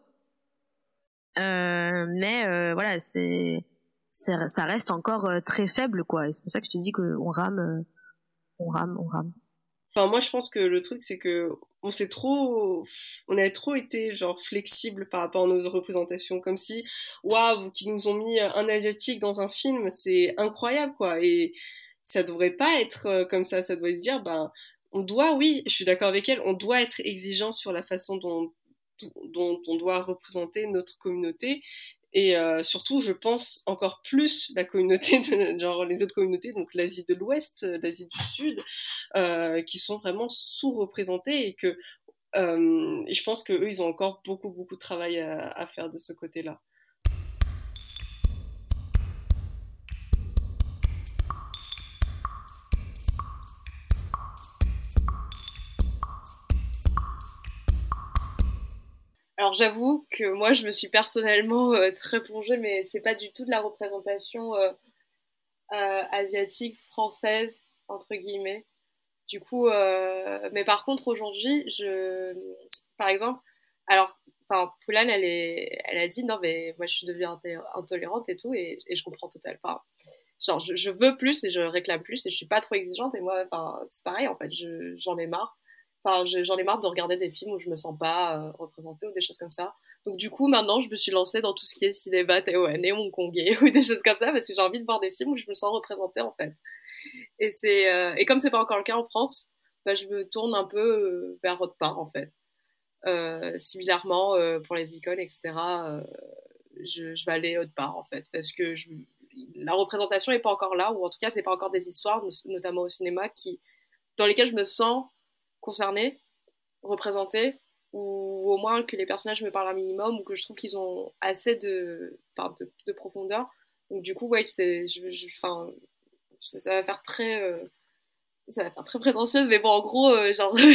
euh, mais euh, voilà, c'est, c'est ça reste encore euh, très faible, quoi. Et c'est pour ça que je te dis qu'on rame, euh, on rame, on rame. Enfin, moi, je pense que le truc, c'est que on s'est trop, on a trop été genre flexible par rapport à nos représentations, comme si, waouh, qu'ils nous ont mis un asiatique dans un film, c'est incroyable, quoi. Et ça devrait pas être euh, comme ça. Ça doit se dire, ben, on doit, oui, je suis d'accord avec elle, on doit être exigeant sur la façon dont dont on doit représenter notre communauté. Et euh, surtout, je pense encore plus la communauté, de, genre les autres communautés, donc l'Asie de l'Ouest, l'Asie du Sud, euh, qui sont vraiment sous-représentés et que euh, et je pense qu'eux, ils ont encore beaucoup, beaucoup de travail à, à faire de ce côté-là. Alors j'avoue que moi je me suis personnellement euh, très plongée, mais c'est pas du tout de la représentation euh, euh, asiatique française entre guillemets. Du coup, euh, mais par contre aujourd'hui, je, par exemple, alors, enfin, Poulane, elle est, elle a dit non mais moi je suis devenue inté- intolérante et tout, et, et je comprends totalement. Enfin, genre je, je veux plus et je réclame plus et je suis pas trop exigeante et moi, enfin, c'est pareil en fait, je, j'en ai marre. Enfin, je- j'en ai marre de regarder des films où je me sens pas euh, représentée ou des choses comme ça. Donc du coup, maintenant, je me suis lancée dans tout ce qui est cinéma taïwanais, hongkongais ou des choses comme ça parce que j'ai envie de voir des films où je me sens représentée en fait. Et c'est euh, et comme c'est pas encore le cas en France, bah, je me tourne un peu euh, vers autre part en fait. Euh, similairement euh, pour les icônes, et cetera. Euh, je, je vais aller autre part en fait parce que je, la représentation est pas encore là, ou en tout cas c'est pas encore des histoires, notamment au cinéma, qui dans lesquelles je me sens concernée, représentée, ou au moins que les personnages me parlent un minimum, ou que je trouve qu'ils ont assez de, enfin, de, de profondeur. Donc du coup, ouais, c'est, je, je, enfin, ça, ça va faire très, euh, ça va faire très prétentieuse, mais bon, en gros, euh, genre, je,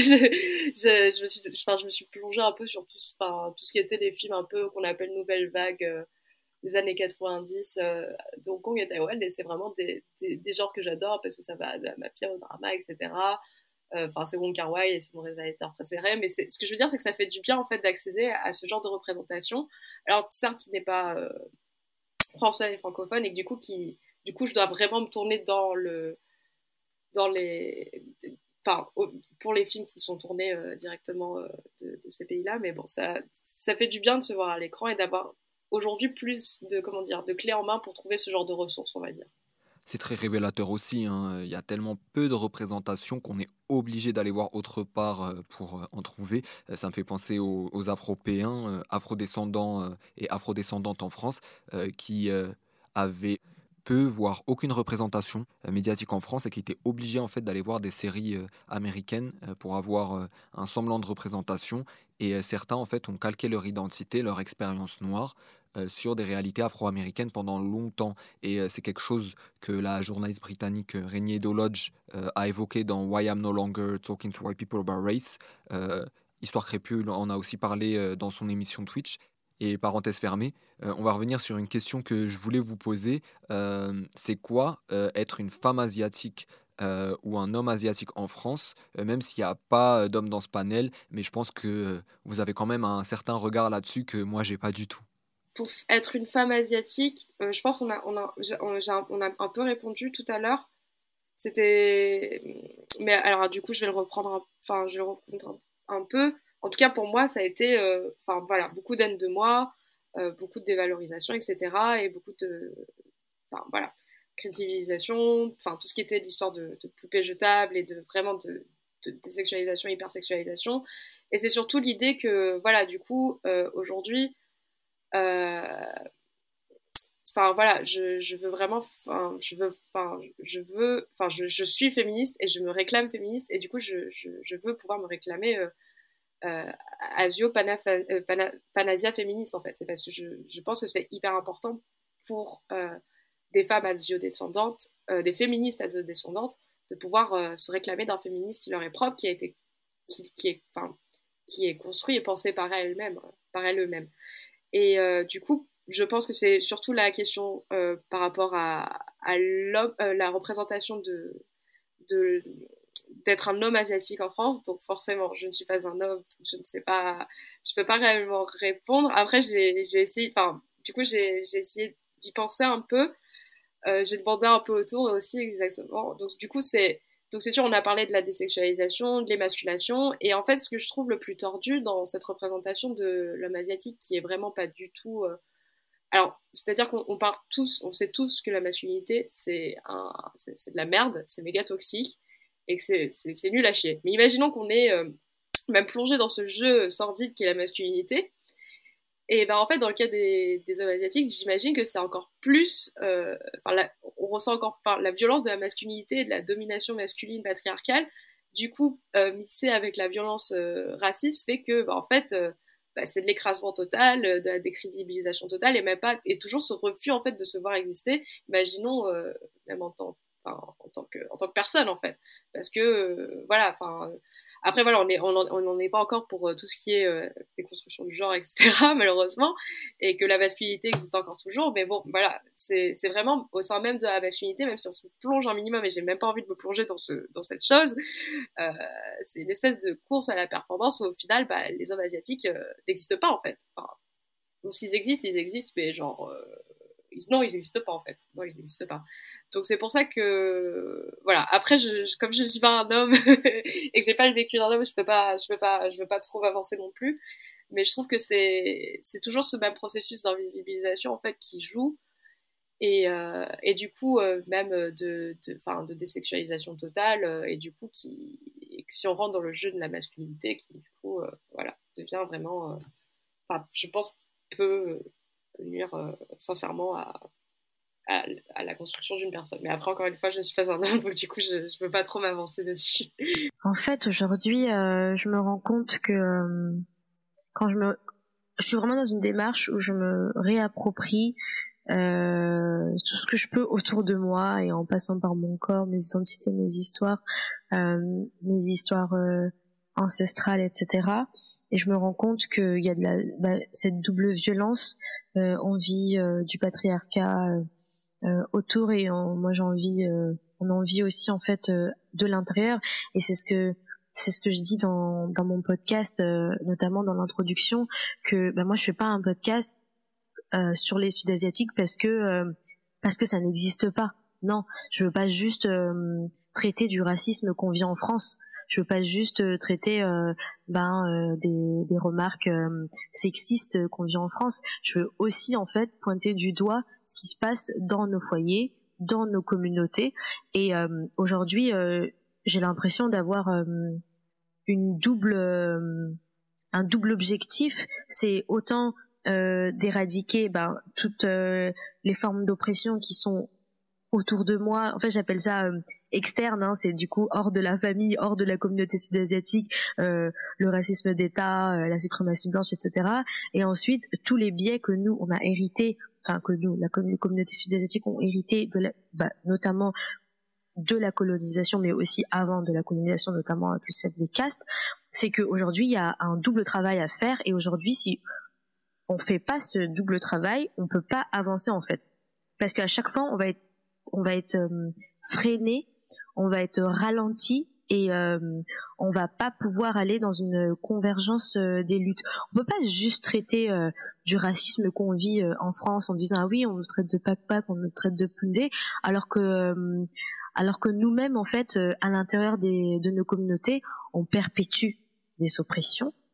je, je me suis, enfin, je me suis plongée un peu sur tout, enfin, tout ce qui était les films un peu qu'on appelle nouvelle vague euh, des années quatre-vingt-dix euh, de Hong Kong et Taïwan, et c'est vraiment des, des, des genres que j'adore parce que ça va de la mafia au drama, et cetera. Enfin, euh, c'est Wong Kar-wai et c'est mon réalisateur préféré, mais c'est, ce que je veux dire, c'est que ça fait du bien en fait d'accéder à, à ce genre de représentation. Alors certes, qui n'est pas euh, français et francophone, et que du coup, qui, du coup, je dois vraiment me tourner dans le, dans les, enfin, pour les films qui sont tournés euh, directement euh, de, de ces pays-là, mais bon, ça, ça fait du bien de se voir à l'écran et d'avoir aujourd'hui plus de, comment dire, de clés en main pour trouver ce genre de ressources, on va dire. C'est très révélateur aussi, hein. Il y a tellement peu de représentations qu'on est obligé d'aller voir autre part euh, pour euh, en trouver. Euh, Ça me fait penser aux, aux Afropéens, euh, afrodescendants euh, et afrodescendantes en France, euh, qui euh, avaient peu, voire aucune représentation euh, médiatique en France et qui étaient obligés en fait d'aller voir des séries euh, américaines euh, pour avoir euh, un semblant de représentation. Et euh, certains en fait ont calqué leur identité, leur expérience noire euh, sur des réalités afro-américaines pendant longtemps. Et euh, c'est quelque chose que la journaliste britannique euh, Renée Dolodge euh, a évoqué dans Why I'm No Longer Talking to White People About Race. Euh, Histoire Crépule en a aussi parlé euh, dans son émission Twitch. Et parenthèse fermée, euh, on va revenir sur une question que je voulais vous poser. Euh, c'est quoi euh, être une femme asiatique euh, ou un homme asiatique en France, euh, même s'il n'y a pas euh, d'hommes dans ce panel, mais je pense que euh, vous avez quand même un certain regard là-dessus que moi j'ai pas du tout. Pour être une femme asiatique, euh, je pense qu'on a, on a, on a, on a un peu répondu tout à l'heure. C'était, mais alors du coup, je vais le reprendre, un... enfin, je vais le reprendre un, un peu. En tout cas, pour moi, ça a été, euh... enfin voilà, beaucoup d'haine de moi, euh, beaucoup de dévalorisation, et cetera. Et beaucoup de, enfin voilà, crédibilisation, enfin tout ce qui était l'histoire de, de poupées jetables et de vraiment de, de désexualisation, hypersexualisation. Et c'est surtout l'idée que voilà, du coup, euh, aujourd'hui, euh, enfin voilà, je, je veux vraiment, enfin je veux, enfin je veux, enfin je, je suis féministe et je me réclame féministe et du coup je, je, je veux pouvoir me réclamer euh, euh, Asio Pana, euh, Pana, Panasia féministe en fait. C'est parce que je, je pense que c'est hyper important pour euh, des femmes asio-descendantes, euh, des féministes asio-descendantes, de pouvoir euh, se réclamer d'un féminisme qui leur est propre, qui a été, qui, qui est, enfin qui est construit et pensé par elles-mêmes, par elles-mêmes. Et euh, du coup je pense que c'est surtout la question euh, par rapport à, à l'homme, euh, la représentation de, de, d'être un homme asiatique en France. Donc forcément, je ne suis pas un homme, je ne sais pas, je peux pas réellement répondre. Après, j'ai, j'ai essayé, enfin, du coup, j'ai, j'ai essayé d'y penser un peu. Euh, j'ai demandé un peu autour aussi, exactement. Donc du coup, c'est, donc c'est sûr, on a parlé de la désexualisation, de l'émasculation, et en fait, ce que je trouve le plus tordu dans cette représentation de l'homme asiatique, qui est vraiment pas du tout euh, alors, c'est-à-dire qu'on on part tous, on sait tous que la masculinité, c'est, un, c'est, c'est de la merde, c'est méga toxique, et que c'est, c'est, c'est nul à chier. Mais imaginons qu'on est euh, même plongé dans ce jeu sordide qu'est la masculinité, et ben en fait, dans le cas des, des hommes asiatiques, j'imagine que c'est encore plus, euh, enfin, la, on ressent encore enfin, la violence de la masculinité et de la domination masculine patriarcale, du coup, euh, mixée avec la violence euh, raciste, fait que, ben, en fait... Euh, Bah, c'est de l'écrasement total, de la décrédibilisation totale, et même pas, et toujours ce refus en fait de se voir exister. Imaginons euh, même en tant, enfin, en tant que, en tant que personne en fait, parce que euh, voilà, enfin. Euh, après voilà, on est, on n'en est pas encore pour euh, tout ce qui est euh, déconstruction du genre, et cetera. Malheureusement, et que la masculinité existe encore toujours. Mais bon, voilà, c'est, c'est vraiment au sein même de la masculinité, même si on se plonge un minimum, et j'ai même pas envie de me plonger dans ce, dans cette chose. Euh, c'est une espèce de course à la performance où au final bah, les hommes asiatiques euh, n'existent pas en fait. Enfin, ou s'ils existent, ils existent, mais genre euh, ils, non, ils n'existent pas en fait. Non, ils n'existent pas. Donc c'est pour ça que voilà. Après, je, je, comme je suis pas un homme et que j'ai pas le vécu d'un homme, je peux pas, je peux pas, je veux pas trop avancer non plus. Mais je trouve que c'est c'est toujours ce même processus d'invisibilisation en fait qui joue. Et, euh, et du coup, euh, même de, de, de désexualisation totale, euh, et du coup, qui, si on rentre dans le jeu de la masculinité, qui du coup, euh, voilà, devient vraiment, euh, enfin, je pense, peut nuire euh, sincèrement à, à, à la construction d'une personne. Mais après, encore une fois, je ne suis pas un homme, donc du coup, je ne peux pas trop m'avancer dessus. En fait, aujourd'hui, euh, je me rends compte que euh, quand je me... Je suis vraiment dans une démarche où je me réapproprie Euh, tout ce que je peux autour de moi et en passant par mon corps, mes identités, mes histoires, euh, mes histoires euh, ancestrales, et cetera. Et je me rends compte qu'il y a de la, bah, cette double violence. Euh, on vit euh, du patriarcat euh, autour et on, moi j'en vis, euh, on en vit aussi en fait euh, de l'intérieur. Et c'est ce que c'est ce que je dis dans dans mon podcast, euh, notamment dans l'introduction, que bah, moi je fais pas un podcast Euh, sur les Sud-Asiatiques parce que euh, parce que ça n'existe pas. Non, je veux pas juste euh, traiter du racisme qu'on vit en France. Je veux pas juste euh, traiter euh, ben euh, des des remarques euh, sexistes qu'on vit en France. Je veux aussi en fait pointer du doigt ce qui se passe dans nos foyers, dans nos communautés. Et euh, aujourd'hui, euh, j'ai l'impression d'avoir euh, une double euh, un double objectif. C'est autant Euh, d'éradiquer ben, toutes euh, les formes d'oppression qui sont autour de moi. En fait, j'appelle ça euh, externe, hein, c'est du coup hors de la famille, hors de la communauté sud-asiatique, euh, le racisme d'État, euh, la suprématie blanche, et cetera. Et ensuite, tous les biais que nous, on a hérités, enfin que nous, la com- les communautés sud-asiatiques ont hérité, de la, bah, notamment de la colonisation, mais aussi avant de la colonisation, notamment avec celle des castes, c'est qu'aujourd'hui, il y a un double travail à faire. Et aujourd'hui, si on fait pas ce double travail, on peut pas avancer en fait, parce qu'à chaque fois on va être on va être euh, freiné, on va être ralenti et euh, on va pas pouvoir aller dans une convergence euh, des luttes. On peut pas juste traiter euh, du racisme qu'on vit euh, en France en disant ah oui on nous traite de pac-pac, on nous traite de plundés, alors que euh, alors que nous-mêmes en fait euh, à l'intérieur des de nos communautés on perpétue des oppressions,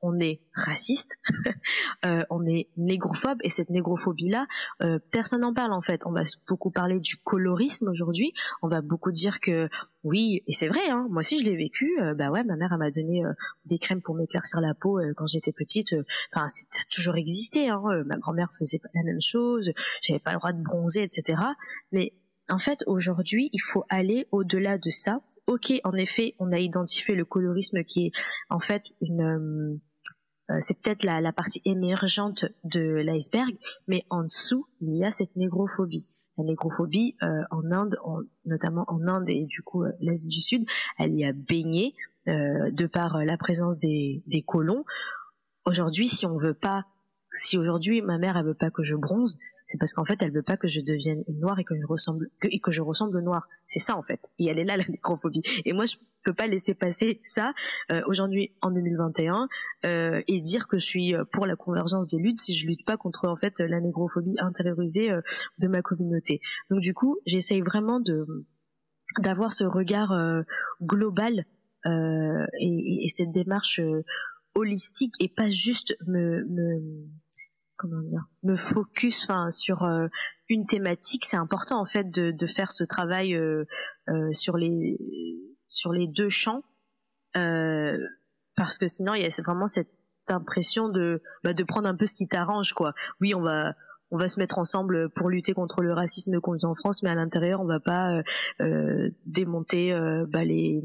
on est raciste, euh, on est négrophobe, et cette négrophobie-là, euh, personne n'en parle en fait. On va beaucoup parler du colorisme aujourd'hui, on va beaucoup dire que oui, et c'est vrai, hein, moi aussi je l'ai vécu, euh, bah ouais, ma mère elle m'a donné euh, des crèmes pour m'éclaircir la peau euh, quand j'étais petite, enfin euh, ça a toujours existé, hein, euh, ma grand-mère faisait pas la même chose, j'avais pas le droit de bronzer, et cetera. Mais en fait, aujourd'hui, il faut aller au-delà de ça. Ok, en effet, on a identifié le colorisme qui est en fait une... Euh, c'est peut-être la, la partie émergente de l'iceberg, mais en dessous, il y a cette négrophobie. La négrophobie, euh, en Inde, en, notamment en Inde et du coup euh, l'Asie du Sud, elle y a baigné euh, de par euh, la présence des, des colons. Aujourd'hui, si on veut pas... Si aujourd'hui, ma mère, elle veut pas que je bronze, c'est parce qu'en fait elle veut pas que je devienne une noire et que je ressemble que, et que je ressemble au noir. C'est ça en fait. Et elle est là la négrophobie. Et moi je peux pas laisser passer ça euh, aujourd'hui en deux mille vingt et un euh, et dire que je suis pour la convergence des luttes si je lutte pas contre en fait la négrophobie intériorisée euh, de ma communauté. Donc du coup j'essaye vraiment de d'avoir ce regard euh, global euh, et, et, et cette démarche euh, holistique et pas juste me, me comment dire, me focus enfin sur euh, une thématique. C'est important en fait de, de faire ce travail euh, euh, sur les sur les deux champs euh, parce que sinon il y a vraiment cette impression de bah, de prendre un peu ce qui t'arrange quoi. Oui, on va on va se mettre ensemble pour lutter contre le racisme qu'on vit en France, mais à l'intérieur on va pas euh, euh, démonter euh, bah, les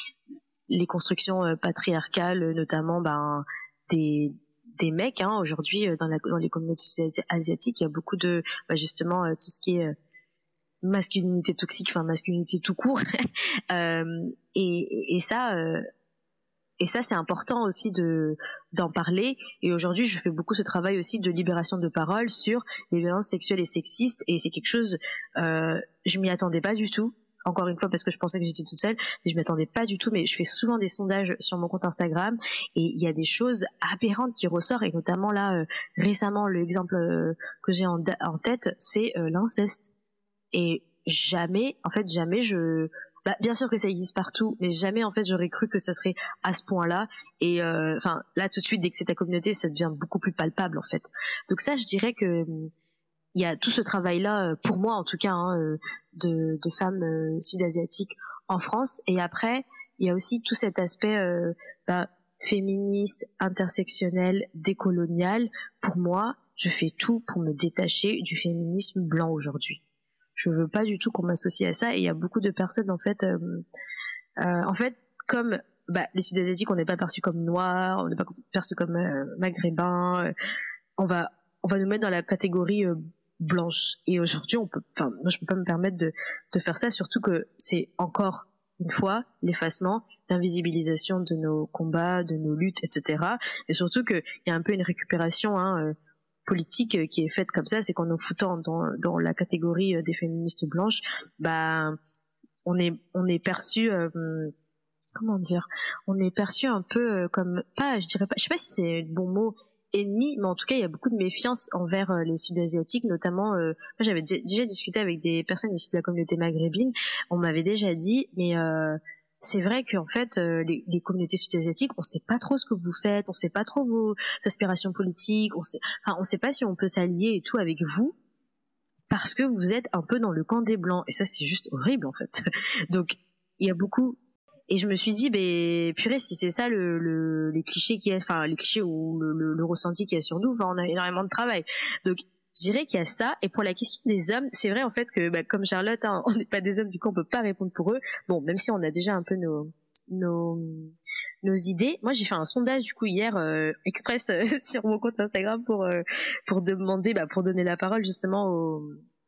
les constructions euh, patriarcales, notamment ben des des mecs hein, aujourd'hui dans, la, dans les communautés asiatiques il y a beaucoup de bah, justement euh, tout ce qui est euh, masculinité toxique, enfin masculinité tout court euh, et, et ça euh, et ça c'est important aussi de d'en parler. Et aujourd'hui je fais beaucoup ce travail aussi de libération de parole sur les violences sexuelles et sexistes, et c'est quelque chose euh, je m'y attendais pas du tout, encore une fois parce que je pensais que j'étais toute seule, mais je m'attendais pas du tout. Mais je fais souvent des sondages sur mon compte Instagram et il y a des choses aberrantes qui ressortent, et notamment là euh, récemment l'exemple euh, que j'ai en, en tête c'est euh, l'inceste. Et jamais en fait jamais je bah, bien sûr que ça existe partout, mais jamais en fait j'aurais cru que ça serait à ce point-là. Et enfin euh, là tout de suite dès que c'est ta communauté ça devient beaucoup plus palpable en fait. Donc ça je dirais que il y a tout ce travail-là, pour moi en tout cas, hein, de, de femmes euh, sud-asiatiques en France. Et après, il y a aussi tout cet aspect euh, bah, féministe, intersectionnel, décolonial. Pour moi, je fais tout pour me détacher du féminisme blanc aujourd'hui. Je veux pas du tout qu'on m'associe à ça. Et il y a beaucoup de personnes, en fait, euh, euh, en fait, comme bah, les sud-asiatiques, on n'est pas perçus comme noirs, on n'est pas perçus comme euh, maghrébins. Euh, on va, on va nous mettre dans la catégorie euh, blanche. Et aujourd'hui, on peut, enfin, moi, je peux pas me permettre de, de faire ça, surtout que c'est encore une fois l'effacement, l'invisibilisation de nos combats, de nos luttes, et cetera. Et surtout qu'il y a un peu une récupération hein, euh, politique euh, qui est faite comme ça, c'est qu'en nous foutant dans, dans la catégorie euh, des féministes blanches, bah, on est, on est perçu, euh, comment dire, on est perçu un peu euh, comme, pas, je dirais pas, je sais pas si c'est le bon mot, ennemi, mais en tout cas il y a beaucoup de méfiance envers euh, les sud-asiatiques, notamment euh, moi j'avais d- déjà discuté avec des personnes issues de la communauté maghrébine. On m'avait déjà dit mais euh, c'est vrai qu'en fait euh, les, les communautés sud-asiatiques on sait pas trop ce que vous faites, on sait pas trop vos aspirations politiques, on sait, enfin, on sait pas si on peut s'allier et tout avec vous parce que vous êtes un peu dans le camp des blancs, et ça c'est juste horrible en fait. Donc il y a beaucoup. Et je me suis dit, ben purée, si c'est ça le, le les clichés qui, enfin les clichés ou le, le, le ressenti qu'il y a sur nous, enfin on a énormément de travail. Donc je dirais qu'il y a ça. Et pour la question des hommes, c'est vrai en fait que bah, comme Charlotte, hein, on n'est pas des hommes, du coup on peut pas répondre pour eux. Bon, même si on a déjà un peu nos nos nos idées. Moi j'ai fait un sondage du coup hier euh, express euh, sur mon compte Instagram pour euh, pour demander, bah, pour donner la parole justement aux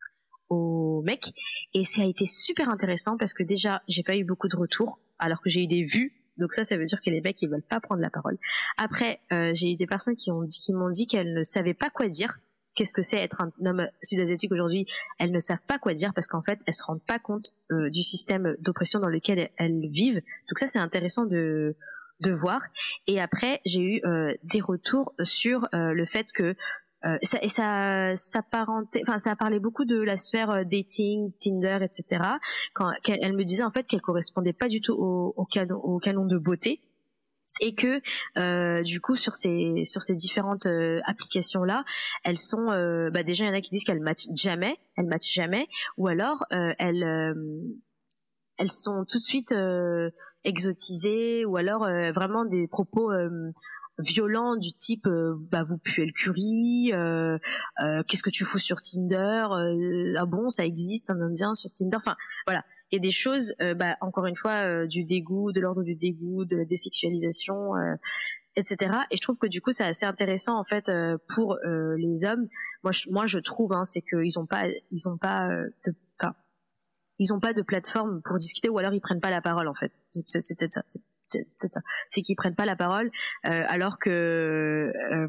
aux mecs, et ça a été super intéressant parce que déjà j'ai pas eu beaucoup de retours alors que j'ai eu des vues, donc ça ça veut dire que les mecs ils veulent pas prendre la parole. Après euh, j'ai eu des personnes qui ont dit qui m'ont dit qu'elles ne savaient pas quoi dire, qu'est-ce que c'est être un homme sud-asiatique aujourd'hui, elles ne savent pas quoi dire parce qu'en fait elles se rendent pas compte euh, du système d'oppression dans lequel elles, elles vivent. Donc ça c'est intéressant de de voir. Et après j'ai eu euh, des retours sur euh, le fait que Euh, ça, et ça, ça parentait, enfin, ça parlait beaucoup de la sphère euh, dating, Tinder, et cetera. Quand elle me disait en fait qu'elle correspondait pas du tout au, au canon, au canon de beauté. et que euh, du coup sur ces sur ces différentes euh, applications là, elles sont euh, bah déjà il y en a qui disent qu'elles matchent jamais, elles matchent jamais, ou alors euh, elles euh, elles sont tout de suite euh, exotisées, ou alors euh, vraiment des propos euh, violents du type euh, bah vous puez le curry, euh, euh, qu'est-ce que tu fous sur Tinder, euh, ah bon ça existe un Indien sur Tinder, enfin voilà. Il y a des choses, euh, bah, encore une fois, euh, du dégoût, de l'ordre du dégoût, de la désexualisation, euh, et cetera. Et je trouve que du coup, c'est assez intéressant en fait euh, pour euh, les hommes. Moi, je, moi, je trouve, hein, c'est qu'ils ont pas, ils ont pas euh, de, enfin, ils ont pas de plateforme pour discuter, ou alors ils prennent pas la parole en fait. C'est, c'est peut-être ça. C'est peut-être ça. C'est qu'ils prennent pas la parole, euh, alors que euh,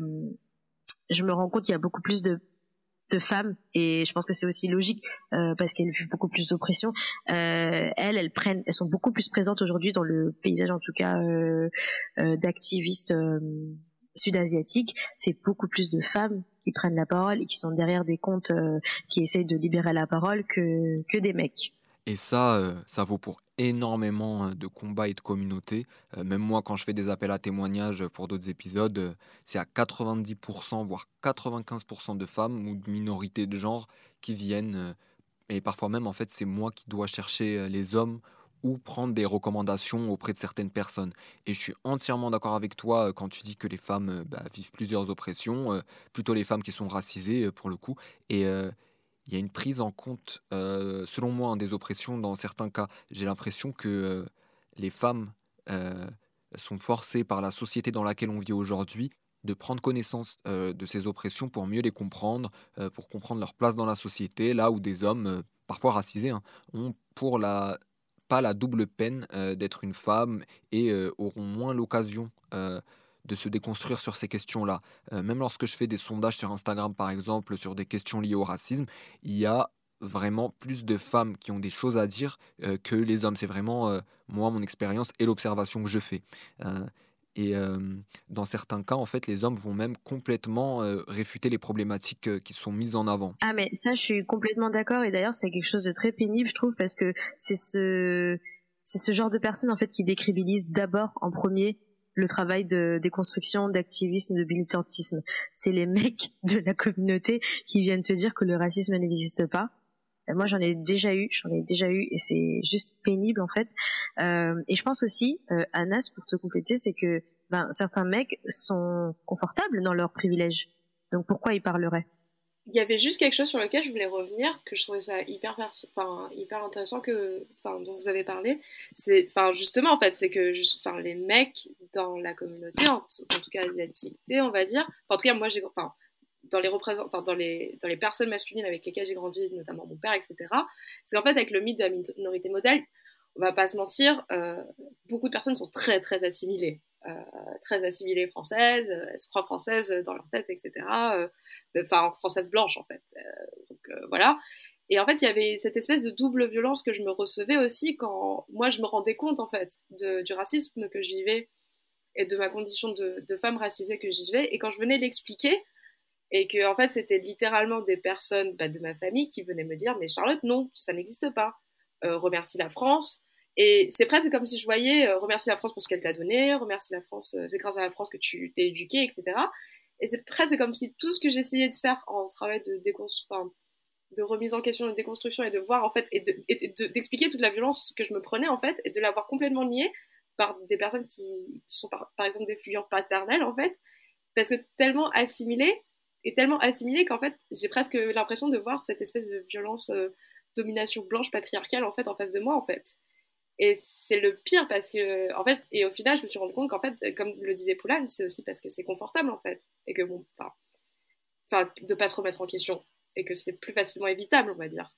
je me rends compte qu'il y a beaucoup plus de de femmes, et je pense que c'est aussi logique euh, parce qu'elles vivent beaucoup plus d'oppression. Euh, elles, elles prennent, elles sont beaucoup plus présentes aujourd'hui dans le paysage, en tout cas euh, euh, d'activistes euh, sud-asiatiques. C'est beaucoup plus de femmes qui prennent la parole et qui sont derrière des comptes euh, qui essayent de libérer la parole que que des mecs. Et ça, euh, ça vaut pour énormément euh, de combats et de communautés. Euh, même moi, quand je fais des appels à témoignages pour d'autres épisodes, euh, c'est à quatre-vingt-dix pour cent, voire quatre-vingt-quinze pour cent de femmes ou de minorités de genre qui viennent. euh, et parfois même, en fait, c'est moi qui dois chercher euh, les hommes ou prendre des recommandations auprès de certaines personnes. Et je suis entièrement d'accord avec toi euh, quand tu dis que les femmes euh, bah, vivent plusieurs oppressions, euh, plutôt les femmes qui sont racisées euh, pour le coup. Et euh, il y a une prise en compte, euh, selon moi, hein, des oppressions dans certains cas. J'ai l'impression que euh, les femmes euh, sont forcées par la société dans laquelle on vit aujourd'hui de prendre connaissance euh, de ces oppressions pour mieux les comprendre, euh, pour comprendre leur place dans la société, là où des hommes, euh, parfois racisés, hein, ont pour la pas la double peine euh, d'être une femme et euh, auront moins l'occasion euh, de se déconstruire sur ces questions-là. Euh, même lorsque je fais des sondages sur Instagram, par exemple, sur des questions liées au racisme, il y a vraiment plus de femmes qui ont des choses à dire euh, que les hommes. C'est vraiment, euh, moi, mon expérience et l'observation que je fais. Euh, et euh, dans certains cas, en fait, les hommes vont même complètement euh, réfuter les problématiques euh, qui sont mises en avant. Ah mais ça, je suis complètement d'accord, et d'ailleurs c'est quelque chose de très pénible, je trouve, parce que c'est ce c'est ce genre de personnes en fait qui décrédibilisent d'abord en premier le travail de déconstruction, d'activisme, de militantisme. C'est les mecs de la communauté qui viennent te dire que le racisme n'existe pas. Moi, j'en ai déjà eu, j'en ai déjà eu, et c'est juste pénible en fait. Euh, et je pense aussi, euh, Anas, pour te compléter, c'est que ben, certains mecs sont confortables dans leurs privilèges. Donc pourquoi ils parleraient? Il y avait juste quelque chose sur lequel je voulais revenir, que je trouvais ça hyper, enfin, hyper intéressant, que, enfin, dont vous avez parlé. C'est, enfin, justement, en fait, c'est que juste, enfin, les mecs dans la communauté, en, en tout cas asiatique, on va dire, enfin, en tout cas, moi, j'ai, enfin, dans les représentants, enfin, dans les, dans les personnes masculines avec lesquelles j'ai grandi, notamment mon père, et cetera, c'est qu'en fait, avec le mythe de la minorité modèle, on va pas se mentir, euh, beaucoup de personnes sont très, très assimilées. Euh, très assimilées françaises, euh, elles se croient françaises dans leur tête, et cetera. Euh, enfin, françaises blanches, en fait. Euh, donc, euh, voilà. Et en fait, il y avait cette espèce de double violence que je me recevais aussi quand moi, je me rendais compte, en fait, de, du racisme que j'y vivais et de ma condition de, de femme racisée que j'y vivais. Et quand je venais l'expliquer, et que, en fait, c'était littéralement des personnes bah, de ma famille qui venaient me dire « Mais Charlotte, non, ça n'existe pas. Euh, remercie la France. » Et c'est presque comme si je voyais euh, remercie la France pour ce qu'elle t'a donné, remercie la France, euh, c'est grâce à la France que tu t'es éduquée, et cetera. Et c'est presque comme si tout ce que j'essayais de faire en travail de déconstruction, enfin, de remise en question, de déconstruction, et de voir en fait, et, de, et de, d'expliquer toute la violence que je me prenais en fait, et de l'avoir complètement niée par des personnes qui, qui sont par, par exemple des figures paternelles en fait, parce que tellement assimilées, et tellement assimilées qu'en fait j'ai presque l'impression de voir cette espèce de violence, euh, domination blanche patriarcale en fait en face de moi en fait. Et c'est le pire parce que, en fait, et au final, je me suis rendu compte qu'en fait, comme le disait Poulane, c'est aussi parce que c'est confortable, en fait. Et que bon, enfin, enfin, de pas se remettre en question. Et que c'est plus facilement évitable, on va dire.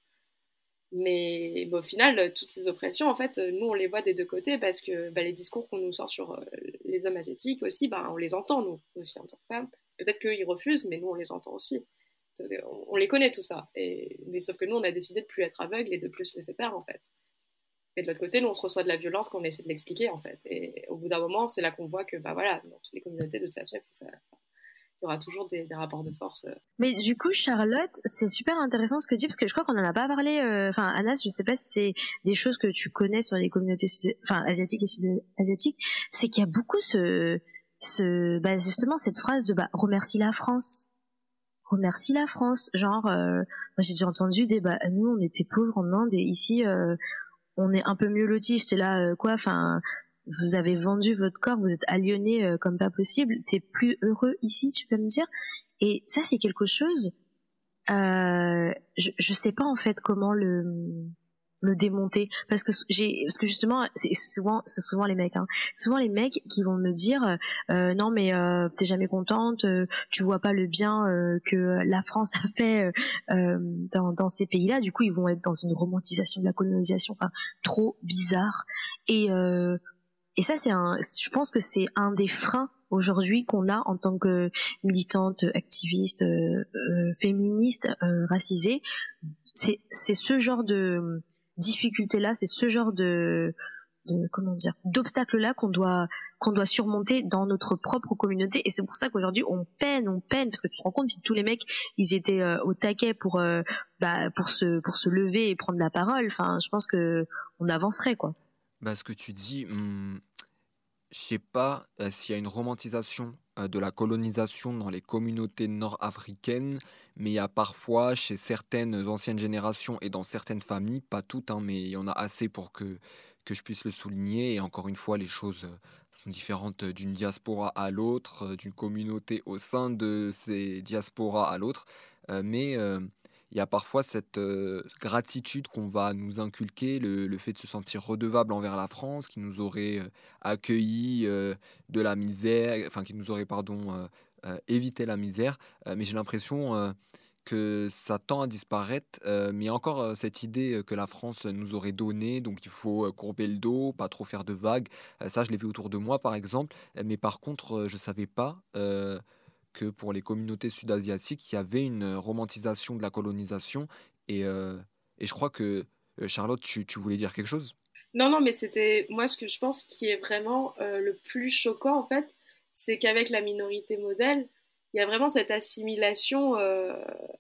Mais, mais au final, toutes ces oppressions, en fait, nous, on les voit des deux côtés parce que bah, les discours qu'on nous sort sur euh, les hommes asiatiques aussi, bah, on les entend, nous, aussi, en tant que femmes. Peut-être qu'ils refusent, mais nous, on les entend aussi. On, on les connaît, tout ça. Et, mais sauf que nous, on a décidé de plus être aveugles et de plus se laisser faire, en fait. Mais de l'autre côté, nous, on se reçoit de la violence quand on essaie de l'expliquer, en fait. Et au bout d'un moment, c'est là qu'on voit que, bah voilà, dans toutes les communautés, de toute façon, il faut faire, il y aura toujours des, des rapports de force. Euh. Mais du coup, Charlotte, c'est super intéressant ce que tu dis, parce que je crois qu'on en a pas parlé. Enfin, euh, Anas, je sais pas si c'est des choses que tu connais sur les communautés sud- enfin, asiatiques et sud-asiatiques, c'est qu'il y a beaucoup ce, ce, bah, justement, cette phrase de bah, remercie la France. Remercie la France. Genre, euh, moi j'ai déjà entendu des bah, nous on était pauvres en Inde et ici euh, on est un peu mieux lotis. J'étais là, euh, quoi, enfin. Vous avez vendu votre corps, vous êtes aliéné euh, comme pas possible, t'es plus heureux ici, tu vas me dire. Et ça, c'est quelque chose, euh, je, je sais pas en fait comment le le démonter, parce que j'ai, parce que justement, c'est souvent, c'est souvent les mecs, hein, souvent les mecs qui vont me dire, euh, non mais euh, t'es jamais contente, euh, tu vois pas le bien euh, que la France a fait euh, dans, dans ces pays-là. Du coup, ils vont être dans une romantisation de la colonisation, enfin, trop bizarre. Et euh, Et ça, c'est un, je pense que c'est un des freins aujourd'hui qu'on a en tant que militante, activiste, euh, euh, féministe, euh, racisée. C'est, c'est ce genre de difficulté-là, c'est ce genre de, de comment dire, d'obstacles-là qu'on doit, qu'on doit surmonter dans notre propre communauté. Et c'est pour ça qu'aujourd'hui, on peine, on peine, parce que tu te rends compte, si tous les mecs, ils étaient euh, au taquet pour, euh, bah, pour se, pour se lever et prendre la parole. Enfin, je pense que on avancerait, quoi. Bah, ce que tu dis, hum, je sais pas euh, s'il y a une romantisation euh, de la colonisation dans les communautés nord-africaines, mais il y a parfois chez certaines anciennes générations et dans certaines familles, pas toutes, hein, mais il y en a assez pour que, que je puisse le souligner. Et encore une fois, les choses euh, sont différentes d'une diaspora à l'autre, euh, d'une communauté au sein de ces diasporas à l'autre. Euh, mais euh, il y a parfois cette euh, gratitude qu'on va nous inculquer, le, le fait de se sentir redevable envers la France, qui nous aurait euh, accueilli euh, de la misère, enfin qui nous aurait, pardon, euh, euh, évité la misère. Euh, mais j'ai l'impression euh, que ça tend à disparaître. Euh, mais il y a encore euh, cette idée euh, que la France nous aurait donné, donc il faut euh, courber le dos, pas trop faire de vagues. Euh, ça, je l'ai vu autour de moi, par exemple. Euh, Mais par contre, euh, je savais pas. Euh, que pour les communautés sud-asiatiques, il y avait une romantisation de la colonisation. Et, euh, et je crois que, euh, Charlotte, tu, tu voulais dire quelque chose? Non, non, mais c'était moi ce que je pense qui est vraiment euh, le plus choquant en fait, c'est qu'avec la minorité modèle, il y a vraiment cette assimilation, euh,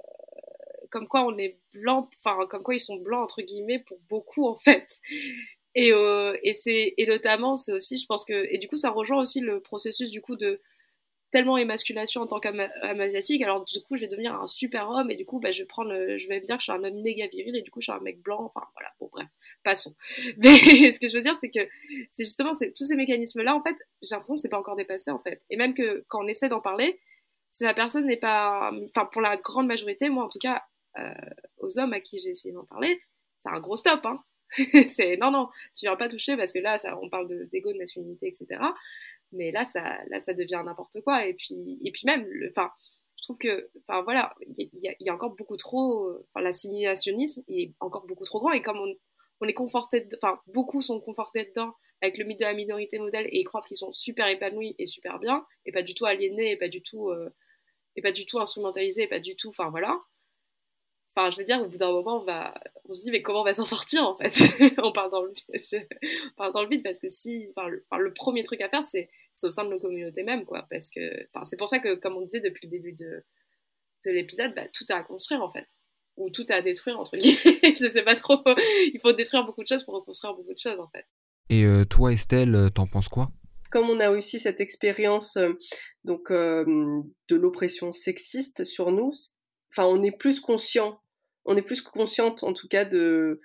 comme quoi on est blanc, enfin comme quoi ils sont blancs entre guillemets pour beaucoup en fait. Et, euh, et c'est et notamment c'est aussi, je pense que et du coup ça rejoint aussi le processus du coup de tellement émasculation en tant qu'asiatique, alors du coup je vais devenir un super homme et du coup bah, je, vais prendre le, je vais me dire que je suis un homme méga viril et du coup je suis un mec blanc, enfin voilà, bon bref, passons. Mais ce que je veux dire c'est que c'est justement c'est, tous ces mécanismes-là en fait, j'ai l'impression que c'est pas encore dépassé en fait. Et même que quand on essaie d'en parler, si la personne n'est pas, enfin pour la grande majorité, moi en tout cas, euh, aux hommes à qui j'ai essayé d'en parler, c'est un gros stop, hein. C'est non, non, tu viens pas toucher parce que là ça, on parle de, d'ego, de masculinité, et cetera. Mais là ça là ça devient n'importe quoi. Et puis et puis même enfin je trouve que enfin voilà il y, y, y, a encore beaucoup trop enfin l'assimilationnisme est encore beaucoup trop grand et comme on, on est conforté enfin beaucoup sont confortés dedans avec le mythe de la minorité modèle et ils croient qu'ils sont super épanouis et super bien et pas du tout aliénés et pas du tout euh, et pas du tout instrumentalisés et pas du tout enfin voilà. Enfin, je veux dire, au bout d'un moment, on, va... on se dit, mais comment on va s'en sortir, en fait? on, parle dans le... on parle dans le vide, parce que si... Enfin, le... Enfin, le premier truc à faire, c'est... c'est au sein de nos communautés même, quoi. Parce que... Enfin, c'est pour ça que, comme on disait depuis le début de, de l'épisode, bah, tout a à construire, en fait. Ou tout a à détruire, entre guillemets. Je sais pas trop. Il faut détruire beaucoup de choses pour reconstruire beaucoup de choses, en fait. Et euh, toi, Estelle, t'en penses quoi? Comme on a aussi cette expérience euh, donc, euh, de l'oppression sexiste sur nous, enfin, on est plus conscient, on est plus consciente en tout cas de,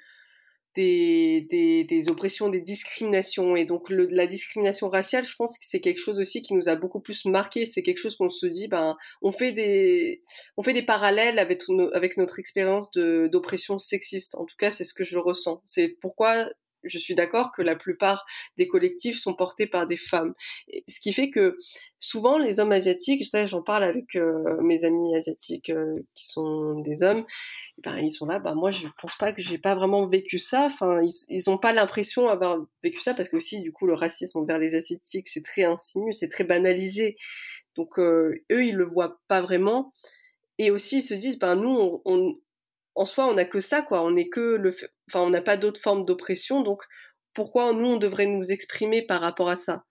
des, des, des oppressions, des discriminations. Et donc le, la discrimination raciale, je pense que c'est quelque chose aussi qui nous a beaucoup plus marqué. C'est quelque chose qu'on se dit, ben, on fait des, on fait des parallèles avec, no, avec notre expérience de, d'oppression sexiste. En tout cas, c'est ce que je ressens. C'est pourquoi je suis d'accord que la plupart des collectifs sont portés par des femmes. Et ce qui fait que souvent les hommes asiatiques, j'en parle avec euh, mes amis asiatiques euh, qui sont des hommes, ben, ils sont là, ben, moi je pense pas que j'ai pas vraiment vécu ça, enfin, ils, ils ont pas l'impression d'avoir vécu ça parce que aussi du coup le racisme envers les asiatiques c'est très insinu, c'est très banalisé, donc euh, eux ils le voient pas vraiment, et aussi ils se disent, ben nous on, on en soi, on n'a que ça, quoi. On n'est que le, enfin, on n'a pas d'autres formes d'oppression, donc pourquoi nous on devrait nous exprimer par rapport à ça?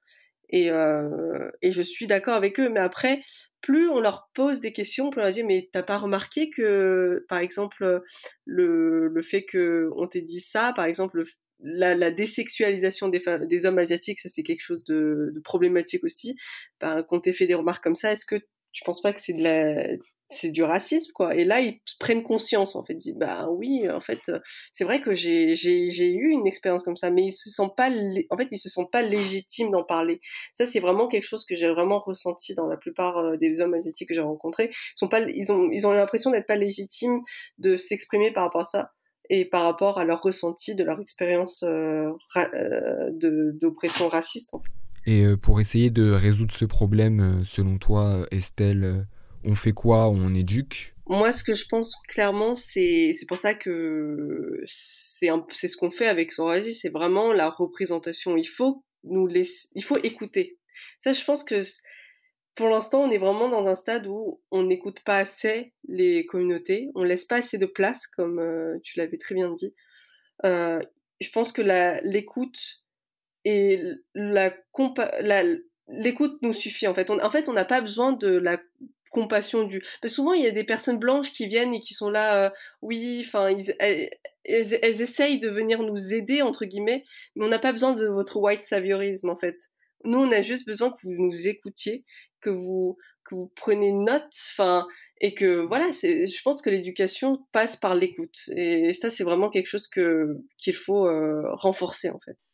Et, euh, et je suis d'accord avec eux. Mais après, plus on leur pose des questions, plus on leur dit, mais t'as pas remarqué que, par exemple, le, le fait qu'on t'ait dit ça, par exemple, le, la, la désexualisation des, femmes, des hommes asiatiques, ça c'est quelque chose de, de problématique aussi, ben, qu'on t'ait fait des remarques comme ça, est-ce que tu penses pas que c'est de la... c'est du racisme, quoi. Et là, ils prennent conscience, en fait. Ils disent, bah oui, en fait, c'est vrai que j'ai, j'ai, j'ai eu une expérience comme ça, mais ils se sentent pas, lé... en fait, ils se sentent pas légitimes d'en parler. Ça, c'est vraiment quelque chose que j'ai vraiment ressenti dans la plupart des hommes asiatiques que j'ai rencontrés. Ils sont pas, ils ont, ils ont l'impression d'être pas légitimes de s'exprimer par rapport à ça et par rapport à leur ressenti de leur expérience euh, ra... euh, de, d'oppression raciste, en fait. Et euh, pour essayer de résoudre ce problème, selon toi, Estelle, on fait quoi? On éduque? Moi, ce que je pense clairement, c'est c'est pour ça que c'est un, c'est ce qu'on fait avec Sorazi, c'est vraiment la représentation. Il faut nous laisser, il faut écouter. Ça, je pense que pour l'instant, on est vraiment dans un stade où on n'écoute pas assez les communautés, on laisse pas assez de place, comme euh, tu l'avais très bien dit. Euh, je pense que la l'écoute et la, compa- la l'écoute nous suffit en fait. On, en fait, on n'a pas besoin de la compassion du. Parce que souvent, il y a des personnes blanches qui viennent et qui sont là, euh, oui, enfin, elles, elles, elles essayent de venir nous aider entre guillemets, mais on n'a pas besoin de votre white saviorisme en fait. Nous, on a juste besoin que vous nous écoutiez, que vous que vous preniez note, enfin, et que voilà, c'est. Je pense que l'éducation passe par l'écoute, et ça, c'est vraiment quelque chose que qu'il faut euh, renforcer en fait.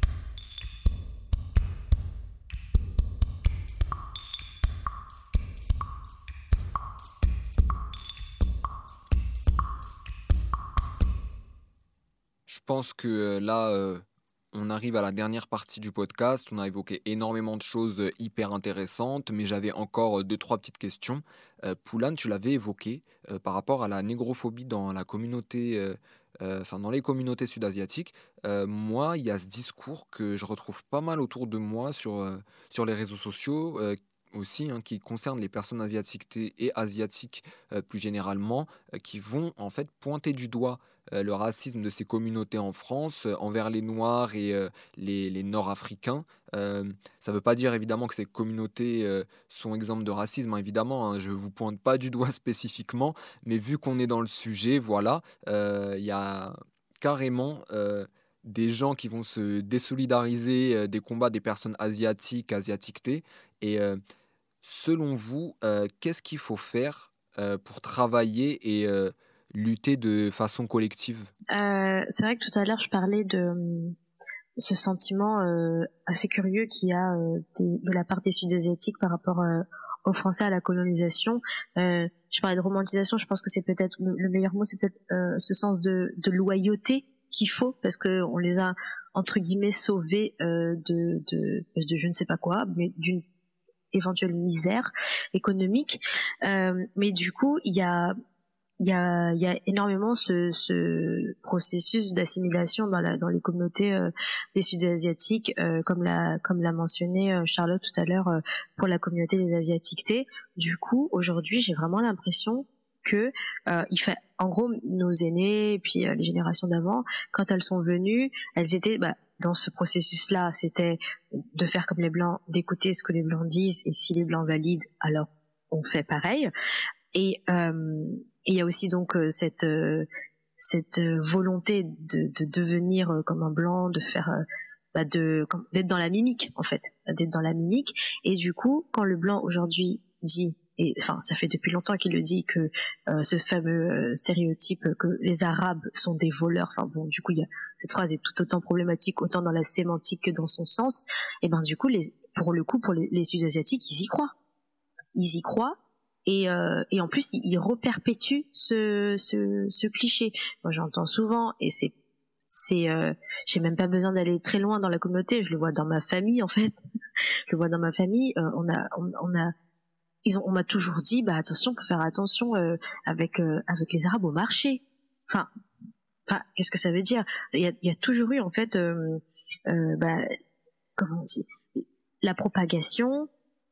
Je pense que là, euh, on arrive à la dernière partie du podcast. On a évoqué énormément de choses hyper intéressantes, mais j'avais encore deux, trois petites questions. Euh, Poulane, tu l'avais évoqué euh, par rapport à la négrophobie dans la communauté, euh, euh, enfin dans les communautés sud-asiatiques. Euh, moi, il y a ce discours que je retrouve pas mal autour de moi sur, euh, sur les réseaux sociaux. Euh, aussi hein, qui concerne les personnes asiatiques et asiatiques euh, plus généralement, euh, qui vont en fait pointer du doigt euh, le racisme de ces communautés en France euh, envers les Noirs et euh, les, les Nord-Africains. Euh, ça ne veut pas dire évidemment que ces communautés euh, sont exemptes de racisme, hein, évidemment, hein, je ne vous pointe pas du doigt spécifiquement, mais vu qu'on est dans le sujet, voilà, il euh, y a carrément euh, des gens qui vont se désolidariser euh, des combats des personnes asiatiques, asiatiquetées, et euh, selon vous, euh, qu'est-ce qu'il faut faire euh, pour travailler et euh, lutter de façon collective? Euh, c'est vrai que tout à l'heure, je parlais de euh, ce sentiment euh, assez curieux qu'il y a euh, des, de la part des Sud-Asiatiques par rapport euh, aux Français, à la colonisation. Euh, je parlais de romantisation, je pense que c'est peut-être le, le meilleur mot, c'est peut-être euh, ce sens de, de loyauté qu'il faut, parce que on les a entre guillemets sauvés euh, de, de, de je ne sais pas quoi, mais d'une éventuelle misère économique. Euh, mais du coup, il y a il y a il y a énormément ce, ce processus d'assimilation dans la dans les communautés euh, des Sud-Asiatiques, euh, comme l'a comme l'a mentionné euh, Charlotte tout à l'heure, euh, pour la communauté des Asiatiquetés. Du coup, aujourd'hui, j'ai vraiment l'impression que euh, il fait en gros nos aînés et puis euh, les générations d'avant, quand elles sont venues, elles étaient bah, dans ce processus-là, c'était de faire comme les Blancs, d'écouter ce que les Blancs disent, et si les Blancs valident, alors on fait pareil. Et euh, et il y a aussi donc euh, cette euh, cette euh, volonté de, de devenir euh, comme un blanc, de faire euh, bah de comme, d'être dans la mimique en fait, d'être dans la mimique. Et du coup, quand le blanc aujourd'hui dit, et enfin ça fait depuis longtemps qu'il le dit, que euh, ce fameux euh, stéréotype que les Arabes sont des voleurs, enfin bon, du coup il y a cette phrase est tout autant problématique autant dans la sémantique que dans son sens. Et ben du coup les pour le coup pour les, les Sud-Asiatiques, ils y croient, ils y croient. Et, euh, et en plus, il, il reperpétue ce, ce, ce cliché. Moi, j'entends souvent, et c'est, c'est, euh, j'ai même pas besoin d'aller très loin dans la communauté. Je le vois dans ma famille, en fait. Je le vois dans ma famille. Euh, on a, on, on a, ils ont, on m'a toujours dit, bah attention, faut faire attention euh, avec, euh, avec les Arabes au marché. Enfin, enfin, qu'est-ce que ça veut dire? Il y a, il y a toujours eu, en fait, euh, euh, bah, comment on dit, la propagation,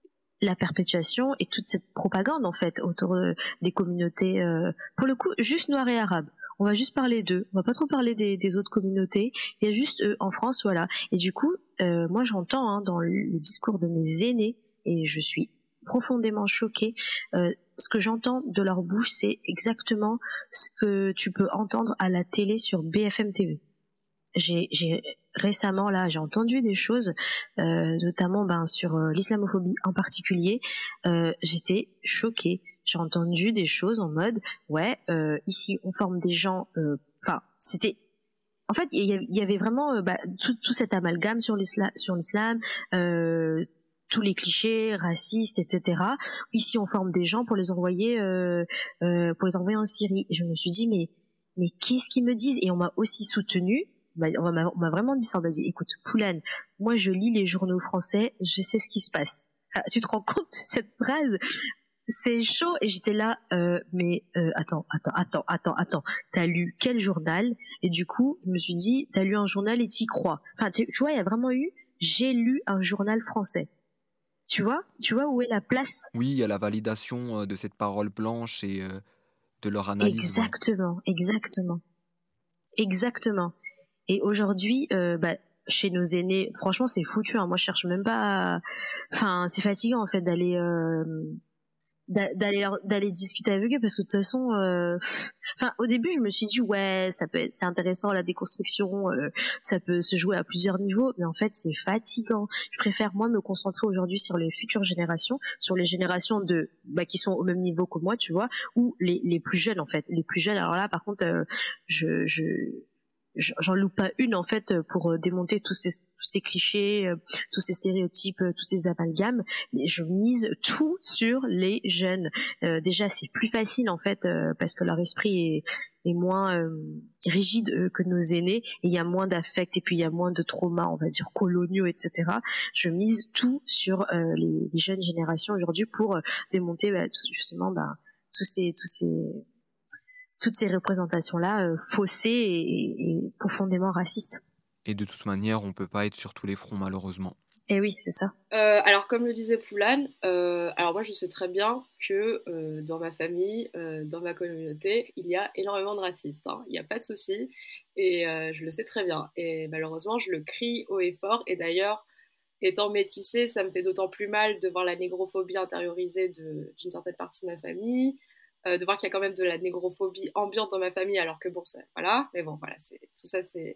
la perpétuation et toute cette propagande en fait autour euh, des communautés, euh, pour le coup juste noirs et arabes. On va juste parler d'eux. On va pas trop parler des, des autres communautés. Il y a juste eux en France, voilà. Et du coup, euh, moi j'entends hein, dans le, le discours de mes aînés, et je suis profondément choquée. Euh, ce que j'entends de leur bouche, c'est exactement ce que tu peux entendre à la télé sur B F M T V. J'ai, j'ai récemment là, j'ai entendu des choses, euh, notamment ben sur euh, l'islamophobie en particulier. Euh, j'étais choquée. J'ai entendu des choses en mode, ouais, euh, ici on forme des gens. Enfin, euh, c'était, en fait, il y, y avait vraiment euh, bah, tout, tout cet amalgame sur l'islam, sur l'islam. Euh, tous les clichés racistes, et cetera. Ici, on forme des gens pour les envoyer, euh, euh, pour les envoyer en Syrie. Et je me suis dit, mais, mais qu'est-ce qu'ils me disent? Et on m'a aussi soutenue. Bah, on m'a, on m'a vraiment dit ça. On m'a dit, écoute, Poulane, moi, je lis les journaux français, je sais ce qui se passe. Ah, tu te rends compte de cette phrase? C'est chaud. Et j'étais là, euh, mais euh, attends, attends, attends, attends, attends. T'as lu quel journal? Et du coup, je me suis dit, t'as lu un journal et t'y crois. Enfin, tu vois, il y a vraiment eu, j'ai lu un journal français. Tu vois, tu vois où est la place? Oui, il y a la validation de cette parole blanche et euh, de leur analyse. Exactement, ouais. exactement, exactement. Et aujourd'hui, euh, bah, chez nos aînés, franchement, c'est foutu. Hein. Moi, je cherche même pas. À... Enfin, c'est fatigant en fait d'aller. Euh... d'aller d'aller discuter avec eux parce que de toute façon euh... enfin au début je me suis dit ouais ça peut être c'est intéressant la déconstruction euh, ça peut se jouer à plusieurs niveaux mais en fait c'est fatigant. Je préfère moi me concentrer aujourd'hui sur les futures générations, sur les générations de bah qui sont au même niveau que moi tu vois, ou les les plus jeunes en fait les plus jeunes. Alors là par contre euh, je je j'en loupe pas une en fait pour démonter tous ces tous ces clichés, tous ces stéréotypes, tous ces amalgames. Je mise tout sur les jeunes. Euh, déjà c'est plus facile en fait euh, parce que leur esprit est, est moins euh, rigide euh, que nos aînés et il y a moins d'affect et puis il y a moins de traumas on va dire coloniaux et cetera. Je mise tout sur euh, les, les jeunes générations aujourd'hui pour euh, démonter bah, tout, justement bah, tous ces tous ces toutes ces représentations-là euh, faussées et, et profondément racistes. Et de toute manière, on ne peut pas être sur tous les fronts, malheureusement. Et oui, c'est ça. Euh, alors, comme le disait Poulane, euh, alors moi, je sais très bien que euh, dans ma famille, euh, dans ma communauté, il y a énormément de racistes. Hein. Il n'y a pas de souci. Et euh, je le sais très bien. Et malheureusement, je le crie haut et fort. Et d'ailleurs, étant métissée, ça me fait d'autant plus mal de voir la négrophobie intériorisée de, d'une certaine partie de ma famille. Euh, de voir qu'il y a quand même de la négrophobie ambiante dans ma famille, alors que bon, ça, voilà, mais bon, voilà, c'est, tout ça, c'est,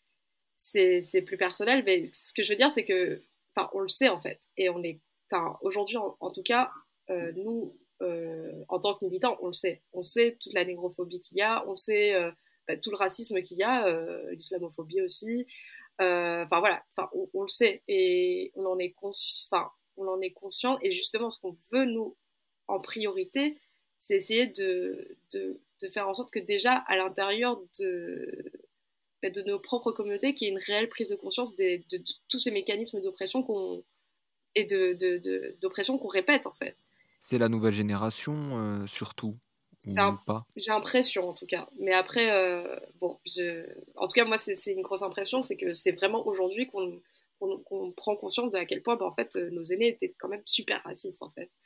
c'est, c'est plus personnel, mais ce que je veux dire, c'est que, enfin, on le sait, en fait, et on est, enfin, aujourd'hui, en, en tout cas, euh, nous, euh, en tant que militants, on le sait, on sait toute la négrophobie qu'il y a, on sait euh, bah, tout le racisme qu'il y a, euh, l'islamophobie aussi, enfin, euh, voilà, enfin, on, on le sait, et on en est conscient, enfin, on en est conscient, et justement, ce qu'on veut, nous, en priorité, c'est essayer de, de, de faire en sorte que déjà à l'intérieur de, de nos propres communautés, qu'il y ait une réelle prise de conscience des, de, de, de tous ces mécanismes d'oppression qu'on, et de, de, de, d'oppression qu'on répète en fait. C'est la nouvelle génération euh, surtout, c'est ou un, pas? J'ai l'impression en tout cas. Mais après, euh, bon, je, en tout cas moi c'est, c'est une grosse impression, c'est que c'est vraiment aujourd'hui qu'on, qu'on, qu'on prend conscience de à quel point bah, en fait, nos aînés étaient quand même super racistes en fait.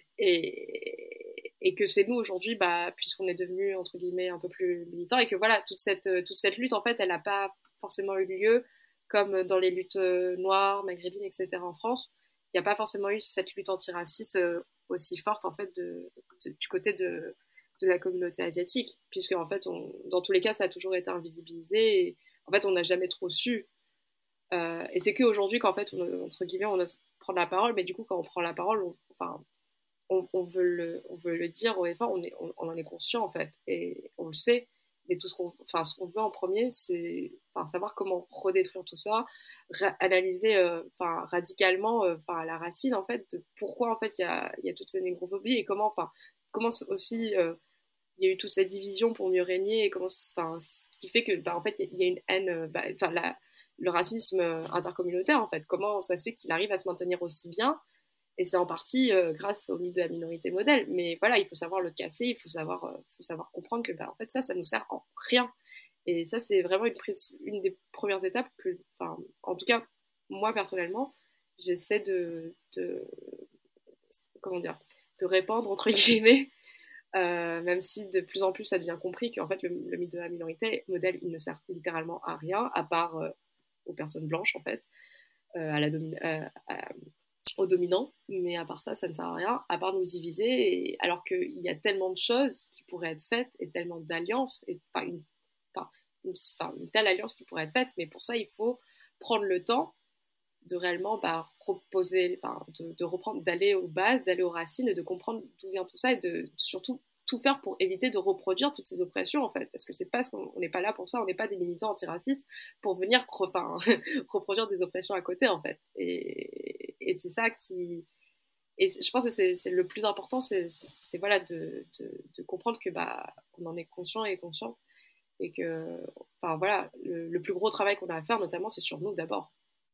Et, et que c'est nous aujourd'hui, bah, puisqu'on est devenus entre guillemets un peu plus militants, et que voilà, toute cette, toute cette lutte en fait, elle n'a pas forcément eu lieu comme dans les luttes noires, maghrébines, et cetera en France. Il n'y a pas forcément eu cette lutte antiraciste aussi forte en fait de, de, du côté de, de la communauté asiatique, puisque en fait, on, dans tous les cas, ça a toujours été invisibilisé. Et, en fait, on n'a jamais trop su. Euh, et c'est qu'aujourd'hui qu'en fait, on, entre guillemets, on ose prendre la parole, mais du coup, quand on prend la parole, on, enfin, On, on, veut le, on veut le dire haut et fort, on, est, on, on en est conscient en fait, et on le sait, mais tout ce qu'on, enfin, ce qu'on veut en premier, c'est enfin, savoir comment redétruire tout ça, ra- analyser euh, enfin, radicalement euh, enfin, à la racine en fait, de pourquoi en fait il y a, y a toute cette négrophobie, et comment, enfin, comment aussi euh, il y a eu toute cette division pour mieux régner, et comment, enfin, ce qui fait que bah, en fait il y a une haine, bah, enfin, la, le racisme intercommunautaire en fait, comment ça se fait qu'il arrive à se maintenir aussi bien. Et c'est en partie euh, grâce au mythe de la minorité modèle. Mais voilà, il faut savoir le casser, il faut savoir, euh, faut savoir comprendre que bah, en fait, ça, ça nous sert en rien. Et ça, c'est vraiment une, prise, une des premières étapes que, en tout cas, moi, personnellement, j'essaie de, de, comment dire, de répandre, entre guillemets, Euh, même si de plus en plus ça devient compris qu'en fait le, le mythe de la minorité modèle il ne sert littéralement à rien à part euh, aux personnes blanches en fait, euh, à la domi- euh, à- aux dominants, mais à part ça ça ne sert à rien à part nous diviser, et, alors qu'il y a tellement de choses qui pourraient être faites et tellement d'alliances et pas une, enfin, une, enfin, une telle alliance qui pourrait être faite, mais pour ça il faut prendre le temps de réellement bah, proposer, enfin, de, de reprendre, d'aller aux bases, d'aller aux racines et de comprendre d'où vient tout ça et de surtout tout faire pour éviter de reproduire toutes ces oppressions en fait, parce que c'est pas ce qu'on n'est pas là pour ça, on n'est pas des militants antiracistes pour venir enfin, reproduire des oppressions à côté en fait, et, et c'est ça qui, et je pense que c'est, c'est le plus important, c'est, c'est voilà de, de, de comprendre que bah on en est conscient et consciente et que enfin voilà le, le plus gros travail qu'on a à faire notamment c'est sur nous d'abord.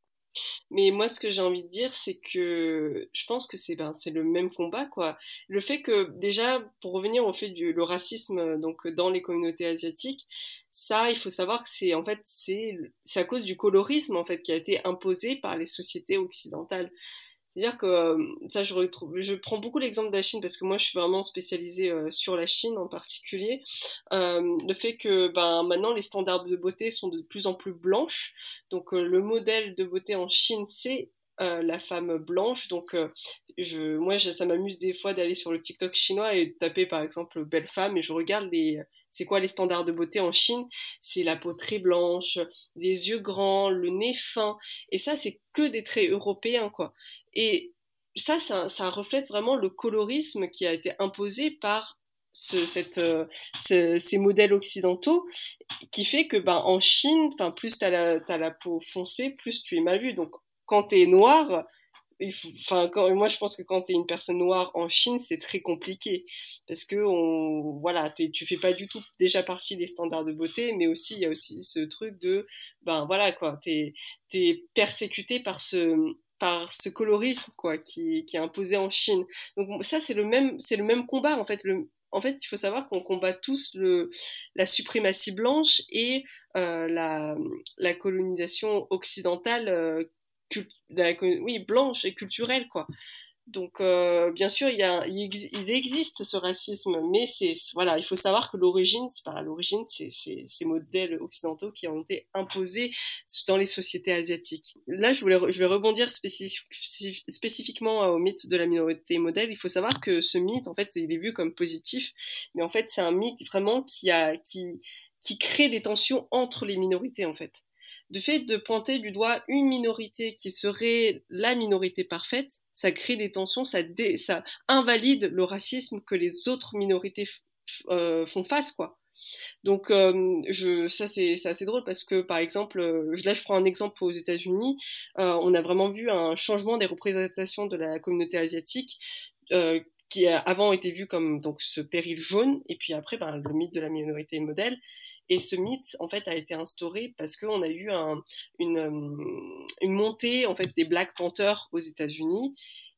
Mais moi, ce que j'ai envie de dire, c'est que je pense que c'est ben, c'est le même combat, quoi. Le fait que, déjà, pour revenir au fait du le racisme euh, donc dans les communautés asiatiques, ça, il faut savoir que c'est en fait c'est c'est à cause du colorisme en fait qui a été imposé par les sociétés occidentales. C'est-à-dire que euh, ça, je retrouve, je prends beaucoup l'exemple de la Chine parce que moi, je suis vraiment spécialisée euh, sur la Chine en particulier. Euh, le fait que ben, maintenant, les standards de beauté sont de plus en plus blanches. Donc, euh, le modèle de beauté en Chine, c'est euh, la femme blanche. Donc, euh, je, moi, je, ça m'amuse des fois d'aller sur le TikTok chinois et de taper, par exemple, belle femme et je regarde les... C'est quoi les standards de beauté en Chine? C'est la peau très blanche, les yeux grands, le nez fin. Et ça, c'est que des traits européens, quoi. Et ça, ça, ça reflète vraiment le colorisme qui a été imposé par ce, cette, euh, ce- ces modèles occidentaux, qui fait que ben, en Chine, plus tu as la, t'as la peau foncée, plus tu es mal vu. Donc quand tu es noir, il faut, enfin, quand, moi je pense que quand tu es une personne noire en Chine, c'est très compliqué. Parce que on, voilà, t'es, tu fais pas du tout déjà partie des standards de beauté, mais aussi il y a aussi ce truc de, ben voilà quoi, tu es persécuté par ce par ce colorisme quoi qui, qui est imposé en Chine. Donc ça c'est le même c'est le même combat en fait. Le, en fait il faut savoir qu'on combat tous le, la suprématie blanche et euh, la, la colonisation occidentale euh, cult- la, oui blanche et culturelle quoi. Donc, euh, bien sûr, il, y a, il, ex, il existe ce racisme, mais c'est voilà, il faut savoir que l'origine, c'est pas l'origine, c'est ces modèles occidentaux qui ont été imposés dans les sociétés asiatiques. Là, je voulais, je vais rebondir spécif, spécifiquement au mythe de la minorité modèle. Il faut savoir que ce mythe, en fait, il est vu comme positif, mais en fait, c'est un mythe vraiment qui a, qui, qui crée des tensions entre les minorités, en fait. De fait de pointer du doigt une minorité qui serait la minorité parfaite, ça crée des tensions, ça, dé, ça invalide le racisme que les autres minorités euh, font face, quoi. Donc, euh, je, ça c'est assez drôle parce que, par exemple, là je prends un exemple aux États-Unis, euh, on a vraiment vu un changement des représentations de la communauté asiatique. Euh, qui a avant été vu comme donc ce péril jaune, et puis après ben, le mythe de la minorité modèle. Et ce mythe, en fait, a été instauré parce qu'on a eu un, une, une montée en fait des Black Panthers aux États-Unis.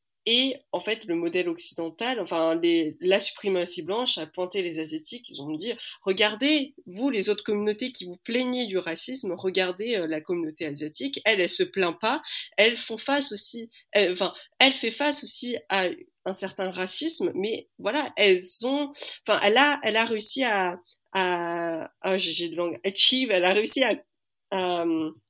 Et en fait, le modèle occidental, enfin les, la suprématie blanche a pointé les Asiatiques. Ils ont dit regardez, vous les autres communautés qui vous plaignez du racisme, regardez euh, la communauté asiatique. Elle, elle se plaint pas. Elle font face aussi, elle, enfin, elle fait face aussi à un certain racisme, mais voilà, elles ont, enfin, elle a, elle a réussi à, à, ah, j'ai de langue, achieve, elle a réussi à, à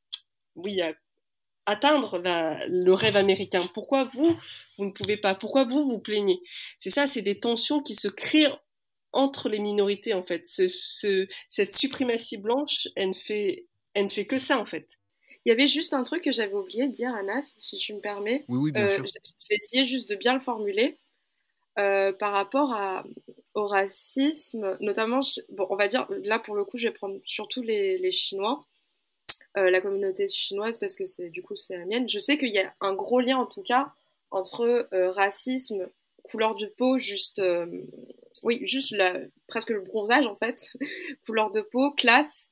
oui, à atteindre la, le rêve américain. Pourquoi vous, vous ne pouvez pas? Pourquoi vous, vous plaignez? C'est ça, c'est des tensions qui se créent entre les minorités, en fait. Ce, ce, cette suprématie blanche, elle ne, fait, elle ne fait que ça, en fait. Il y avait juste un truc que j'avais oublié de dire, Anas, si tu me permets. Oui, oui, bien euh, sûr. Je vais essayer juste de bien le formuler. Euh, par rapport à, au racisme, notamment, bon, on va dire, là pour le coup, je vais prendre surtout les, les Chinois, euh, la communauté chinoise, parce que c'est du coup c'est la mienne. Je sais qu'il y a un gros lien en tout cas entre euh, racisme, couleur de peau, juste, euh, oui, juste la, presque le bronzage en fait, couleur de peau, classe,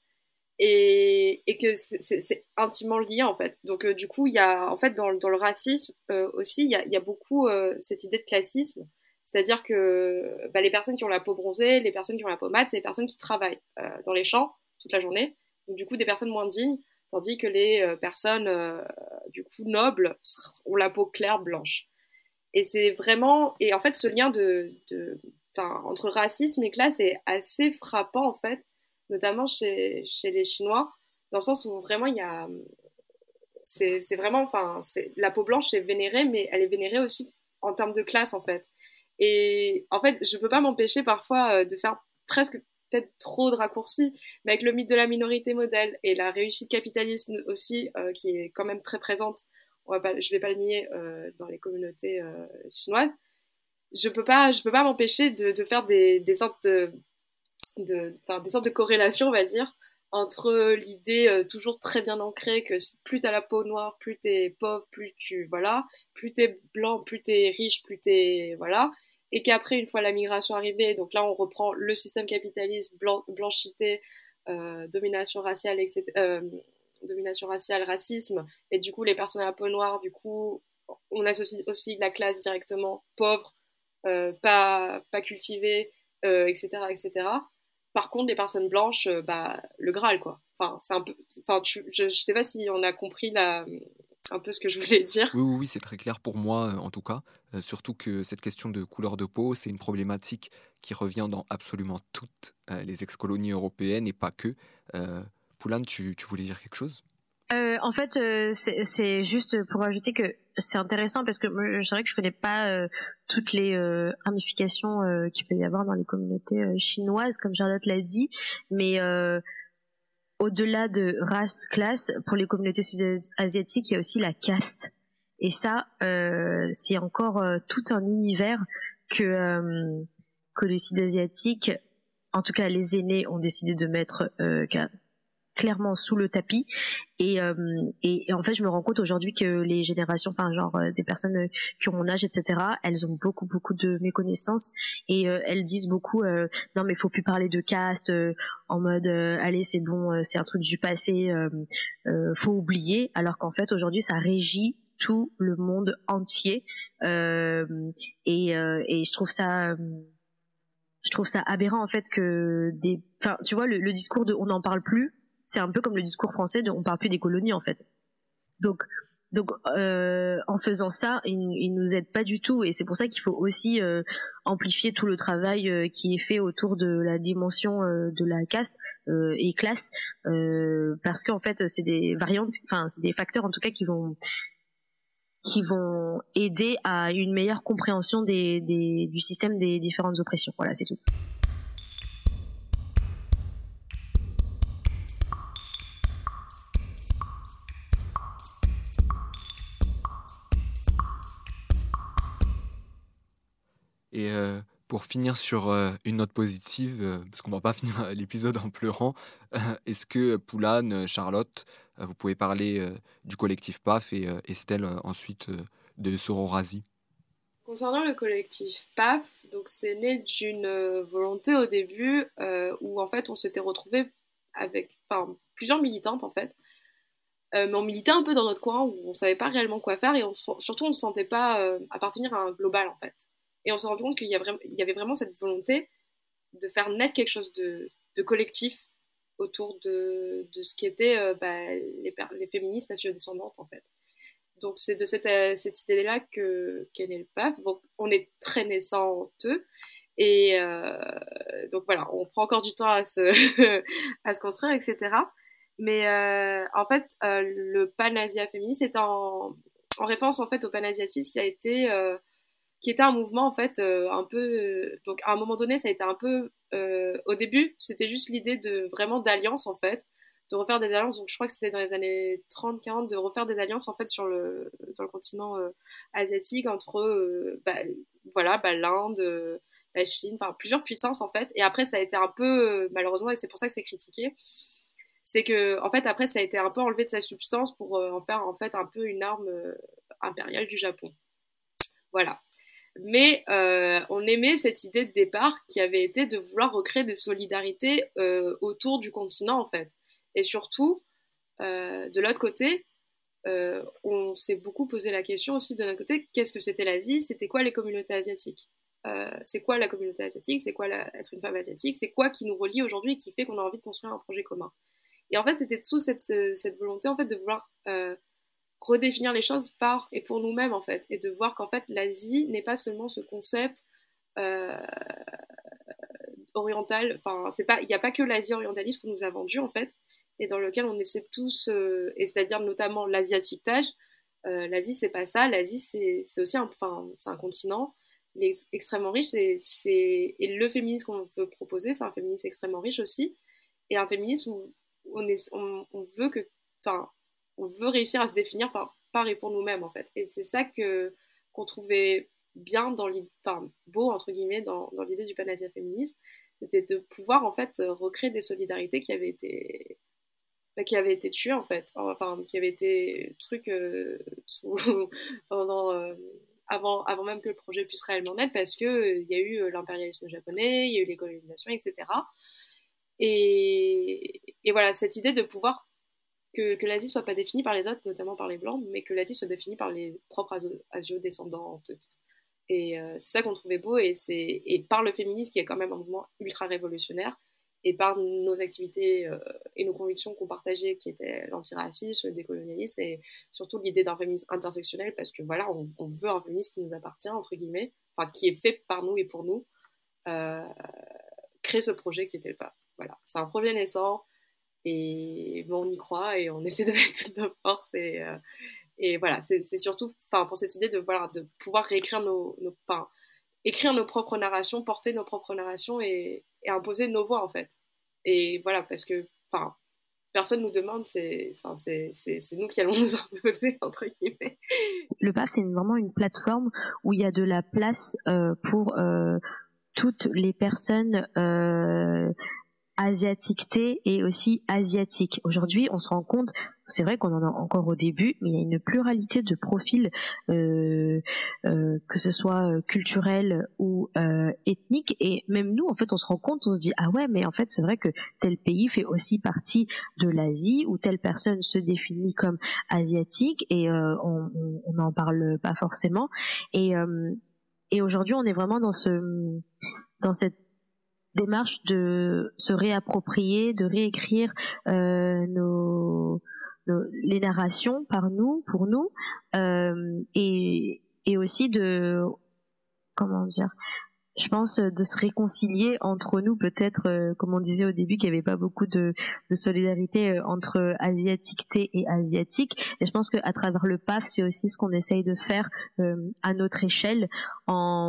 et, et que c'est intimement lié en fait. Donc euh, du coup, il y a en fait dans, dans le racisme euh, aussi, il y a, y a beaucoup euh, cette idée de classisme. C'est-à-dire que bah, les personnes qui ont la peau bronzée, les personnes qui ont la peau mate, c'est les personnes qui travaillent euh, dans les champs toute la journée. Donc, du coup, des personnes moins dignes, tandis que les euh, personnes, euh, du coup, nobles ont la peau claire, blanche. Et c'est vraiment... Et en fait, ce lien de... de enfin, entre racisme et classe est assez frappant, en fait, notamment chez, chez les Chinois, dans le sens où vraiment, il y a... C'est, c'est vraiment... Enfin, c'est, la peau blanche est vénérée, mais elle est vénérée aussi en termes de classe, en fait. Et en fait, je peux pas m'empêcher parfois de faire presque peut-être trop de raccourcis, mais avec le mythe de la minorité modèle et la réussite capitaliste aussi, euh, qui est quand même très présente, on va pas, je vais pas le nier, euh, dans les communautés euh, chinoises, je peux pas, je peux pas m'empêcher de, de faire des, des sortes de, de, enfin, des sortes de corrélations, on va dire, entre l'idée euh, toujours très bien ancrée que plus t'as la peau noire, plus t'es pauvre, plus tu, voilà, plus t'es blanc, plus t'es riche, plus t'es, voilà, et qu'après, une fois la migration arrivée, donc là, on reprend le système capitaliste, blanc, blanchité, euh, domination raciale, et cetera, euh, domination raciale, racisme, et du coup, les personnes à la peau noire, du coup, on associe aussi la classe directement, pauvre, euh, pas, pas cultivée, euh, et cetera, et cetera. Par contre, les personnes blanches, euh, bah, le Graal, quoi. Enfin, c'est un peu, enfin, tu, je, je sais pas si on a compris la, un peu ce que je voulais dire. Oui, oui, oui, c'est très clair pour moi, euh, en tout cas. Euh, surtout que cette question de couleur de peau, c'est une problématique qui revient dans absolument toutes euh, les ex-colonies européennes et pas que. Euh, Poulane, tu, tu voulais dire quelque chose? Euh, en fait, euh, c'est, c'est juste pour ajouter que c'est intéressant parce que moi, c'est vrai que je connais pas euh, toutes les euh, ramifications euh, qu'il peut y avoir dans les communautés euh, chinoises, comme Charlotte l'a dit, mais euh, au-delà de race, classe, pour les communautés sud-asiatiques, il y a aussi la caste. Et ça, euh, c'est encore euh, tout un univers que euh, que le sud-asiatique, en tout cas les aînés, ont décidé de mettre euh, clairement sous le tapis. Et, euh, et, et en fait, je me rends compte aujourd'hui que les générations, enfin genre euh, des personnes qui ont mon âge, et cetera, elles ont beaucoup beaucoup de méconnaissances et euh, elles disent beaucoup euh, non mais faut plus parler de caste euh, en mode euh, allez c'est bon, euh, c'est un truc du passé, euh, euh, faut oublier. Alors qu'en fait aujourd'hui ça régit tout le monde entier euh, et, euh, et je trouve ça euh, je trouve ça aberrant en fait que des, enfin tu vois le, le discours de on n'en parle plus, c'est un peu comme le discours français de on parle plus des colonies en fait. Donc, donc euh, en faisant ça, il, il nous aide pas du tout et c'est pour ça qu'il faut aussi euh, amplifier tout le travail euh, qui est fait autour de la dimension euh, de la caste euh, et classe euh, parce qu'en fait c'est des variantes, enfin c'est des facteurs en tout cas qui vont qui vont aider à une meilleure compréhension des, des, du système des différentes oppressions. Voilà, c'est tout. Et euh, pour finir sur euh, une note positive, euh, parce qu'on va pas finir l'épisode en pleurant, euh, est-ce que Poulane, Charlotte, euh, vous pouvez parler euh, du collectif P A F et euh, Estelle euh, ensuite euh, de Sororasi? Concernant le collectif P A F, donc c'est né d'une euh, volonté au début euh, où en fait on s'était retrouvés avec enfin, plusieurs militantes en fait, euh, mais on militait un peu dans notre coin où on savait pas réellement quoi faire et on, surtout on se sentait pas euh, appartenir à un global en fait. Et on s'est rendu compte qu'il y, a vraiment, il y avait vraiment cette volonté de faire naître quelque chose de, de collectif autour de, de ce qui était euh, bah, les, les féministes afro-descendantes en fait. Donc c'est de cette, euh, cette idée-là que, qu'est né le P A F. Donc on est très naissante et euh, donc voilà, on prend encore du temps à se, à se construire, et cetera. Mais euh, en fait, euh, le Pan-Asia féministe est en, en référence en fait au Pan-Asiatisme qui a été euh, qui était un mouvement en fait euh, un peu euh, donc à un moment donné ça a été un peu euh, au début c'était juste l'idée de vraiment d'alliance en fait de refaire des alliances donc je crois que c'était dans les années trente quarante de refaire des alliances en fait sur le dans le continent euh, asiatique entre euh, bah, voilà bah, l'Inde euh, la Chine enfin plusieurs puissances en fait et après ça a été un peu euh, malheureusement et c'est pour ça que c'est critiqué c'est que en fait après ça a été un peu enlevé de sa substance pour euh, en faire en fait un peu une arme euh, impériale du Japon voilà. Mais euh, on aimait cette idée de départ qui avait été de vouloir recréer des solidarités euh, autour du continent en fait. Et surtout, euh, de l'autre côté, euh, on s'est beaucoup posé la question aussi de notre côté, qu'est-ce que c'était l'Asie? C'était quoi les communautés asiatiques? euh, C'est quoi la communauté asiatique? C'est quoi la, être une femme asiatique? C'est quoi qui nous relie aujourd'hui et qui fait qu'on a envie de construire un projet commun? Et en fait, c'était tout cette, cette volonté en fait de vouloir... Euh, redéfinir les choses par et pour nous-mêmes en fait et de voir qu'en fait l'Asie n'est pas seulement ce concept euh, orientale. Enfin, c'est pas, il n'y a pas que l'Asie orientaliste qu'on nous a vendu en fait, et dans lequel on essaie tous, euh, et c'est-à-dire notamment l'asiatique-tage. Euh, L'Asie, c'est pas ça. L'Asie, c'est, c'est aussi un, enfin, c'est un continent. Il est ex- extrêmement riche. C'est, c'est... Et le féminisme qu'on veut proposer, c'est un féminisme extrêmement riche aussi. Et un féminisme où on, est, on, on veut que, enfin, on veut réussir à se définir par, par et pour nous-mêmes, en fait. Et c'est ça que, qu'on trouvait bien dans l'idée, enfin, beau, entre guillemets, dans, dans l'idée du pan-asia-féminisme. C'était de pouvoir, en fait, recréer des solidarités qui avaient été qui avait été tué en fait, enfin qui avait été truc euh, sous, pendant euh, avant avant même que le projet puisse réellement naître, parce que il euh, y a eu euh, l'impérialisme japonais, il y a eu les colonisations, et cetera. Et, et voilà, cette idée de pouvoir que, que l'Asie soit pas définie par les autres, notamment par les blancs, mais que l'Asie soit définie par les propres asio-descendants. Et euh, c'est ça qu'on trouvait beau, et c'est et par le féminisme qui est quand même un mouvement ultra révolutionnaire, et par nos activités euh, et nos convictions qu'on partageait, qui étaient l'antiracisme, le décolonialisme, et surtout l'idée d'un féminisme intersectionnel, parce que voilà, on, on veut un féminisme qui nous appartient, entre guillemets, enfin qui est fait par nous et pour nous, euh, créer ce projet qui était le P A F. Voilà, c'est un projet naissant, et bon, on y croit, et on essaie de mettre toutes nos forces, et, euh, et voilà, c'est, c'est surtout pour cette idée de, voilà, de pouvoir réécrire nos, nos enfin, écrire nos propres narrations, porter nos propres narrations, et, et imposer nos voix en fait. Et voilà, parce que enfin, personne nous demande, c'est, enfin, c'est, c'est, c'est nous qui allons nous imposer, entre guillemets. Le P A F, c'est vraiment une plateforme où il y a de la place euh, pour euh, toutes les personnes euh, asiatiquetés et aussi asiatiques. Aujourd'hui, on se rend compte, c'est vrai qu'on en a encore au début, mais il y a une pluralité de profils, euh, euh, que ce soit culturel ou euh, ethnique, et même nous, en fait, on se rend compte, on se dit ah ouais, mais en fait, c'est vrai que tel pays fait aussi partie de l'Asie, ou telle personne se définit comme asiatique, et euh, on n'en parle pas forcément. Et euh, et aujourd'hui, on est vraiment dans ce dans cette démarche de se réapproprier, de réécrire euh, nos, nos les narrations par nous, pour nous, euh, et et aussi de comment dire, je pense de se réconcilier entre nous, peut-être euh, comme on disait au début qu'il n'y avait pas beaucoup de, de solidarité euh, entre asiatiqueté et asiatique, et je pense qu'à travers le P A F, c'est aussi ce qu'on essaye de faire euh, à notre échelle, en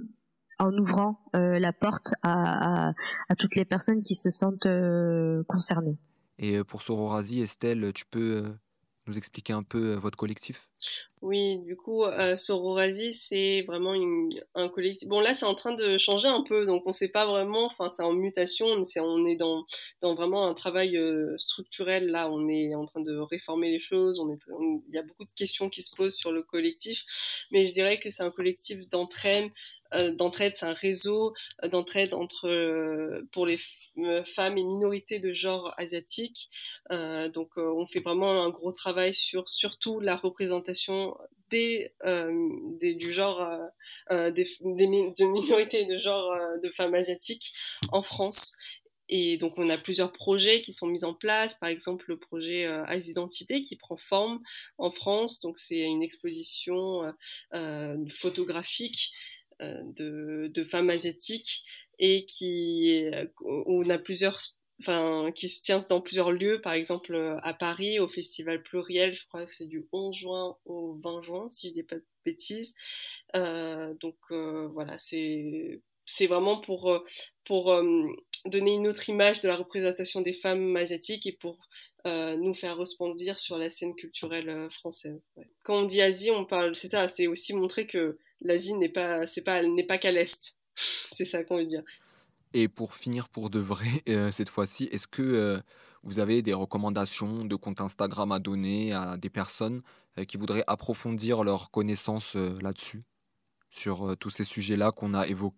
en ouvrant euh, la porte à, à, à toutes les personnes qui se sentent euh, concernées. Et pour Sororasi, Estelle, tu peux euh, nous expliquer un peu euh, votre collectif ? Oui, du coup, euh, Sororasi, c'est vraiment une, un collectif. Bon, là, c'est en train de changer un peu, donc on ne sait pas vraiment, enfin, c'est en mutation, on est, on est dans, dans vraiment un travail euh, structurel, là, on est en train de réformer les choses, on est, on, il y a beaucoup de questions qui se posent sur le collectif, mais je dirais que c'est un collectif d'entraide, euh, d'entraide, c'est un réseau euh, d'entraide entre, euh, pour les f- femmes et minorités de genre asiatique. Euh, donc, euh, on fait vraiment un gros travail sur surtout la représentation des, euh, des du genre euh, euh, des, des de minorités de genre euh, de femmes asiatiques en France. Et donc on a plusieurs projets qui sont mis en place, par exemple le projet euh, Asidentité qui prend forme en France. Donc c'est une exposition euh, euh, photographique euh, de, de femmes asiatiques, et qui euh, on a plusieurs enfin, qui se tient dans plusieurs lieux, par exemple à Paris, au Festival Pluriel, je crois que c'est du onze juin au vingt juin, si je dis pas de bêtises. Euh, donc euh, voilà, c'est c'est vraiment pour, pour euh, donner une autre image de la représentation des femmes asiatiques, et pour euh, nous faire resplendir sur la scène culturelle française. Ouais. Quand on dit Asie, on parle, c'est ça, c'est aussi montrer que l'Asie n'est pas, c'est pas, n'est pas qu'à l'Est. C'est ça qu'on veut dire. Et pour finir pour de vrai, euh, cette fois-ci, est-ce que euh, vous avez des recommandations de comptes Instagram à donner à des personnes euh, qui voudraient approfondir leurs connaissances euh, là-dessus, sur euh, tous ces sujets-là qu'on a évoqués ?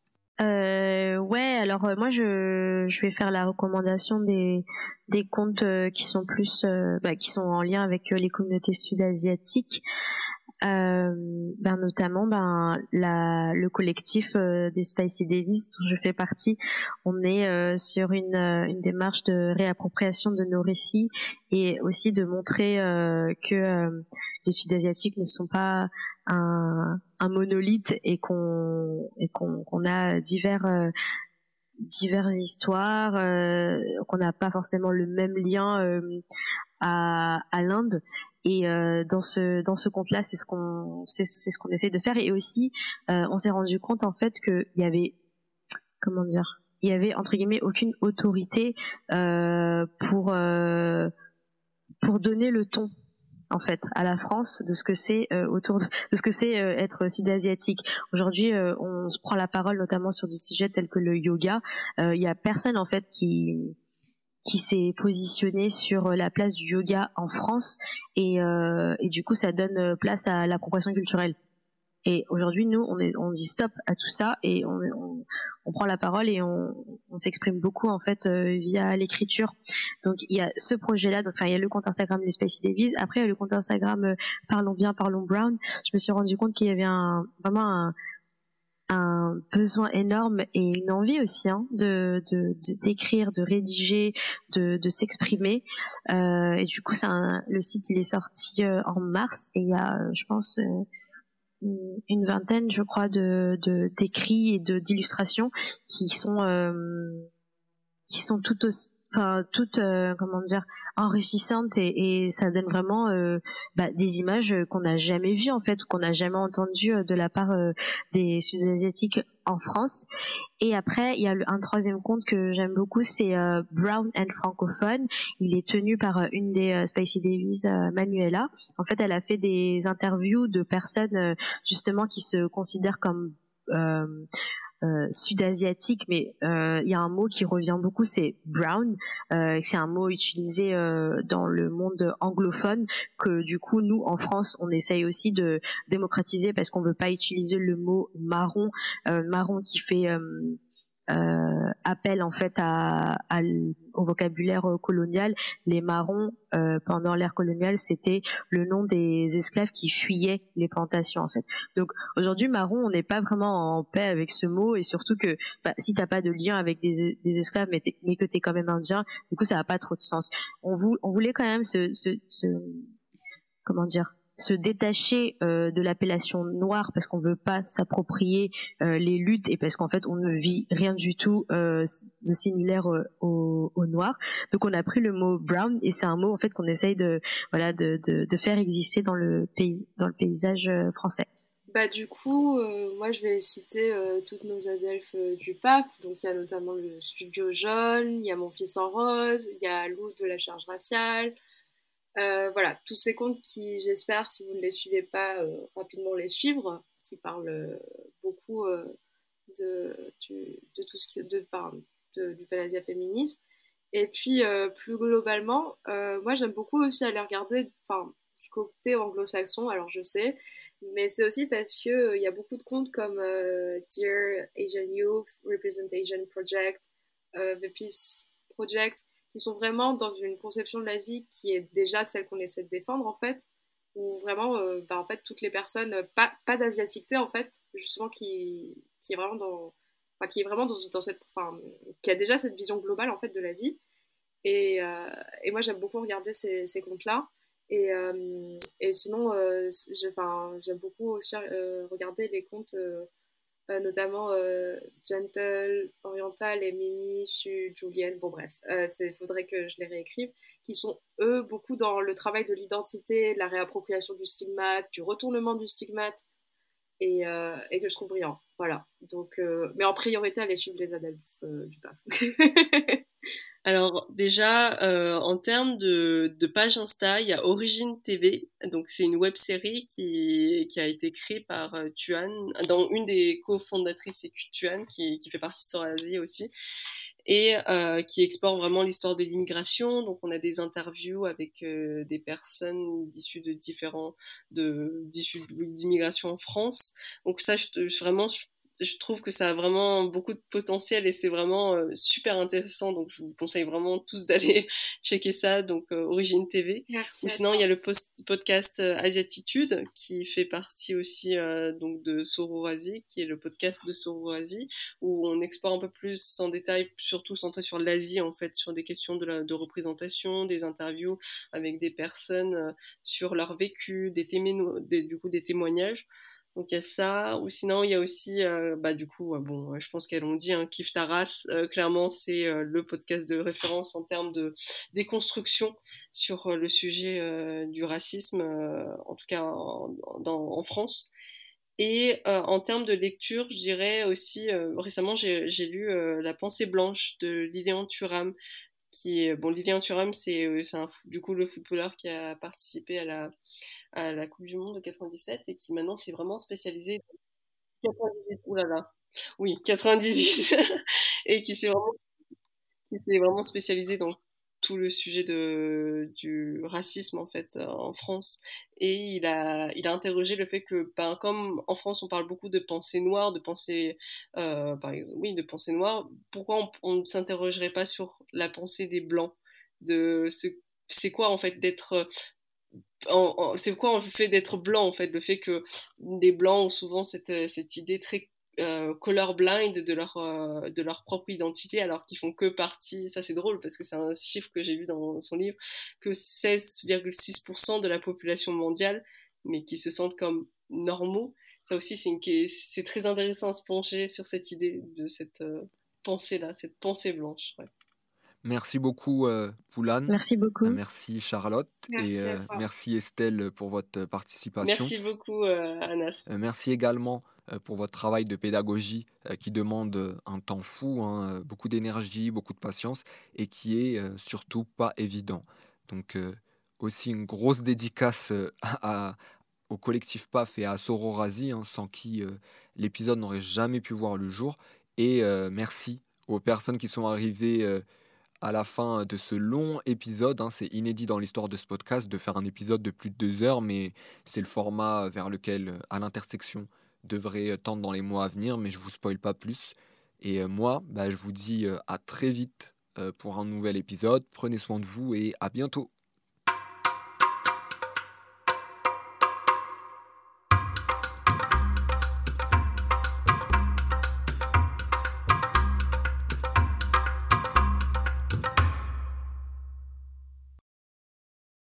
Euh, ouais, alors euh, moi je je vais faire la recommandation des des comptes euh, qui sont plus euh, bah, qui sont en lien avec euh, les communautés sud-asiatiques. Euh, ben notamment ben la le collectif euh, des Spicy Davies dont je fais partie, on est euh, sur une euh, une démarche de réappropriation de nos récits et aussi de montrer euh, que euh, les Sud-Asiatiques ne sont pas un un monolithe et qu'on et qu'on qu'on a divers euh, diverses histoires, euh, qu'on n'a pas forcément le même lien euh, à, à l'Inde. Et euh, dans ce dans ce compte-là, c'est ce qu'on c'est, c'est ce qu'on essaie de faire. Et aussi, euh, on s'est rendu compte en fait qu'il y avait, comment dire, il y avait entre guillemets aucune autorité euh, pour euh, pour donner le ton en fait à la France de ce que c'est euh, autour de, de ce que c'est euh, être sud-asiatique. Aujourd'hui, euh, on se prend la parole notamment sur des sujets tels que le yoga. Euh, Il y a personne en fait qui qui s'est positionné sur la place du yoga en France et euh, et du coup ça donne place à l'appropriation culturelle. Et aujourd'hui, nous, on, est, on dit stop à tout ça et on, on, on prend la parole et on, on s'exprime beaucoup en fait euh, via l'écriture. Donc il y a ce projet-là, donc enfin il y a le compte Instagram des Spicy Davies. Après il y a le compte Instagram euh, Parlons bien, Parlons Brown. Je me suis rendu compte qu'il y avait un vraiment un, un besoin énorme et une envie aussi hein, de, de, de d'écrire, de rédiger, de, de s'exprimer. Euh, et du coup, c'est un, le site il est sorti euh, en mars et il y a, euh, je pense. Euh, une vingtaine, je crois, de, de d'écrits et de d'illustrations qui sont euh, qui sont toutes aussi, enfin toutes euh, comment dire enrichissantes et, et ça donne vraiment euh, bah, des images qu'on n'a jamais vues en fait ou qu'on n'a jamais entendues euh, de la part euh, des Sud-Asiatiques en France. Et après il y a le, un troisième compte que j'aime beaucoup, c'est euh, Brown and Francophone. Il est tenu par euh, une des euh, Spicy Davies, euh, Manuela. En fait elle a fait des interviews de personnes euh, justement qui se considèrent comme euh, euh, sud-asiatique, mais euh, il y a un mot qui revient beaucoup, c'est brown. Euh, c'est un mot utilisé euh, dans le monde anglophone que du coup nous en France on essaye aussi de démocratiser parce qu'on veut pas utiliser le mot marron, euh, marron qui fait euh, euh, appel en fait à, à au vocabulaire colonial. Les marrons euh, pendant l'ère coloniale c'était le nom des esclaves qui fuyaient les plantations en fait. Donc aujourd'hui marron on n'est pas vraiment en paix avec ce mot et surtout que bah, si t'as pas de lien avec des, des esclaves mais, mais que t'es quand même indien, du coup ça a pas trop de sens. On, vou, on voulait quand même se, se, se comment dire se détacher euh, de l'appellation noire parce qu'on veut pas s'approprier euh, les luttes et parce qu'en fait on ne vit rien du tout euh, de similaire euh, au, au noir. Donc on a pris le mot brown et c'est un mot en fait qu'on essaye de voilà de, de, de faire exister dans le pays dans le paysage euh, français. Bah du coup, euh, moi je vais citer euh, toutes nos adelphes euh, du P A F. Donc il y a notamment le Studio Jaune, il y a Mon Fils en Rose, il y a Lou de la charge raciale. Euh, voilà, tous ces comptes qui, j'espère, si vous ne les suivez pas, euh, rapidement les suivre, qui parlent euh, beaucoup euh, de, du, de tout ce qui de, enfin, de, du Panadia féminisme. Et puis, euh, plus globalement, euh, moi j'aime beaucoup aussi aller regarder enfin, du côté anglo-saxon, alors je sais, mais c'est aussi parce qu'il euh, y a beaucoup de comptes comme euh, Dear Asian Youth, Representation Project, euh, The Peace Project, qui sont vraiment dans une conception de l'Asie qui est déjà celle qu'on essaie de défendre en fait, où vraiment euh, bah, en fait toutes les personnes euh, pas, pas d'asiaticité en fait justement qui, qui est vraiment dans enfin, qui est vraiment dans, dans cette enfin, qui a déjà cette vision globale en fait de l'Asie et, euh, et moi j'aime beaucoup regarder ces, ces comptes là et, euh, et sinon euh, j'ai, j'aime beaucoup aussi euh, regarder les comptes euh, Euh, notamment euh, Gentle, Oriental et Mimi, Su, Julienne, bon bref, il euh, faudrait que je les réécrive, qui sont eux beaucoup dans le travail de l'identité, la réappropriation du stigmate, du retournement du stigmate, et, euh, et que je trouve brillant. Voilà. Donc, euh, mais en priorité, allez suivre les adelphes euh, du P A F. Alors déjà, euh, en termes de, de page Insta, il y a Origine T V, donc c'est une web-série qui, qui a été créée par euh, Tuan, dont une des cofondatrices c'est Tuan, qui, qui fait partie de Sor-Asie aussi, et euh, qui explore vraiment l'histoire de l'immigration. Donc on a des interviews avec euh, des personnes issues de différents, de, d'issues d'immigration en France. Donc ça, je, je vraiment... Je, je trouve que ça a vraiment beaucoup de potentiel et c'est vraiment euh, super intéressant. Donc, je vous conseille vraiment tous d'aller checker ça. Donc, euh, Origine T V. Merci Ou à sinon, toi. il y a le post- podcast euh, Asiatitude qui fait partie aussi euh, donc de Sororasi, qui est le podcast de Sororasi, où on explore un peu plus en détail, surtout centré sur l'Asie, en fait, sur des questions de, la, de représentation, des interviews avec des personnes euh, sur leur vécu, des, téméno- des, du coup, des témoignages. Donc il y a ça, ou sinon il y a aussi, euh, bah du coup, euh, bon, euh, je pense qu'elles l'ont dit, hein, Kif Taras, euh, clairement c'est euh, le podcast de référence en termes de déconstruction sur euh, le sujet euh, du racisme, euh, en tout cas en, dans- en France. Et euh, en termes de lecture, je dirais aussi, euh, récemment j'ai j'ai lu euh, La pensée blanche de Lilian Thuram, qui est, bon, Lilian Thuram, c'est euh, c'est un fou- du coup le footballeur qui a participé à la, à la Coupe du Monde de quatre-vingt-dix-sept et qui maintenant s'est vraiment spécialisé quatre-vingt-dix-huit, oulala, oui, quatre-vingt-dix-huit, et qui s'est vraiment, qui s'est vraiment spécialisé dans tout le sujet de, du racisme en fait euh, en France. Et il a, il a interrogé le fait que, ben, comme en France on parle beaucoup de pensée noire, de pensée, euh, par exemple, oui, de pensée noire, pourquoi on ne s'interrogerait pas sur la pensée des blancs, de ce, c'est quoi en fait d'être en- en- c'est quoi le fait d'être blanc en fait, le fait que les blancs ont souvent cette, euh, cette idée très euh, colorblind de leur, euh, de leur propre identité alors qu'ils font que partie, ça c'est drôle parce que c'est un chiffre que j'ai vu dans son livre, que seize virgule six pour cent de la population mondiale mais qui se sentent comme normaux. Ça aussi c'est, une, c'est très intéressant à se pencher sur cette idée de cette euh, pensée là, cette pensée blanche. Ouais. Merci beaucoup, euh, Poulane. Merci Euh, beaucoup. Merci, Charlotte. Et Merci à euh, toi. merci, Estelle, pour votre participation. Merci beaucoup euh, Anas. Euh, merci également euh, pour votre travail de pédagogie euh, qui demande euh, un temps fou, hein, euh, beaucoup d'énergie, beaucoup de patience et qui est euh, surtout pas évident. Donc euh, aussi une grosse dédicace euh, à- au collectif P A F et à Sororasi, hein, sans qui euh, l'épisode n'aurait jamais pu voir le jour. Et euh, merci aux personnes qui sont arrivées euh, à la fin de ce long épisode. Hein. C'est inédit dans l'histoire de ce podcast de faire un épisode de plus de deux heures, mais c'est le format vers lequel, euh, à l'intersection, devrait tendre dans les mois à venir, mais je vous spoil pas plus. Et euh, moi, bah, je vous dis euh, à très vite euh, pour un nouvel épisode. Prenez soin de vous et à bientôt.